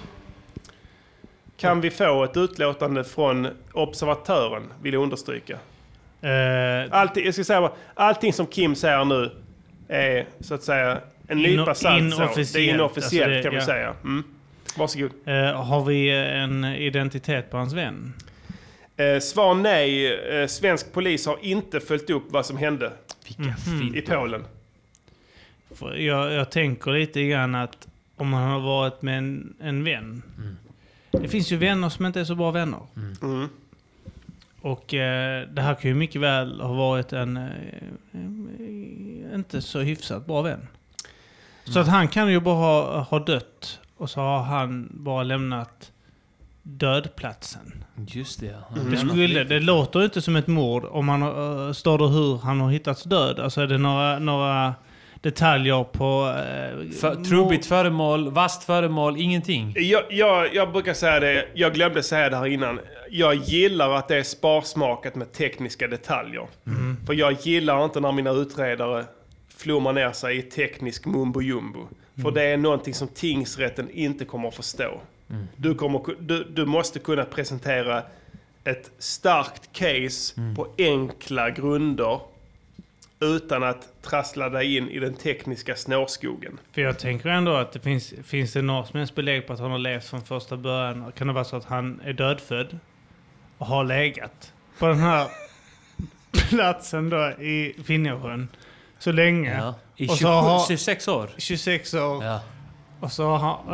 Kan vi få ett utlåtande från observatören, vill jag understryka. Allting som Kim säger nu är så att säga en nypa salt. Det är inofficiellt, alltså kan vi säga. Varsågod. Har vi en identitet på hans vän? Svar nej. Svensk polis har inte följt upp vad som hände i Polen. Jag tänker lite grann att om man har varit med en vän. Det finns ju vänner som inte är så bra vänner. Och det här kan ju mycket väl ha varit en inte så hyfsat bra vän. Så att han kan ju bara ha dött. Och så har han bara lämnat dödplatsen. Just det. Det låter inte som ett mord om man står det hur han har hittats död. Alltså är det några detaljer på... trubbigt föremål, vasst föremål, ingenting. Jag brukar säga det, jag glömde säga det här innan. Jag gillar att det är sparsmakat med tekniska detaljer. För jag gillar inte när mina utredare flummar ner sig i teknisk mumbo jumbo. För det är någonting som tingsrätten inte kommer att förstå. Du måste kunna presentera ett starkt case på enkla grunder utan att trassla dig in i den tekniska snårskogen. För jag tänker ändå att det finns det något som helst belägg på att han har levt från första början. Kan det vara så att han är dödfödd och har legat på den här platsen då i Finnersjön så länge? Ja. I och så har 26 år. 26 år. Ja. Och så har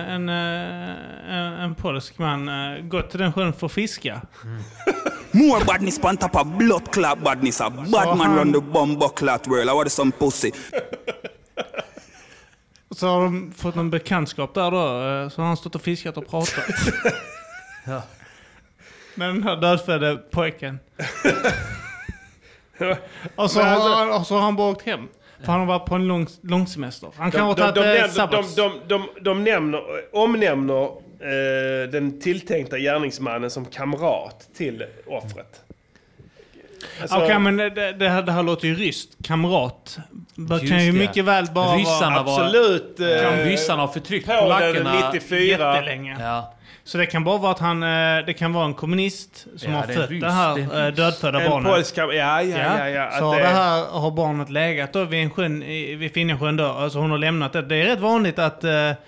en polsk man gått till den sjön för att fiska. More badness on top of blood clot badness. A bad man run the bomb clot world. I want some pussy. Så har de fått en bekantskap där då. Så har han stått och fiskat och pratat. Ja. Med den här dödfödde pojken. och så har han bara åkt hem. För han har varit på en lång semester. Han kan ha tagit sabbats. De omnämner den tilltänkta gärningsmannen som kamrat till offret. Alltså, Okej, men det här låter ju ryskt. Kamrat. Det kan ju mycket väl bara ryssarna vara... Absolut. Ryssarna har förtryckt polackerna 94. Jättelänge. Ja. Så det kan bara vara att det kan vara en kommunist som har fött det här dödfödda barnet. En polsk Så det här har barnet legat då vid en sjön, vid Finnersjön då. Alltså hon har lämnat det. Det är rätt vanligt att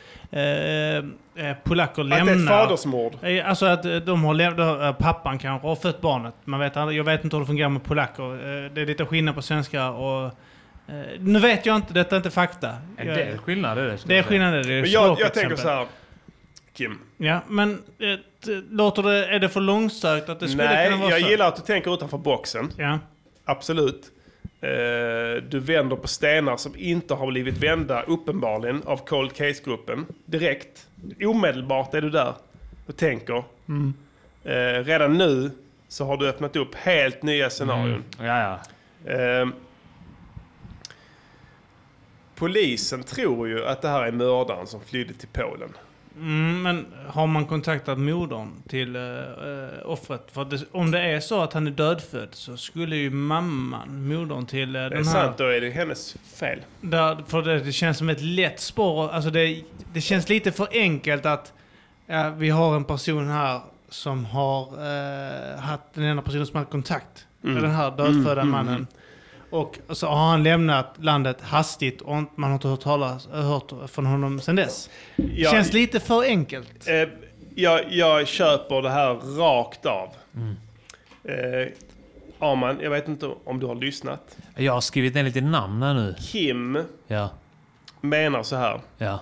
polacker lämnar... Att det är ett fadersmord. Alltså att de har lämnat... Pappan kanske har fött barnet. Jag vet inte hur det fungerar med polacker. Det är lite skillnad på svenskar och... nu vet jag inte, detta är inte fakta. Det är skillnad. Det är skillnad. Jag tänker så här, Kim. Ja, men är det för långsökt att det skulle kunna vara så? Nej, jag gillar att du tänker utanför boxen. Ja. Absolut. Du vänder på stenar som inte har blivit vända uppenbarligen av Cold Case-gruppen. Direkt. Omedelbart är du där och tänker. Redan nu så har du öppnat upp helt nya scenarion. Polisen tror ju att det här är mördaren som flydde till Polen. Men har man kontaktat modern till offret? För om det är så att han är dödfödd så skulle ju modern till den här... Det är sant, då är det hennes fel. För det känns som ett lätt spår. Alltså det känns lite för enkelt att vi har en person här som har haft den ena personen som har kontakt med den här dödfödda mannen. Och så har han lämnat landet hastigt och man har inte hört från honom sedan dess. Känns lite för enkelt. Jag köper det här rakt av. Arman, jag vet inte om du har lyssnat. Jag har skrivit ner lite namn här nu. Kim menar så här. Ja.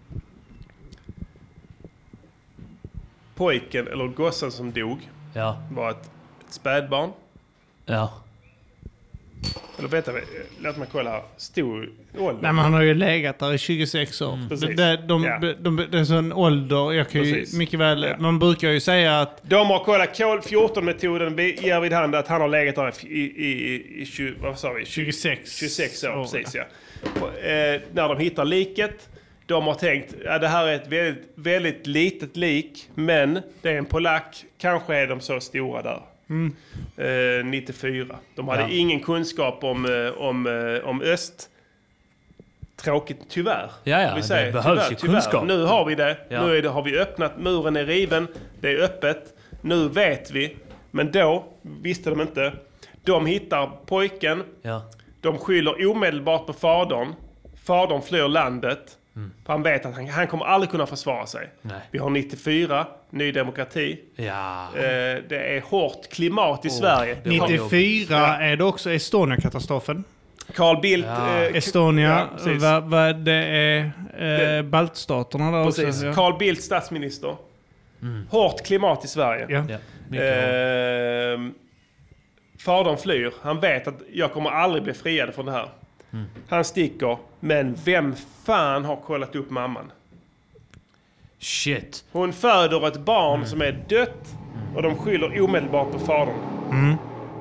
Pojken eller gossen som dog var ett spädbarn. Ja. Eller vänta, låt mig kolla här. Stor ålder. Nej, men han har ju legat där i 26 år. Det är sån ålder. Jag kan ju mycket väl... Ja. Man brukar ju säga att... De har kollat kol-14-metoden ger vid hand att han har legat där i 26 år. Precis, ja. När de hittar liket, de har tänkt att det här är ett väldigt, väldigt litet lik, men det är en polack. Kanske är de så stora där. 94. De hade ingen kunskap om öst. Tråkigt, tyvärr. Det behövs ju kunskap. Nu har vi det. Nu har vi öppnat. Muren är riven. Det är öppet. Nu vet vi. Men då visste de inte. De hittar pojken. De skyller omedelbart på fadern. Fadern flyr landet. För han vet att han kommer aldrig kunna försvara sig. Nej. Vi har 94, Ny Demokrati. Det är hårt klimat i Sverige. 94 är det också Estonia-katastrofen. Carl Bildt... Estonia, det är baltstaterna där också. Precis, Carl Bildt statsminister. Hårt klimat i Sverige. Fadern flyr. Han vet att jag kommer aldrig bli friad från det här. Han sticker, men vem fan har kollat upp mamman? Shit. Hon föder ett barn som är dött och de skyller omedelbart på fadern.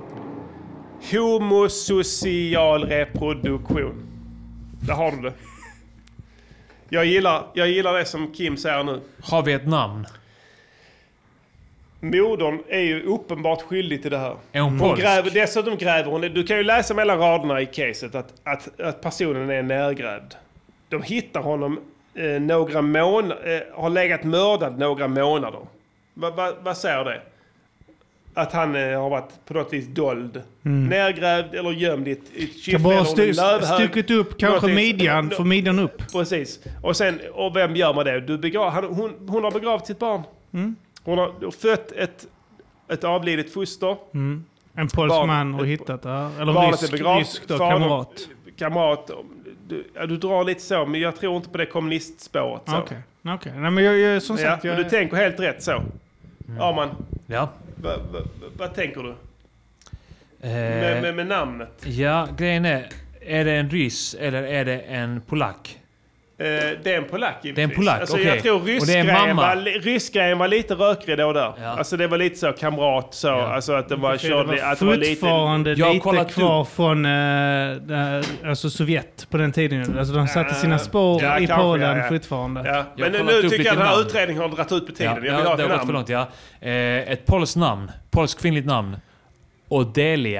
Homosocial reproduktion. Där har du det. Jag gillar det som Kim säger nu. Har vi ett namn? Modern är ju uppenbart skyldig till det här. Dessutom gräver hon. Du kan ju läsa mellan raderna i caset att personen är närgrävd. De hittar honom har legat mördad några månader. Vad säger det? att han har varit på något vis dold. Nergrävd eller gömd i ett kan bara stycket upp, kanske midjan, få midjan upp. Precis. Och vem gör man det? Hon har begravt sitt barn. Hon har fött ett avlidet foster. En polsk man har hittat det. Eller barnet är begravt. Rysk då, kamrat. Du drar lite så, men jag tror inte på det kommunistspåret. Okej. Nej, men jag som sagt... Du tänker helt rätt så. Arman. Ja. Vad tänker du? Med namnet? Ja, grejen är det en ryss eller är det en polack? Det är en polack. Det är en polack, alltså, okej. Jag tror ryssgrejen var lite rökrig då där. Ja. Alltså det var lite så kamrat så. Ja. Alltså att det var körlig. Att det var fortfarande lite kvar från alltså Sovjet på den tiden. Alltså de satte sina spår i Polen fortfarande. Ja. Men nu tycker jag att den här utredningen har dragit ut på tiden. Ja, det har gått för långt, ja. Ett polskt kvinnligt namn. Odelia.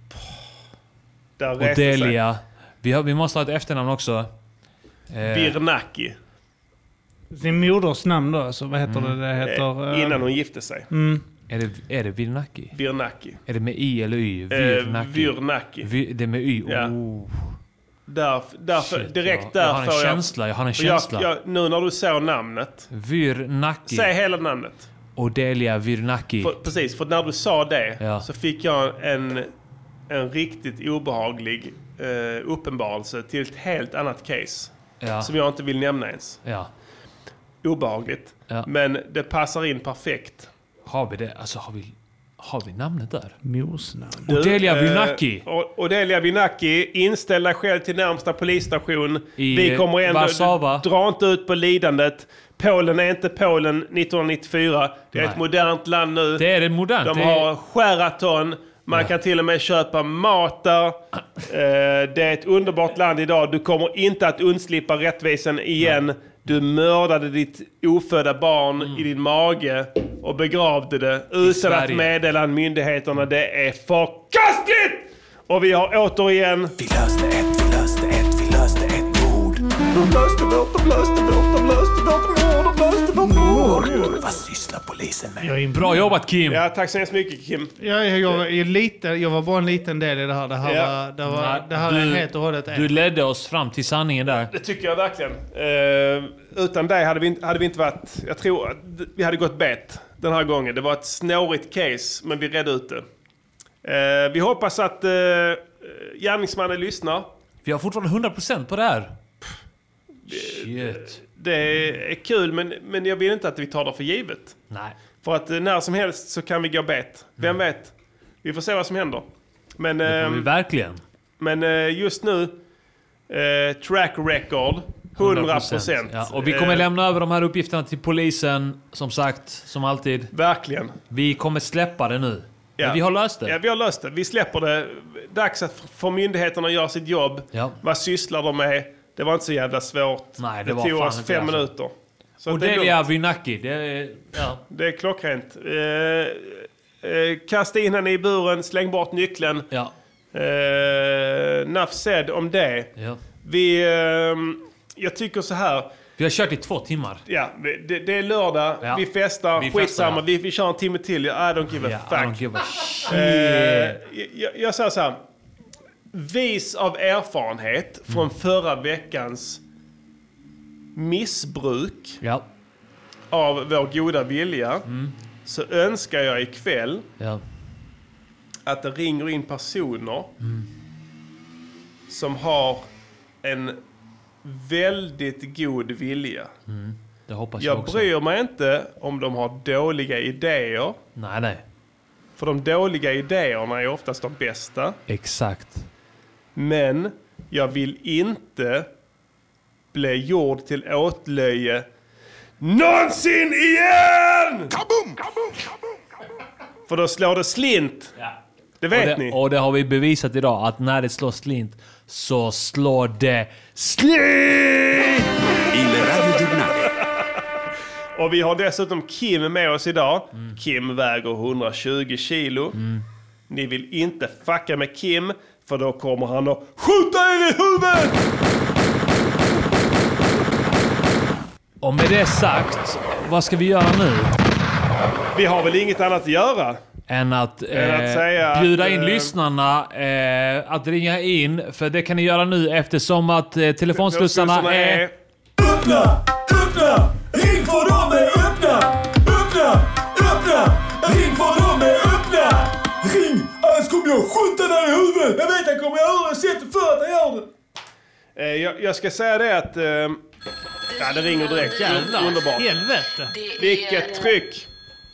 Odelia. Vi måste ha ett efternamn också. Birnaki. Sin moders namn då, alltså, vad heter det? Det heter... Innan hon gifte sig. Är det Virnaki? Virnaki. Är det med I eller Y? Virnaki. Det är med Y. Ja. Därför, direkt jag har en känsla. Nu när du såg namnet. Virnaki. Säg hela namnet. Odelia Virnaki. Precis, för när du sa det så fick jag en riktigt obehaglig uppenbarelse till ett helt annat case. Ja. Som jag inte vill nämna ens. Ja. Obehagligt. Ja. Men det passar in perfekt. Har vi det? Alltså har vi namnet där? Morsnamn. Odelia Virnaki. Odelia Virnaki, inställ dig själv till närmsta polisstation. Vi kommer ändå Warszawa. Dra inte ut på lidandet. Polen är inte Polen 1994. Det är ett modernt land nu. Det är modernt. De har Sheraton. Man kan till och med köpa mat där. Det är ett underbart land idag. Du kommer inte att undslippa rättvisan igen. Nej. Du mördade ditt ofödda barn i din mage och begravde det utan att meddela myndigheterna. Det är förkastligt! Och vi har återigen... Vi löste ett mord. De löste vårt mord. Vad sysslar polisen med? Bra jobbat, Kim. Ja, tack så hemskt mycket, Kim. Jag var bara en liten del i det här. Det här är helt och hållet. Du ledde oss fram till sanningen där. Det tycker jag verkligen. Utan dig hade vi inte varit... Jag tror att vi hade gått bet den här gången. Det var ett snårigt case, men vi redde ut det. Vi hoppas att gärningsmannen lyssnar. Vi har fortfarande 100% på det här. Shit. Det är kul, men jag vill inte att vi tar det för givet. Nej. För att när som helst så kan vi gå bet. Vem vet? Vi får se vad som händer. Men, det får vi verkligen. Men just nu, track record, 100%. Ja, och vi kommer lämna över de här uppgifterna till polisen, som sagt, som alltid. Verkligen. Vi kommer släppa det nu. Ja. Men vi har löst det. Ja, vi har löst det. Vi släpper det. Dags att få myndigheterna göra sitt jobb. Ja. Vad sysslar de med? Det var inte så jävla svårt. Nej, det tog oss 5 minuter. Så Odelia Virnaki, det är klockrent. Kasta in henne i buren, släng bort nyckeln. Ja. Enough said om det. Ja. Jag tycker så här. Vi har kört i 2 timmar. Ja, det är lördag. Ja. Vi festar. Skitsamma. Vi kör en timme till. I don't give a fuck. I don't give a shit. Jag säger så här. Vis av erfarenhet från förra veckans missbruk av vår goda vilja, så önskar jag ikväll att det ringer in personer som har en väldigt god vilja. Det hoppas jag också. bryr mig inte om de har dåliga idéer. Nej. För de dåliga idéerna är oftast de bästa. Exakt. Men jag vill inte bli gjord till åtlöje någonsin igen! Kaboom! För då slår det slint. Ja. Det vet ni. Och det har vi bevisat idag, att när det slår slint så slår det slint! Och vi har dessutom Kim med oss idag. Kim väger 120 kilo. Ni vill inte fucka med Kim, för då kommer han att skjuta er i huvudet! Och med det sagt, vad ska vi göra nu? Vi har väl inget annat att göra? än att säga bjuda att, in lyssnarna att ringa in. För det kan ni göra nu eftersom att telefonslussarna är... Öppna! Ring för dem är öppna! Ring för dem är öppna! Ring! Annars kommer jag skjuta dig i huvudet! Jag vet, jag kommer göra det. Sätt för att jag gör det. Jag ska säga det att... ja, det ringer direkt. Jävlar. Underbart. Helvete. Vilket tryck.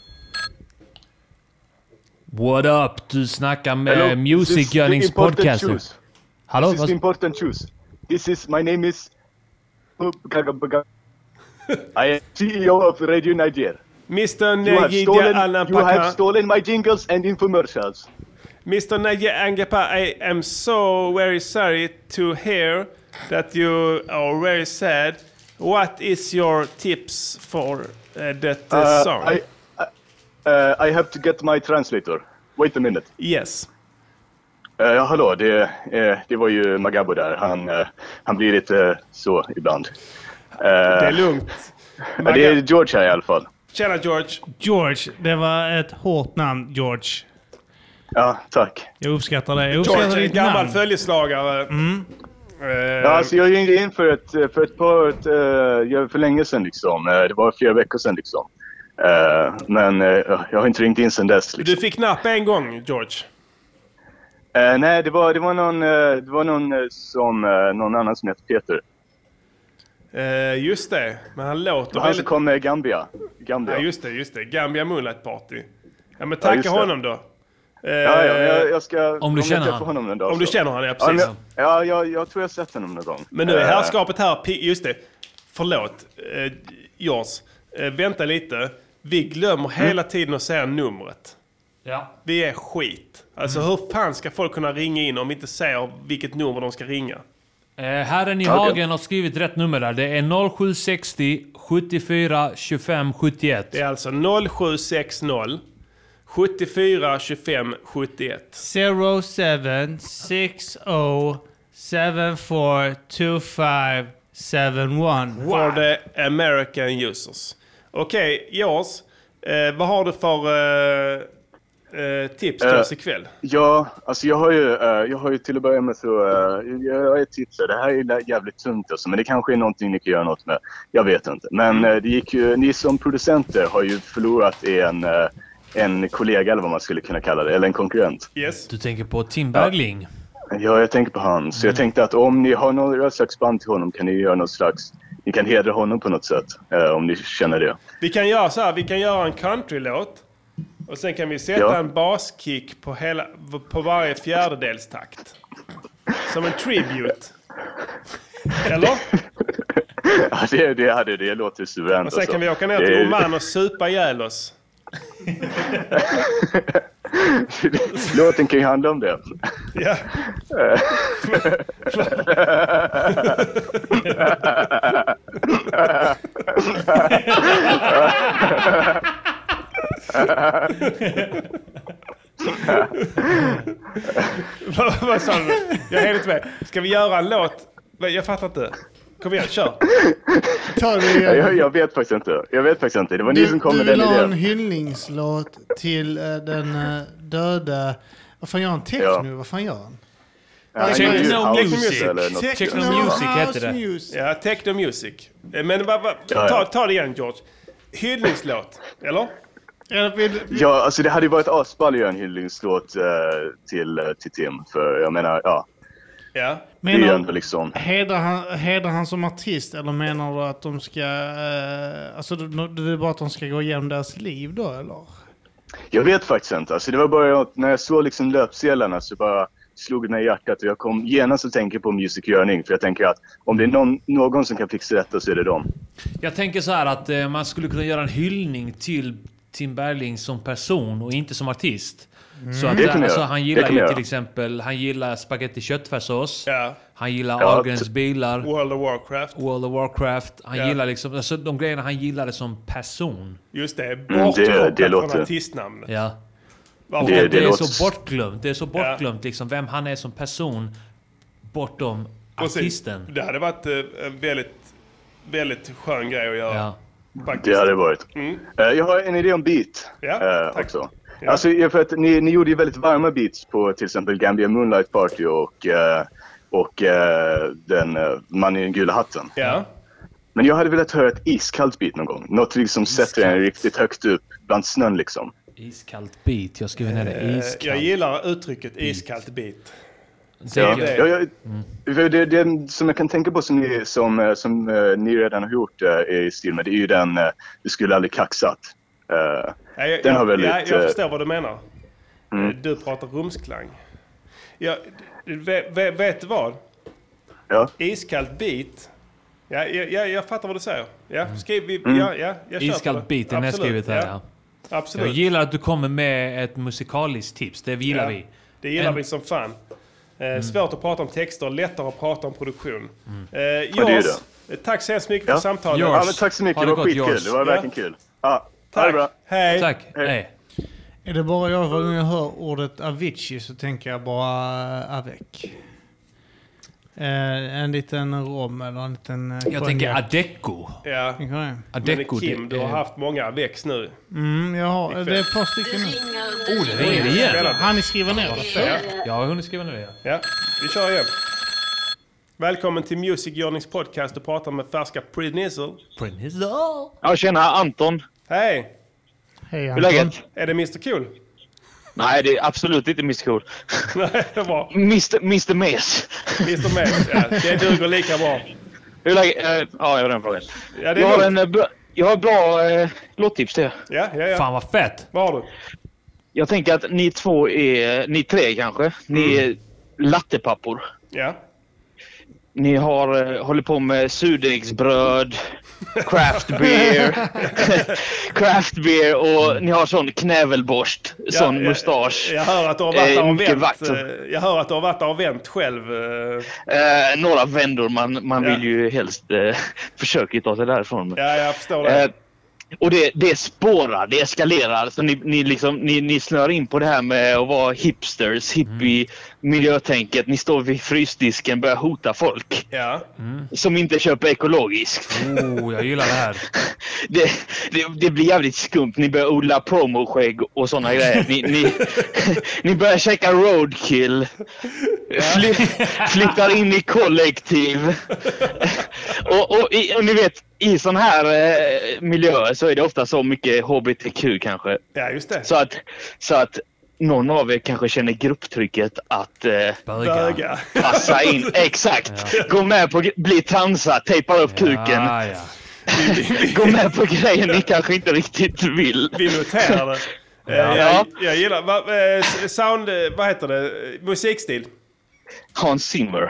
What up? Du snackar med Music Yearnings podcaster. Hallå? This is important choose. This is, my name is... I am CEO of Radio Niger. Mr. Neji Alampaka. You have stolen my jingles and infomercials. Mr. Neji Angapa, I am so very sorry to hear that you are very sad. What is your tips for that song? I have to get my translator. Wait a minute. Yes. Ja, hallå, det var ju Magabo där. Han blir lite så ibland. Det är lugnt. Det är George här i alla fall. Tjena George. George, det var ett hårt namn, George. Ja, tack. Jag uppskattar det. George är en gammal följeslagare. Ja, alltså jag ringde in för länge sedan liksom. Det var 4 veckor sedan liksom. Men jag har inte ringt in sedan dess. Liksom. Du fick napp en gång, George. Nej, det var någon annan som heter Peter. Just det, men han låter han som kom med Gambia. Ja, just det. Gambia Moonlight Party. Ja, men tacka honom då. Jag ska... Om du känner honom en dag. Om du känner honom, ja, precis. Ja, jag tror jag sett honom någon gång. Men nu är herrskapet här, just det. Förlåt, George. Vänta lite. Vi glömmer hela tiden att säga numret. Ja. Vi är skit. Alltså hur fan ska folk kunna ringa in om vi inte säger vilket nummer de ska ringa? Herren i Hagen har skrivit rätt nummer där. Det är 0760 74 25 71. Det är alltså 0760 74 25 71. 0760 74 25 71. For the American users. Okej, Jors. Vad har du för tips till oss ikväll? Ja, alltså jag har ju till att börja med så jag har ett tips. Det här är jävligt tungt alltså, men det kanske är någonting ni kan göra något med. Jag vet inte. Men det gick ju, ni som producenter har ju förlorat en kollega eller vad man skulle kunna kalla det, eller en konkurrent. Yes. Du tänker på Tim Bergling? Ja, jag tänker på han. Så jag tänkte att om ni har någon slags band till honom kan ni göra något slags, ni kan hedra honom på något sätt om ni känner det. Vi kan göra så här, vi kan göra en countrylåt. Och sen kan vi sätta en baskick på varje fjärdedelstakt. Som en tribute. Eller? Ja, det låter suveränt. Och sen kan vi åka ner till Oman och supa ihjäl oss. Låten kan ju handla om det. Ja. Vad sa du? Jag är helt med. Ska vi göra en låt? Jag fattar inte. Kom igen, kör. Jag vet faktiskt inte. Det var ni som kom med den idén. Du vill ha en hyllningslåt till den döda... Vad fan gör han? Techno? Vad fan gör han? Techno Music. Techno Music heter det. Ja, Techno Music. Men ta det igen, George. Hyllningslåt, eller? Ja, alltså det hade ju varit asball att göra en hyllningslåt till Tim. För jag menar, ja. Men det är ändå liksom... hedrar han som artist, eller menar du att de ska... alltså det är bara att de ska gå igenom deras liv då, eller? Jag vet faktiskt inte. Alltså det var bara när jag såg liksom löpsedlarna så bara slog det mig i hjärtat. Och jag kom genast att tänka på Music Yearning. För jag tänker att om det är någon som kan fixa detta så är det dem. Jag tänker så här att man skulle kunna göra en hyllning till Tim Bergling som person och inte som artist. Så att alltså, han gillar ju till exempel, han gillar spaghetti köttfärssås. Ja. Han gillar Ahlgrens bilar. World of Warcraft. Han gillar liksom, alltså de grejerna han gillade som person. Just det, bortkopplat från artistnamnet. Ja. Det är så bortglömt. Det är så bortglömt liksom vem han är som person bortom artisten. Det hade varit en väldigt, väldigt skön grej att göra. Ja. faktiskt. Det hade varit. Jag har en idé om beat också. Ja. Alltså, för att ni gjorde ju väldigt varma beats på till exempel Gambia Moonlight Party och den mannen i den gula hatten. Ja. Men jag hade velat höra ett iskallt beat någon gång. Något liksom sätter en riktigt högt upp bland snön liksom. Iskallt beat, jag skriver ner det. Iskallt. Jag gillar uttrycket iskallt beat. Det som jag kan tänka på som ni redan har gjort i stil med, det är ju den du skulle aldrig kaxat. Den har väldigt... jag förstår vad du menar. Du pratar rumsklang. Vet du vad? Ja. Iskallt beat. Jag fattar vad du säger. Jag kör iskallt beat, den är skrivet här. Ja. Absolut. Jag gillar att du kommer med ett musikaliskt tips. Det gillar vi. Det gillar vi som fan. Svårt att prata om texter, lättare att prata om produktion. Tack så hemskt mycket för samtalet. Ja, men tack så mycket, det var skitkul. Det var verkligen kul. Tack. Bra. Hej. Tack. Hej. Är det bara jag när jag hör ordet Avicii så tänker jag bara avec. En liten rom eller en liten jag tänker Adecco. Ja. Adecco. Men Kim, du har haft många avec nu. Jag har. Det är ett par stycken nu. Det ringer igen. Han ni skriver ner det? Ja, hon skriver ner det. Ja, vi kör igen. Välkommen till Music Journeys podcast. Du pratar med färska Prinizzle. Ja, tjena, Anton. Hej. Hej, Anton. Hur är läget? Är det Mr. Cool? Nej, det är absolut inte Mr. Cool. Nej, det var Mr. Mes. Mr. Mes, ja. Det duger lika bra. Hur är läget? Ja, jag har den frågan. Ja, det är jag har bra låttips till er. Ja. Fan vad fett. Vad har du? Jag tänker att ni tre kanske. Ni är lattepappor. Ja. Ni håller på med surdegsbröd, craft beer och ni har sån knävelborst, sån mustasch. Jag hör att du har varit och vänt själv. Några vändor, man vill ju helst försöka ta sig därifrån. Ja, jag förstår det. Och det spårar, det eskalerar. Så ni snör in på det här med att vara hipsters, hippie, miljötänket. Ni står vid frysdisken och börjar hota folk. Ja. Som inte köper ekologiskt. Jag gillar det här. Det blir jävligt skumt. Ni börjar odla promoskägg och såna grejer. Ni börjar checka roadkill. Flyttar in i kollektiv. och ni vet, i sån här miljöer så är det ofta så mycket HBTQ kanske. Ja, just det. Så att någon av er kanske känner grupptrycket att böga. Passa in. Exakt. Ja. Gå med på bli transa, tejpa upp kuken. Ja. Gå med på grejer ni kanske inte riktigt vill. Vi noterar det. Jag gillar sound, vad heter det? Musikstil. Hans Zimmer.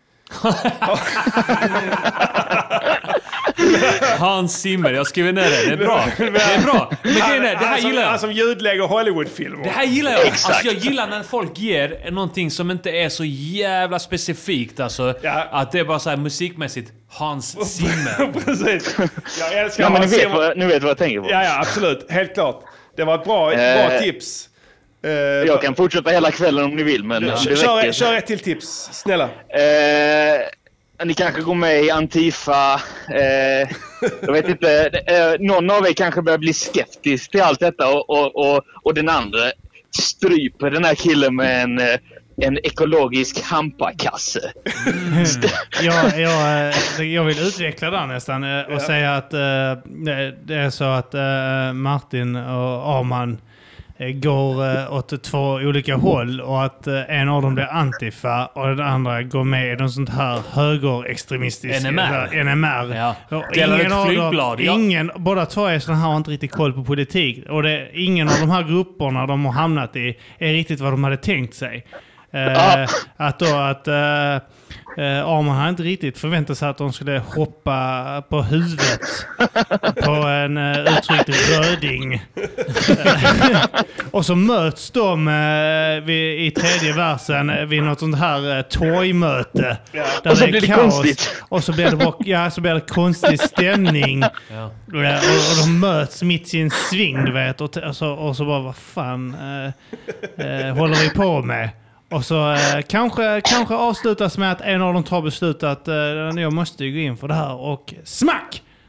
Hans Zimmer, jag skriver ner det. Det är bra. Men det här gillar jag. Han som ljudlägger Hollywoodfilmer. Det här gillar jag. Alltså jag gillar när folk ger någonting som inte är så jävla specifikt. Alltså, att det är bara så här musikmässigt Hans Zimmer. Precis. Jag älskar Hans Zimmer. Ni vet vad jag tänker på. Ja, absolut. Helt klart. Det var ett bra tips. Jag kan fortsätta hela kvällen om ni vill, men kör ett till tips, snälla. Ni kanske går med i Antifa. Jag vet inte. Någon av er kanske börjar bli skeptisk till allt detta och den andra stryper den här killen med en ekologisk hampakasse. Jag vill utveckla det nästan och säga att det är så att Martin och Arman går åt två olika håll och att en av dem blir Antifa och den andra går med i något sånt här högerextremistiskt NMR. Ja. Båda två är såna här har inte riktigt koll på politik och ingen av de här grupperna de har hamnat i är riktigt vad de hade tänkt sig. Arman hade inte riktigt förväntat sig att de skulle hoppa på huvudet på en uttryckt röding. Och så möts de i tredje versen vid något sånt här torgmöte. Där och så det är kaos. Konstigt. Och så blir det konstig stämning. Och de möts mitt i en sving, du vet. Och så bara, vad fan håller vi på med? Och så kanske avslutas med att en av dem tar beslut att jag måste gå in för det här och smack!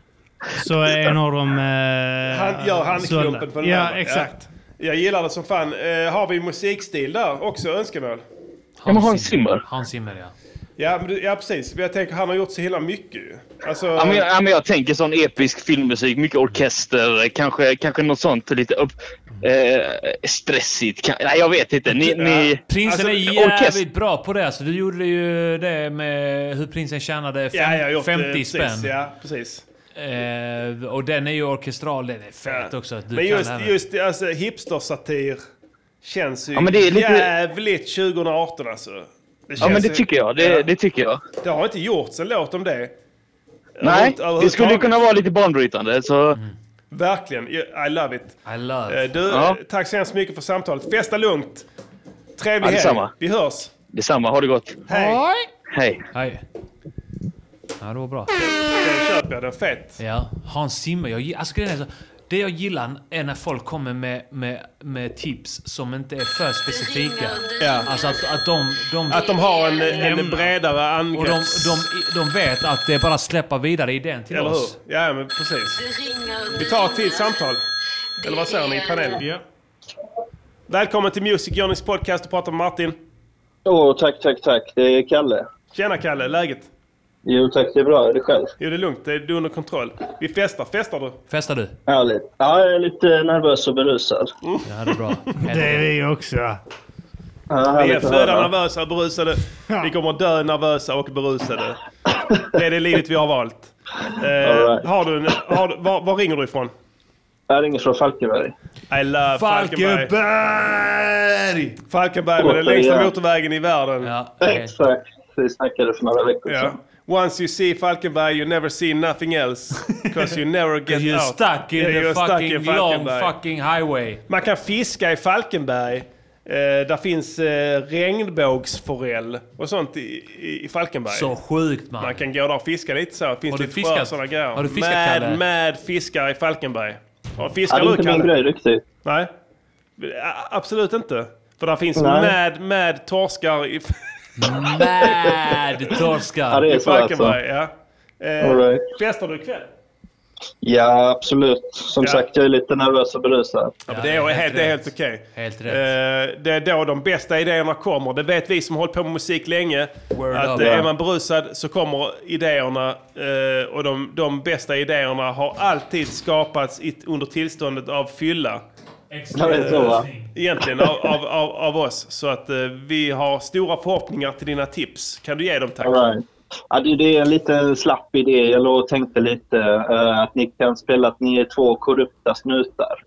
så är en av dem... Han gör handklumpen på den. Ja, exakt. Ja. Jag gillar det som fan. Har vi musikstil där också, önskemål? Hans Zimmer. Hans Zimmer, ja. Ja, precis. Jag tänker han har gjort så hilla mycket ju. Alltså... men jag tänker sån episk filmmusik, mycket orkester, kanske något sånt lite stressigt. Nej, jag vet inte. Prinsen är jävligt bra på det. Så du gjorde ju det med hur prinsen tjänade 50 spänn. Precis, ja, precis. Och den är ju orkestral, den är fett också. Men just alltså, hipster-satir känns ju det är lite... jävligt 2018 alltså. Men det tycker jag. Det tycker jag. Det har inte gjorts en låt om det. Nej, det skulle kunna vara lite banbrytande. Så... Verkligen. I love it. I love it. Tack så hemskt mycket för samtalet. Festa lugnt. Trevlig helg. Detsamma. Vi hörs. Detsamma. Ha det gott. Hej. Hej. Ja, det var bra. Den köper jag. Den fett. Ja. Hans Zimmer. Det jag gillar är när folk kommer med tips som inte är för specifika. Ja. Alltså att de har en bredare angrepp. Och de vet att det är bara att släppa vidare idén till oss. Hur? Ja, men precis. Vi tar ett till samtal. Eller vad säger ni i panelen? Ja. Välkommen till Music Journeys podcast och pratar med Martin. Tack. Det är Kalle. Tjena Kalle, läget? Jo tack, det är bra. Är det själv? Jo, det är lugnt. Det är du under kontroll. Vi festar. Festar du? Festar du? Härligt. Ja, jag är lite nervös och berusad. Ja, det är bra. Det är vi också. Vi är födda nervösa och berusade. Vi kommer dö nervösa och berusade. Det är det livet vi har valt. Var ringer du ifrån? Jag ringer från Falkenberg. I love Falkenberg! Falkenberg med den längsta motorvägen i världen. Ja, exakt. Vi snackade för några veckor sedan. Once you see Falkenberg, you never see nothing else. Because you never get you're out. Stuck in the fucking long fucking highway. Man kan fiska i Falkenberg. Där finns regnbågsforell och sånt i Falkenberg. Så sjukt, man kan gå där och fiska lite så. Finns har du lite fiskat? Såna grejer. Har du fiskat, Kalle? Med fiskar i Falkenberg. Fiskar det är inte min grej riktigt. Nej, absolut inte. För där finns med torskar i... Med torskar i Falkenberg, right. Festar du ikväll? Ja, absolut. Som sagt, jag är lite nervös och berusad. Det är helt okej. Helt rätt. Det är då de bästa idéerna kommer. Det vet vi som har hållit på med musik länge. Är man berusad så kommer idéerna. Och de bästa idéerna har alltid skapats under tillståndet av fylla. Egentligen av oss. Så att vi har stora förhoppningar till dina tips. Kan du ge dem, tack? Right. Ja, det är en lite slapp idé. Jag låg och tänkte lite att ni kan spela att ni är två korrupta snutar.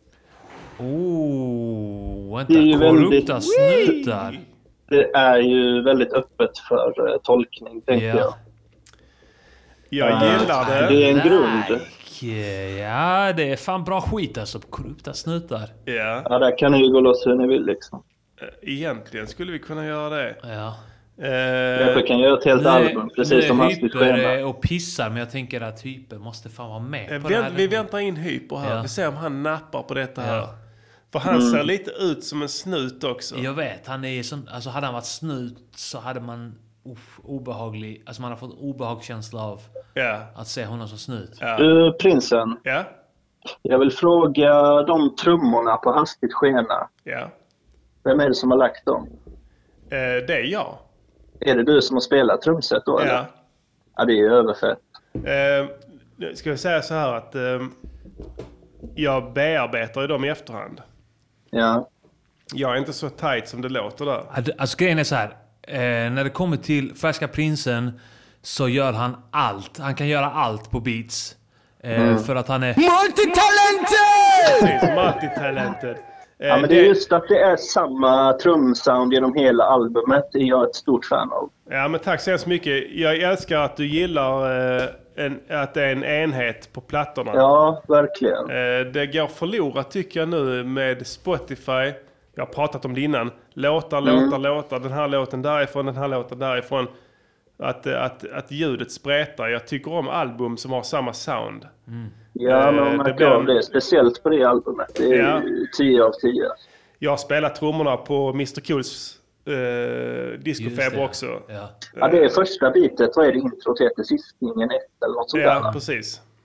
Vänta, det är ju korrupta snutar? Det är ju väldigt öppet för tolkning, tänker jag. Jag gillar det. Det är en grund. Ja, det är fan bra skit alltså, korrupta snutar. Ja, där kan ni ju gå loss hur ni vill liksom. Egentligen skulle vi kunna göra det. Ja. Jag kan göra ett helt album, precis som Hastigt Skena. Och pissar, men jag tänker att Hyper måste fan vara med på det här. Vi väntar in Hyper här. Ja. Vi ser om han nappar på detta här. För han ser lite ut som en snut också. Jag vet, han är sån, alltså hade han varit snut så hade man obehaglig, alltså man har fått obehagskänsla av att se honom som snut. Du, prinsen. Ja. Jag vill fråga de trummorna på Hastigt Skena. Ja. Vem är det som har lagt dem? Det är jag. Är det du som har spelat trumset då? Eller? Ja, det är ju överfett. Ska jag säga så här att jag bearbetar ju dem i efterhand. Ja. Jag är inte så tight som det låter där. Alltså grejen är så här. När det kommer till Färska Prinsen så gör han allt. Han kan göra allt på beats. För att han är... Multitalented! Precis, multitalented. Ja, men det är just att det är samma trumsound genom hela albumet. Det är jag ett stort fan av. Ja, men tack så hemskt mycket. Jag älskar att du gillar att det är en enhet på plattorna. Ja, verkligen. Det går förlorat tycker jag nu med Spotify. Jag har pratat om det innan. Låtar. Den här låten därifrån, den här låten därifrån. Att ljudet spretar. Jag tycker om album som har samma sound. Ja, men man märker av det. Speciellt på det albumet. Det är 10 av 10. Jag har spelat trummorna på Mr. Cools Discofeber också. Ja, det är första bitet. Vad är det introt heter? Siskningen 1 eller något sånt där? Ja, precis.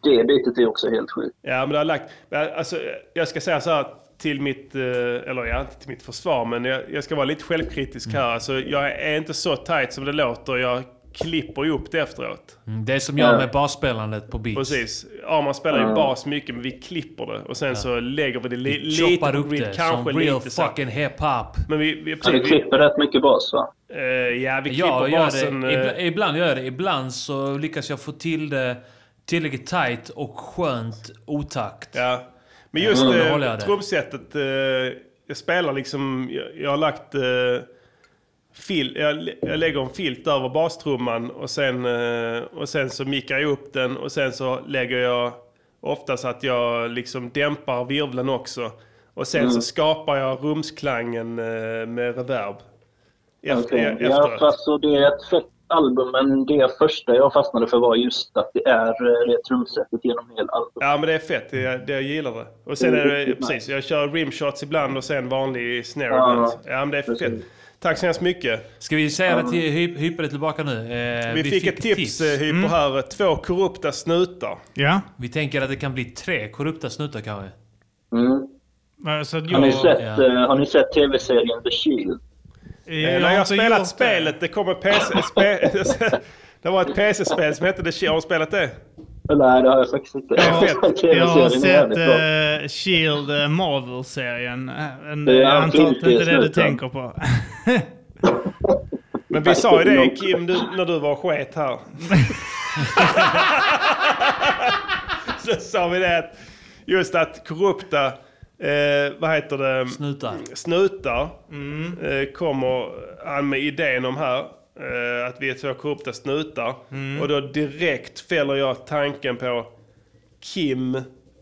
Det bytet är också helt sjukt. Ja, men det har lagt... Alltså, jag ska säga så här till mitt... Eller ja, inte till mitt försvar, men jag ska vara lite självkritisk här. Alltså, jag är inte så tight som det låter. Jag klipper ju upp det efteråt. Det är som jag med basspelandet på beats. Precis. Ja, man spelar ju bas mycket, men vi klipper det. Och sen så lägger vi det lite på upp grid, det kanske som real lite fucking hip-hop. Men vi klipper rätt mycket bas, va? Ja, vi klipper basen. Ibland gör jag det. Ibland så lyckas jag få till det tillräckligt tight och skönt otakt. Ja. Men just trumsetet, jag spelar liksom, jag har lagt jag lägger en filt över bastrumman och sen så mickar jag upp den och sen så lägger jag oftast att jag liksom dämpar virvlen också och sen så skapar jag rumsklangen med reverb efteråt. Ja, fast så det är ett fett album, men det första jag fastnade för var just att det är det trumsetet genom hela album. Ja, men det är fett. Jag gillar det. Och sen är det precis, jag kör rimshots ibland och sen vanlig snare. Ja, men det är fett. Tack så hemskt mycket. Ska vi säga det till Hyper tillbaka nu? Vi fick ett tips Hyper här. 2 korrupta snutar. Ja. Vi tänker att det kan bli 3 korrupta snutar kanske. Så har ni sett tv-serien The Shield? När jag har spelat spelet, det kommer det var ett PC-spel som hette The Shield. Har du spelat det? Nej, det har jag faktiskt inte. Jag har sett Shield Marvel-serien. Jag antar inte det du tänker på. Men vi sa ju det, Kim, när du var sket här. Så sa vi det att just att korrupta vad heter det? Snutar kommer han med idén om här. Att vi är 2 korrupta snutar. Och då direkt fäller jag tanken på Kim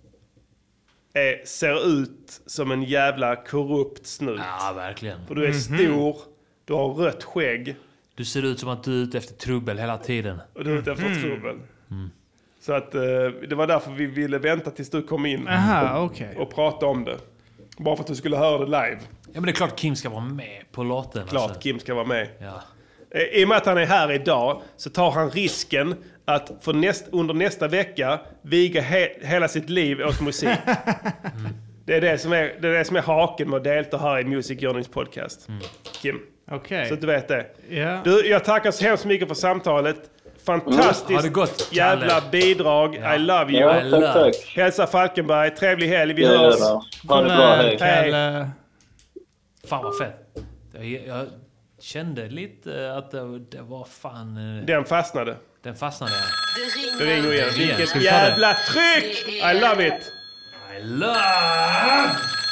ser ut som en jävla korrupt snut. Ja, verkligen. För du är stor, du har rött skägg. Du ser ut som att du är ute efter trubbel hela tiden. Och du är ute efter trubbel. Så att det var därför vi ville vänta tills du kom in och prata om det. Bara för att du skulle höra det live. Ja, men det är klart Kim ska vara med på låten. Klart alltså. Kim ska vara med. Ja. I och med att han är här idag så tar han risken att under nästa vecka viga hela sitt liv åt musik. Det är det som är haken med att delta här i Music Journeys podcast. Kim. Okay. Så att du vet det. Yeah. Du, jag tackar så hemskt mycket för samtalet. Fantastiskt gott, jävla bidrag. I love you. Tack. Hälsa Falkenberg. Trevlig helg. Vi hörs. Ha det bra. Hej. Fan vad fett. Jag kände lite att det var fan... Den fastnade. Den fastnade. Det ringer igen. Vilket jävla tryck! I love it. I love...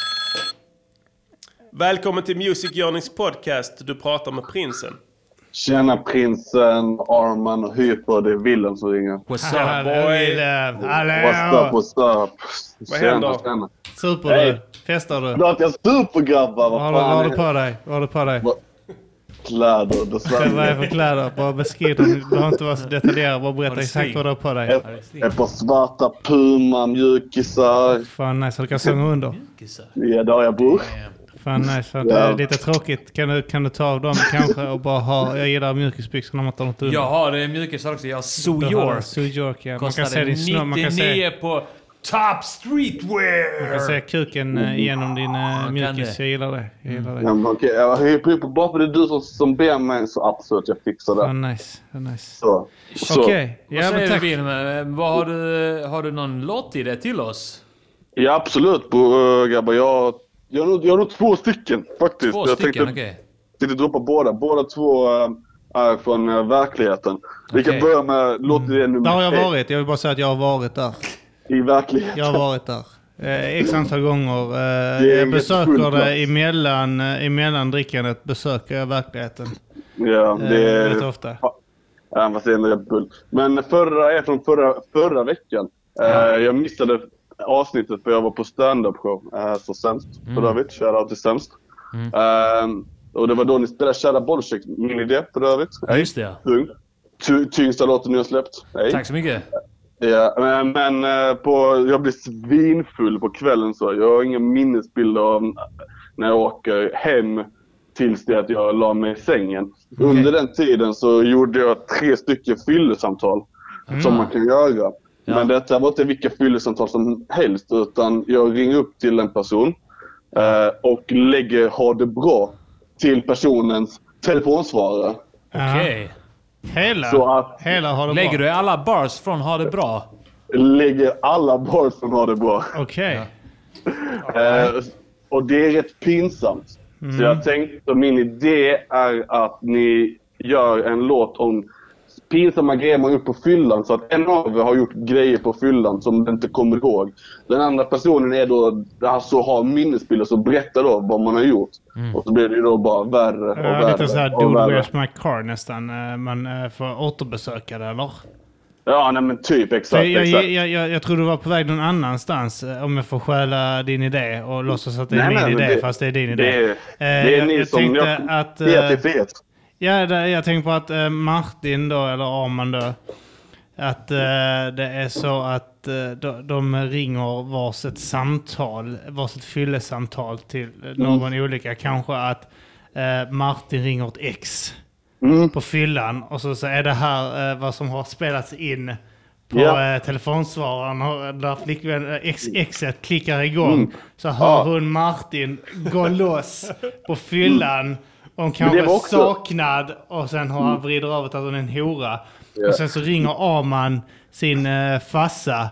Välkommen till Music Journeys podcast. Du pratar med prinsen. Tjena prinsen, Arman och Hyper. Det är Willem som ringer. What's up boy? What's up? Vad händer? Super du. Festar du? Klart jag super grabbar. Vad har du på dig? Kläder. Vad är för kläder? Bara beskriv dem. Du har inte varit så detaljerad. Bara berätta exakt vad du har på dig. Ett par svarta Puma mjukisar. Fan nice. Du kan sjunga under. Ja, det har jag bror. Fan nice. Det är lite tråkigt. Kan du ta av dem kanske och bara ha... Jag gillar mjukisbyxor när man tar något under. Jag har mjukisar också. Jag har Sue York. Sue York, ja. Man kan se din snö. Man kan se på Top Streetwear. Man kan se kuken genom din mjukis. Jag gillar det. Ja, okej. Jag hyper bara för det är du som ber mig så absolut jag fixar det. Nice. Okej. Ja, vad säger du Wilhelm? Har du någon låt i det till oss? Ja, absolut. Grabbar, jag har nog 2 stycken faktiskt. 2 stycken, okej. Jag tänkte droppa båda. Båda 2 är från verkligheten. Vi kan börja med låt det nummer 1. Där har jag varit. Jag vill bara säga att jag har varit där. I verkligheten? Jag har varit där. X antal gånger. Jag besöker det emellan drickandet. Besöker jag verkligheten. Ja, det är väldigt ofta. Ja, vad säger jag? Red Bull. Men förra veckan. Jag missade avsnittet för jag var på stand-up show. Så sämst. För övrigt. Shoutout till sämst. Och det var då ni spelade Kära Bolsjek. Min idé för övrigt. Just det, ja. Tyngsta låten ni har släppt. Tack så mycket. Ja, men jag blir svinfull på kvällen så. Jag har inga minnesbilder av när jag åker hem tills det att jag la mig i sängen. Okay. Under den tiden så gjorde jag 3 stycken fyllesamtal som man kan göra. Men detta var inte vilka fyllesamtal som helst, utan jag ringer upp till en person och lägger ha det bra till personens telefonsvarare. Okej. Hela har det Lägger bra. du alla bars från ha det bra? Lägger alla bars som har det bra. Okej. Och det är rätt pinsamt. Så jag tänkte, min idé är att ni gör en låt om pinsamma grejer man gjort på fyllan, så att en av er har gjort grejer på fyllan som den inte kommer ihåg. Den andra personen är då alltså har minnesbilder som berättar då vad man har gjort. Och så blir det ju då bara värre och värre. Lite såhär Dude Where's My Car nästan. Man får återbesöka det, eller? Ja, nej men typ, exakt. Jag tror du var på väg någon annanstans, om jag får stjäla din idé och låtsas att det är min idé, fast det är din idé. Det är ni som jag vet. Ja, jag tänkte på att Martin då, eller Arman då, att det är så att de ringer varsitt fyllesamtal till någon olika. Kanske att Martin ringer ett ex på fyllan, och så är det här vad som har spelats in på telefonsvararen, där flickvän exet klickar igång, så hör hon Martin gå loss på fyllan om kanske saknad, och sen har han vrider över till att hon är en hora. Och sen så ringer Arman sin fassa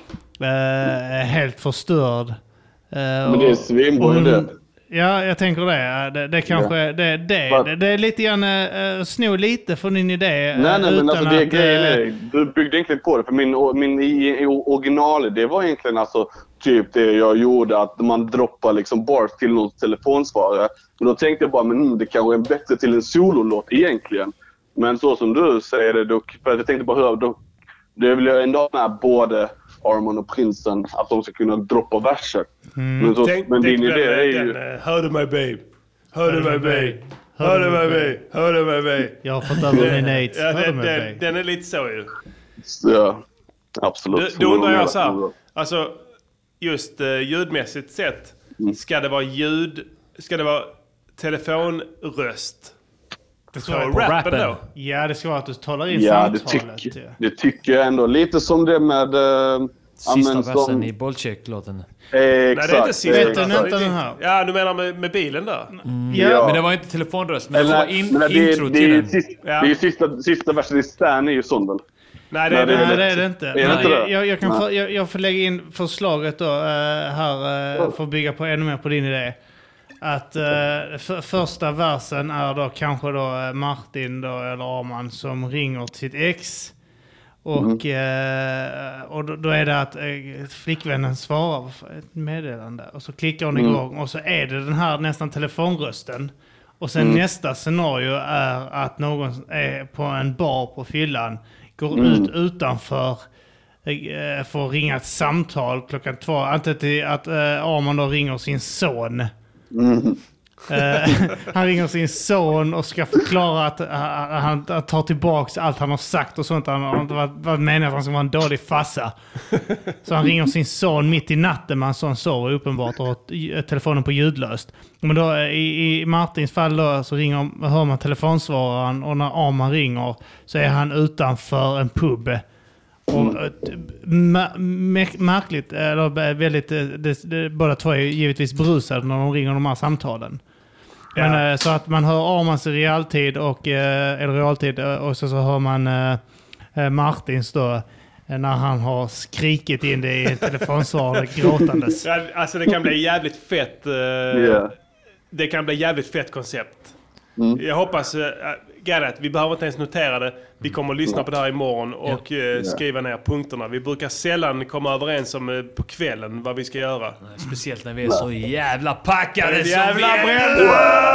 helt förstörd. Men det är svinbra det. Ja, jag tänker det. Det kanske det är lite grann sno lite från din idé. Nej, men alltså det grejen är, du byggde egentligen på det, för min original, det var egentligen alltså typ det jag gjorde, att man droppar liksom bars till någon telefonsvarare. Men då tänkte jag bara, men det kanske är bättre till en sololåt egentligen. Men så som du säger det, då, för jag tänkte bara höra, det vill jag ändå med både Arman och Prinsen, att de ska kunna droppa verser. Men din idé är ju... Hör du mig, babe? Hör du mig, babe? Hör du mig, babe? Hör du mig, babe? Jag har fått över min Nate. Den är lite så ju. Ja, absolut. Då undrar jag så här, alltså just ljudmässigt sett, ska det vara telefonröst? Det ska vara rappen då? Ja, det ska vara att du talar in samtalet. Det tycker jag ändå. Lite som det med... Sista versen i Bolcheck-låten. Exakt. Nej, det är inte sista. Inte den här. Ja, du menar med bilen där? Ja. Men det var inte telefonröst, men det var intro till den. Det är sista versen i Stan är ju sån väl? Nej, det är det inte. Jag får lägga in förslaget då här för att bygga på ännu mer på din idé. Att första versen är då kanske då Martin då, eller Arman, som ringer till sitt ex. Och då är det att flickvännen svarar ett meddelande. Och så klickar hon igång. Och så är det den här nästan telefonrösten. Och sen nästa scenario är att någon är på en bar på fyllan. Går ut utanför. Får ringa ett samtal klockan 2. Antingen till att Arman då ringer sin son. Han ringer sin son och ska förklara att han tar tillbaka allt han har sagt och sånt. Han vad menar att han ska vara en dålig fassa. Så han ringer sin son mitt i natten, men son sover uppenbart och har telefonen på ljudlöst. Men då i Martins fall då, så hör man telefonsvararen, och när Arman ringer så är han utanför en pub. Och märkligt, eller väldigt, båda två är givetvis brusade när de ringer de här samtalen. Men, så att man hör Armans i realtid och så hör man Martins då när han har skrikit in det i telefonsvaret gråtandes. Ja, alltså det kan bli jävligt fett. Det kan bli jävligt fett koncept. Jag hoppas Garrett, vi behöver inte ens notera det. Vi kommer att lyssna på det här imorgon och skriva ner punkterna. Vi brukar sällan komma överens om på kvällen vad vi ska göra. Speciellt när vi är så jävla packade. Jävla brända!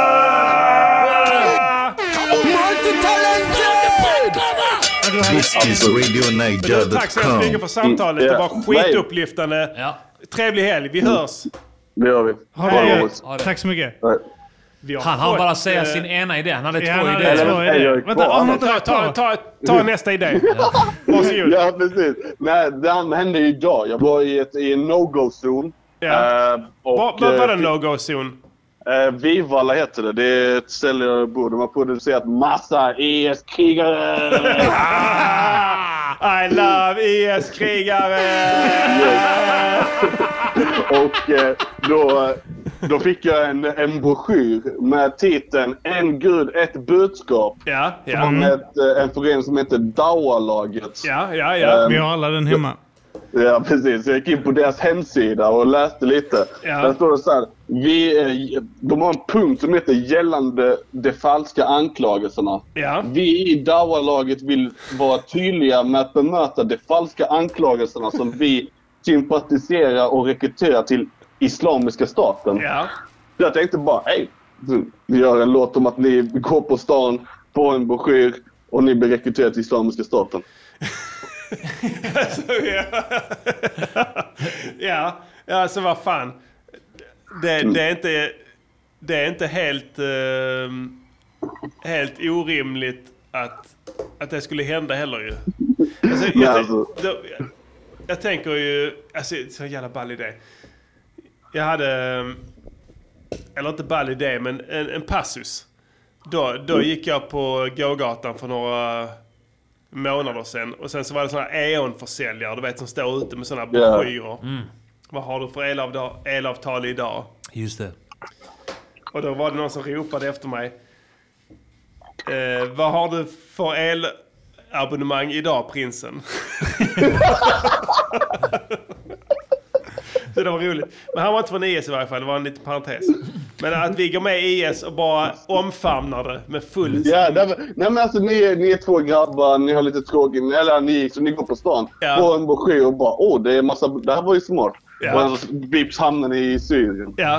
This is RadioNiger.com. Tack så hemskt mycket för samtalet. Det var skitupplyftande. Trevlig helg. Vi hörs. Det gör vi. Tack så mycket. Han har bara säga sin ena idé. Han hade två idéer. Vänta, ta nästa idé. Varsågod. Ja, precis. Nej, det hände ju idag. Jag var i en no-go-zon. Vad var det no-go-zon? Vivalla heter det. Det är ett ställe jag bor. De har producerat massa ES-krigare. I love IS-krigare! Och då fick jag en broschyr med titeln En Gud, ett budskap. Ja. Från en förening som heter Dawalaget. Ja. Vi har alla den hemma. Ja, precis. Jag gick in på deras hemsida och läste lite. Ja. Där står det så här. De har en punkt som heter gällande de falska anklagelserna. Ja. Vi i Dawalaget vill vara tydliga med att bemöta de falska anklagelserna som vi sympatiserar och rekryterar till Islamiska staten. Ja. Så jag tänkte bara, vi gör en låt om att ni går på stan, får en broschyr och ni blir rekryterade till Islamiska staten. Ja, så vad fan. Det är inte helt orimligt att det skulle hända heller ju. Jag tänker ju, alltså så jävla ball idé. Jag hade, eller inte ball idé, men en passus. Då gick jag på gågatan för några månader sedan. Och sen så var det sådana E.ON-försäljare, du vet, som står ute med sådana broschyrer. Vad har du för elavtal idag? Just det. Och då var det någon som ropade efter mig. Vad har du för elabonnemang idag, prinsen? Så det var roligt. Men han var inte från IS i varje fall, det var en liten parentes. Men att vi går med i IS och bara omfamnar det med full... Ja, nej men alltså ni är två grabbar, ni har lite tråkigt, eller ni går på stan, på en broschyr och bara, det är massa, det här var ju smart. Ja. Och vips hamnar ni i Syrien. Ja.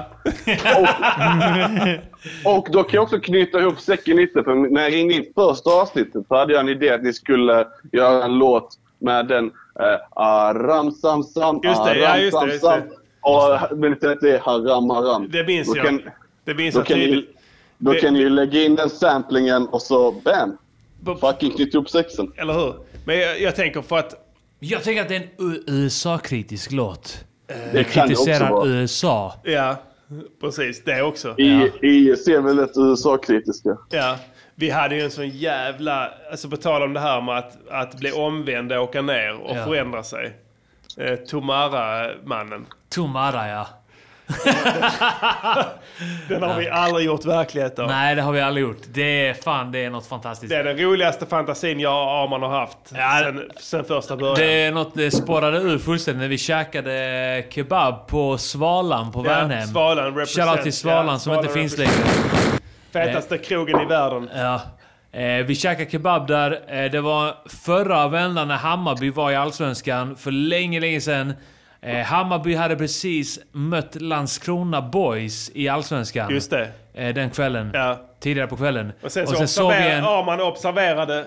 och då kan jag också knyta ihop säcken lite, för när jag ringde in första avsnittet så hade jag en idé att ni skulle göra en låt med den Aram sam sam, just det, Aram sam sam. Och men det är Haram Haram. Det minns jag. Det minns jag tydligt. Då kan ni ju lägga in den samplingen och så bam. Fucking knyta upp sexen. Eller hur? Men jag tänker för att... Jag tänker att det är en USA-kritisk låt. Det kritiserar USA. Ja, precis. Det också. IS är väl ett USA-kritiska. Ja. Vi hade ju en sån jävla... Alltså på tal om det här med att bli omvänd och åka ner och förändra sig. Tomara-mannen. Tomara, ja. Den har vi aldrig gjort verklighet av. Nej, det har vi aldrig gjort. Det är något fantastiskt. Det är den roligaste fantasin jag och Arman har haft sen första början. Det är något, det spårade ur fullständigt när vi käkade kebab på Svalan på Värnhem. Svalan represent. Shoutout till Svalan som inte finns längre. Fetaste krogen i världen. Ja. Vi käkade kebab där. Det var förra vändan när Hammarby var i Allsvenskan för länge sedan. Hammarby hade precis mött Landskrona Boys i Allsvenskan. Just det. Den kvällen. Ja. Tidigare på kvällen. Och sen såg vi Arman observerade.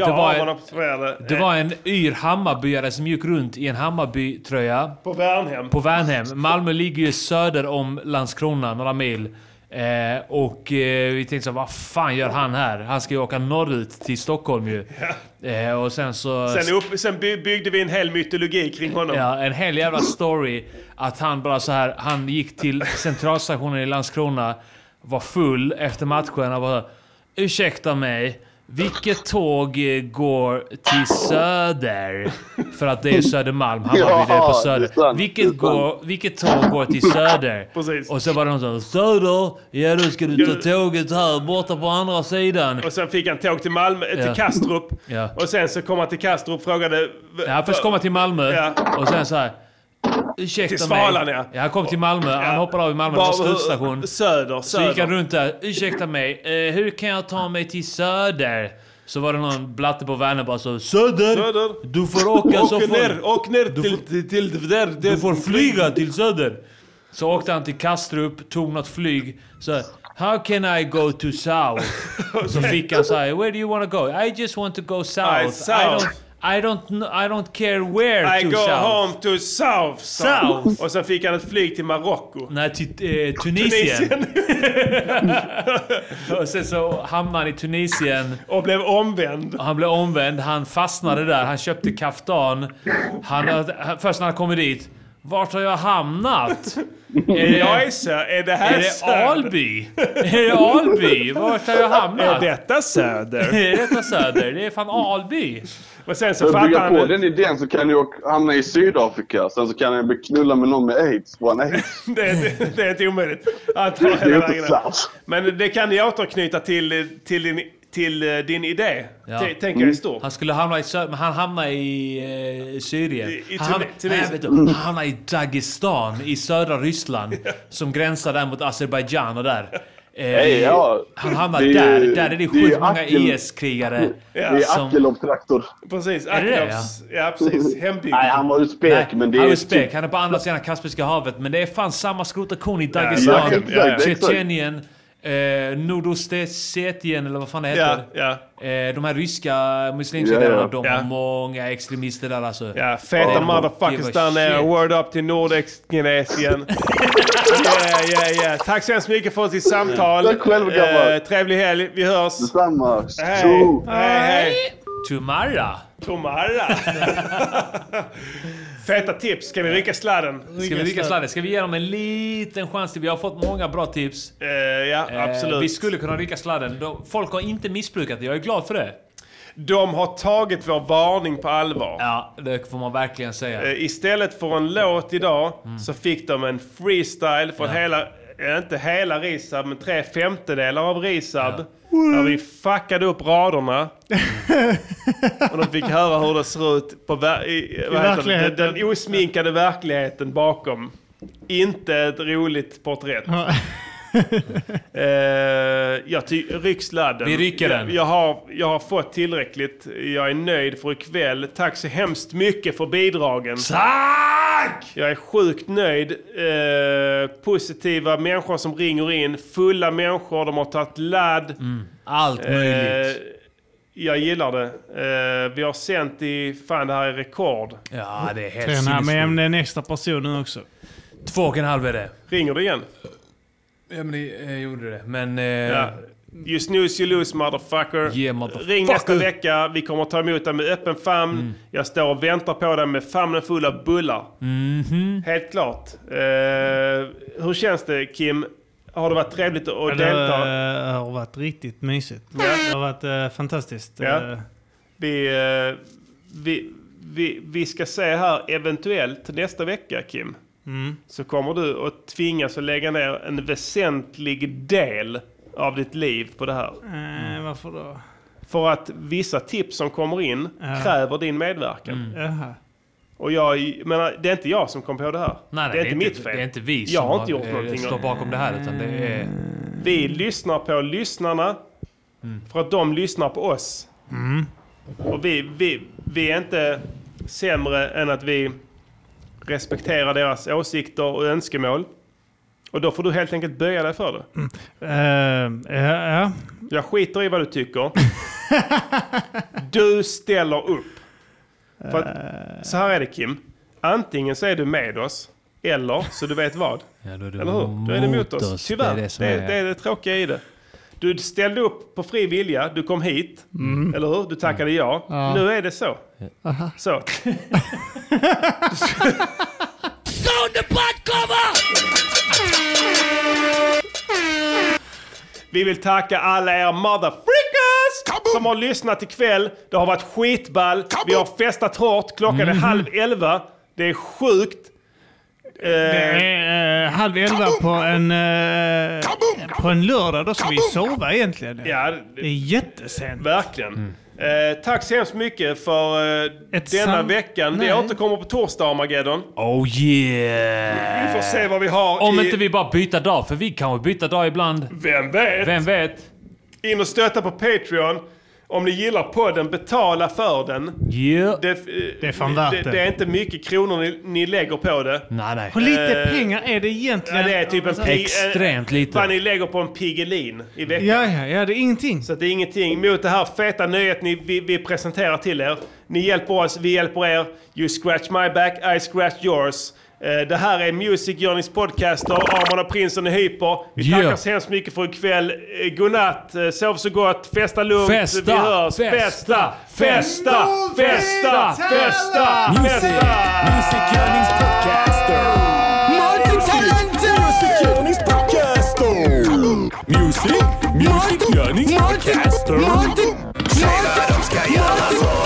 Det var en Hammarbyare som gick runt i en Hammarby-tröja. På Värnhem. Malmö ligger ju söder om Landskrona, några mil. Vi tänkte så, vad fan gör han här? Han ska ju åka norrut till Stockholm ju. Och sen byggde vi en hel mytologi kring honom. Ja, en hel jävla story. Att han bara så här, han gick till centralstationen i Landskrona, var full efter matchen och bara, ursäkta mig, vilket tåg går till söder? För att det är Södermalm, Hammarby, det är på söder. Vilket tåg går till söder? Precis. Och så var det någon som, söder? Ja, då ska du ta tåget här borta på andra sidan. Och sen fick han tåg till Malmö, till Kastrup. Ja. Och sen så kom han till Kastrup och frågade... Ja, först kom han till Malmö. Och sen så här, ursäkta till Svalan, mig. Ja, han kom till Malmö. Han hoppade av i Malmö. Det var slutstation. Söder. Så gick han runt där. Ursäkta mig. Hur kan jag ta mig till söder? Så var det någon blatte på Värnhem bara så, söder. Du får åka så Åk ner till där. Du får flyga till söder. Så åkte han till Kastrup, tog något flyg. Så, how can I go to south? Så fick han så här, where do you want to go? I just want to go south. I don't care where I to go south. Home to south. Och sen fick han ett flyg till Marocko. Nej, till Tunisien. Och sen så hamnade han i Tunisien. Och blev omvänd. Han blev omvänd. Han fastnade där. Han köpte kaftan. Först när han kom dit. Vart har jag hamnat? Är det här Söder? Alby? Är det Alby? Vart har jag hamnat? Är detta Söder? Är detta Söder? Det är fan Alby. Och sen så fattar han... på den idén så kan du hamna i Sydafrika. Sen så kan jag bli knulla med någon med AIDS. Det är inte omöjligt. Det är inte klart. Men det kan ni återknyta till din idé. Tänker jag i stort. Han skulle hamna i men han hamnar i Syrien. Han hamnar i Dagestan i södra Ryssland som gränsar där mot Azerbaijan och där. Han hamnar där är det sjukt många IS-krigare. Det är Akilov-traktor. Precis, Akilovs. Ja, precis. Hembygd. Nej, han var uzbek, men det är... Han är uzbek, han är på andra sidan Kaspiska havet. Men det är fan samma skrotakon i Dagestan, Tjetjenien, Nordossetien eller vad fan det heter. De här ryska muslimska delarna, de har många extremister där alltså. Ja, feta motherfuckers där nere. Word up till Nordexkinesien. Tack så hemskt mycket för ditt samtal. Tack själv, gammal. Trevlig helg. Vi hörs. Detsamma. Hej. Tomorrow. Feta tips. Ska vi rycka sladden? Ska vi ge dem en liten chans till? Vi har fått många bra tips. Absolut. Vi skulle kunna rycka sladden. Folk har inte missbrukat det. Jag är glad för det. De har tagit vår varning på allvar. Ja, det får man verkligen säga. Istället för en låt idag så fick de en freestyle från inte hela Risab, men 3/5 av Risab. Där vi fuckade upp raderna. Och de fick höra hur det ser ut på den osminkade verkligheten bakom. Inte ett roligt porträtt. Ryck sladden. Vi rycker den. Jag har fått tillräckligt. Jag är nöjd för ikväll. Tack så hemskt mycket för bidragen. Tack! Jag är sjukt nöjd. Positiva människor som ringer in. Fulla människor. De har tagit ladd. Allt möjligt. Jag gillar det. Vi har sänt i... Fan, det här är rekord. Ja, det är helt sinnessjukt. Men en extra person nu också. 2,5 är det. Ringer det igen? Ja, men jag gjorde det. Men... You snooze, you lose, motherfucker. Yeah, motherfucker. Ring nästa vecka. Vi kommer ta emot dig med öppen famn. Jag står och väntar på dig med famnen full av bullar. Helt klart. Hur känns det, Kim? Har det varit trevligt att delta? Det har varit riktigt mysigt. Det har varit fantastiskt. Ja. Vi ska se här eventuellt nästa vecka, Kim. Så kommer du att tvingas att lägga ner en väsentlig del av ditt liv på det här. Varför då? För att vissa tips som kommer in kräver din medverkan. Och jag menar, det är inte jag som kom på det här. Nej, det är inte mitt fel. Det är inte vi jag har inte gjort någonting. Står bakom det här, utan det är... Vi lyssnar på lyssnarna för att de lyssnar på oss. Och vi är inte sämre än att vi respekterar deras åsikter och önskemål. Och då får du helt enkelt böja dig för det. Jag skiter i vad du tycker. Du ställer upp. För att, så här är det, Kim. Antingen så är du med oss, eller så du vet vad. Eller hur? Då är det mot oss. Tyvärr. Det är det tråkiga i det. Du ställde upp på fri vilja. Du kom hit. Eller hur? Du tackade ja. Nu är det så. Så. Vi vill tacka alla er motherfreakers som har lyssnat ikväll. Det har varit skitball. Vi har festat hårt. Klockan är 22:30. Det är sjukt. Det är 22:30 på en lördag. Då ska vi sova egentligen. Ja, det är jättesent. Verkligen. Tack så hemskt mycket för denna veckan. Vi återkommer på torsdag, Armageddon. Oh yeah! Vi får se vad vi har. Om inte vi bara byter dag, för vi kan byta dag ibland. Vem vet? In och stötta på Patreon. Om ni gillar podden, betala för den. Yeah. Det är fan värt det. Det är inte mycket kronor ni lägger på det. Nej. Hur lite pengar är det egentligen? Ja, det är typ extremt lite. Vad ni lägger på en Piggelin i veckan. Ja, det är ingenting. Så det är ingenting mot det här feta nöjet vi presenterar till er. Ni hjälper oss, vi hjälper er. You scratch my back, I scratch yours. Det här är Music Journeys podcaster. Arman och Prinsen är hyper. Vi tackar så hemskt mycket för ikväll. Godnatt, sov så gott, festa lugnt. Vi hörs. Festa. Music Journeys podcaster. Multi-talented. Music Learning Podcaster. Säg vad de ska göra för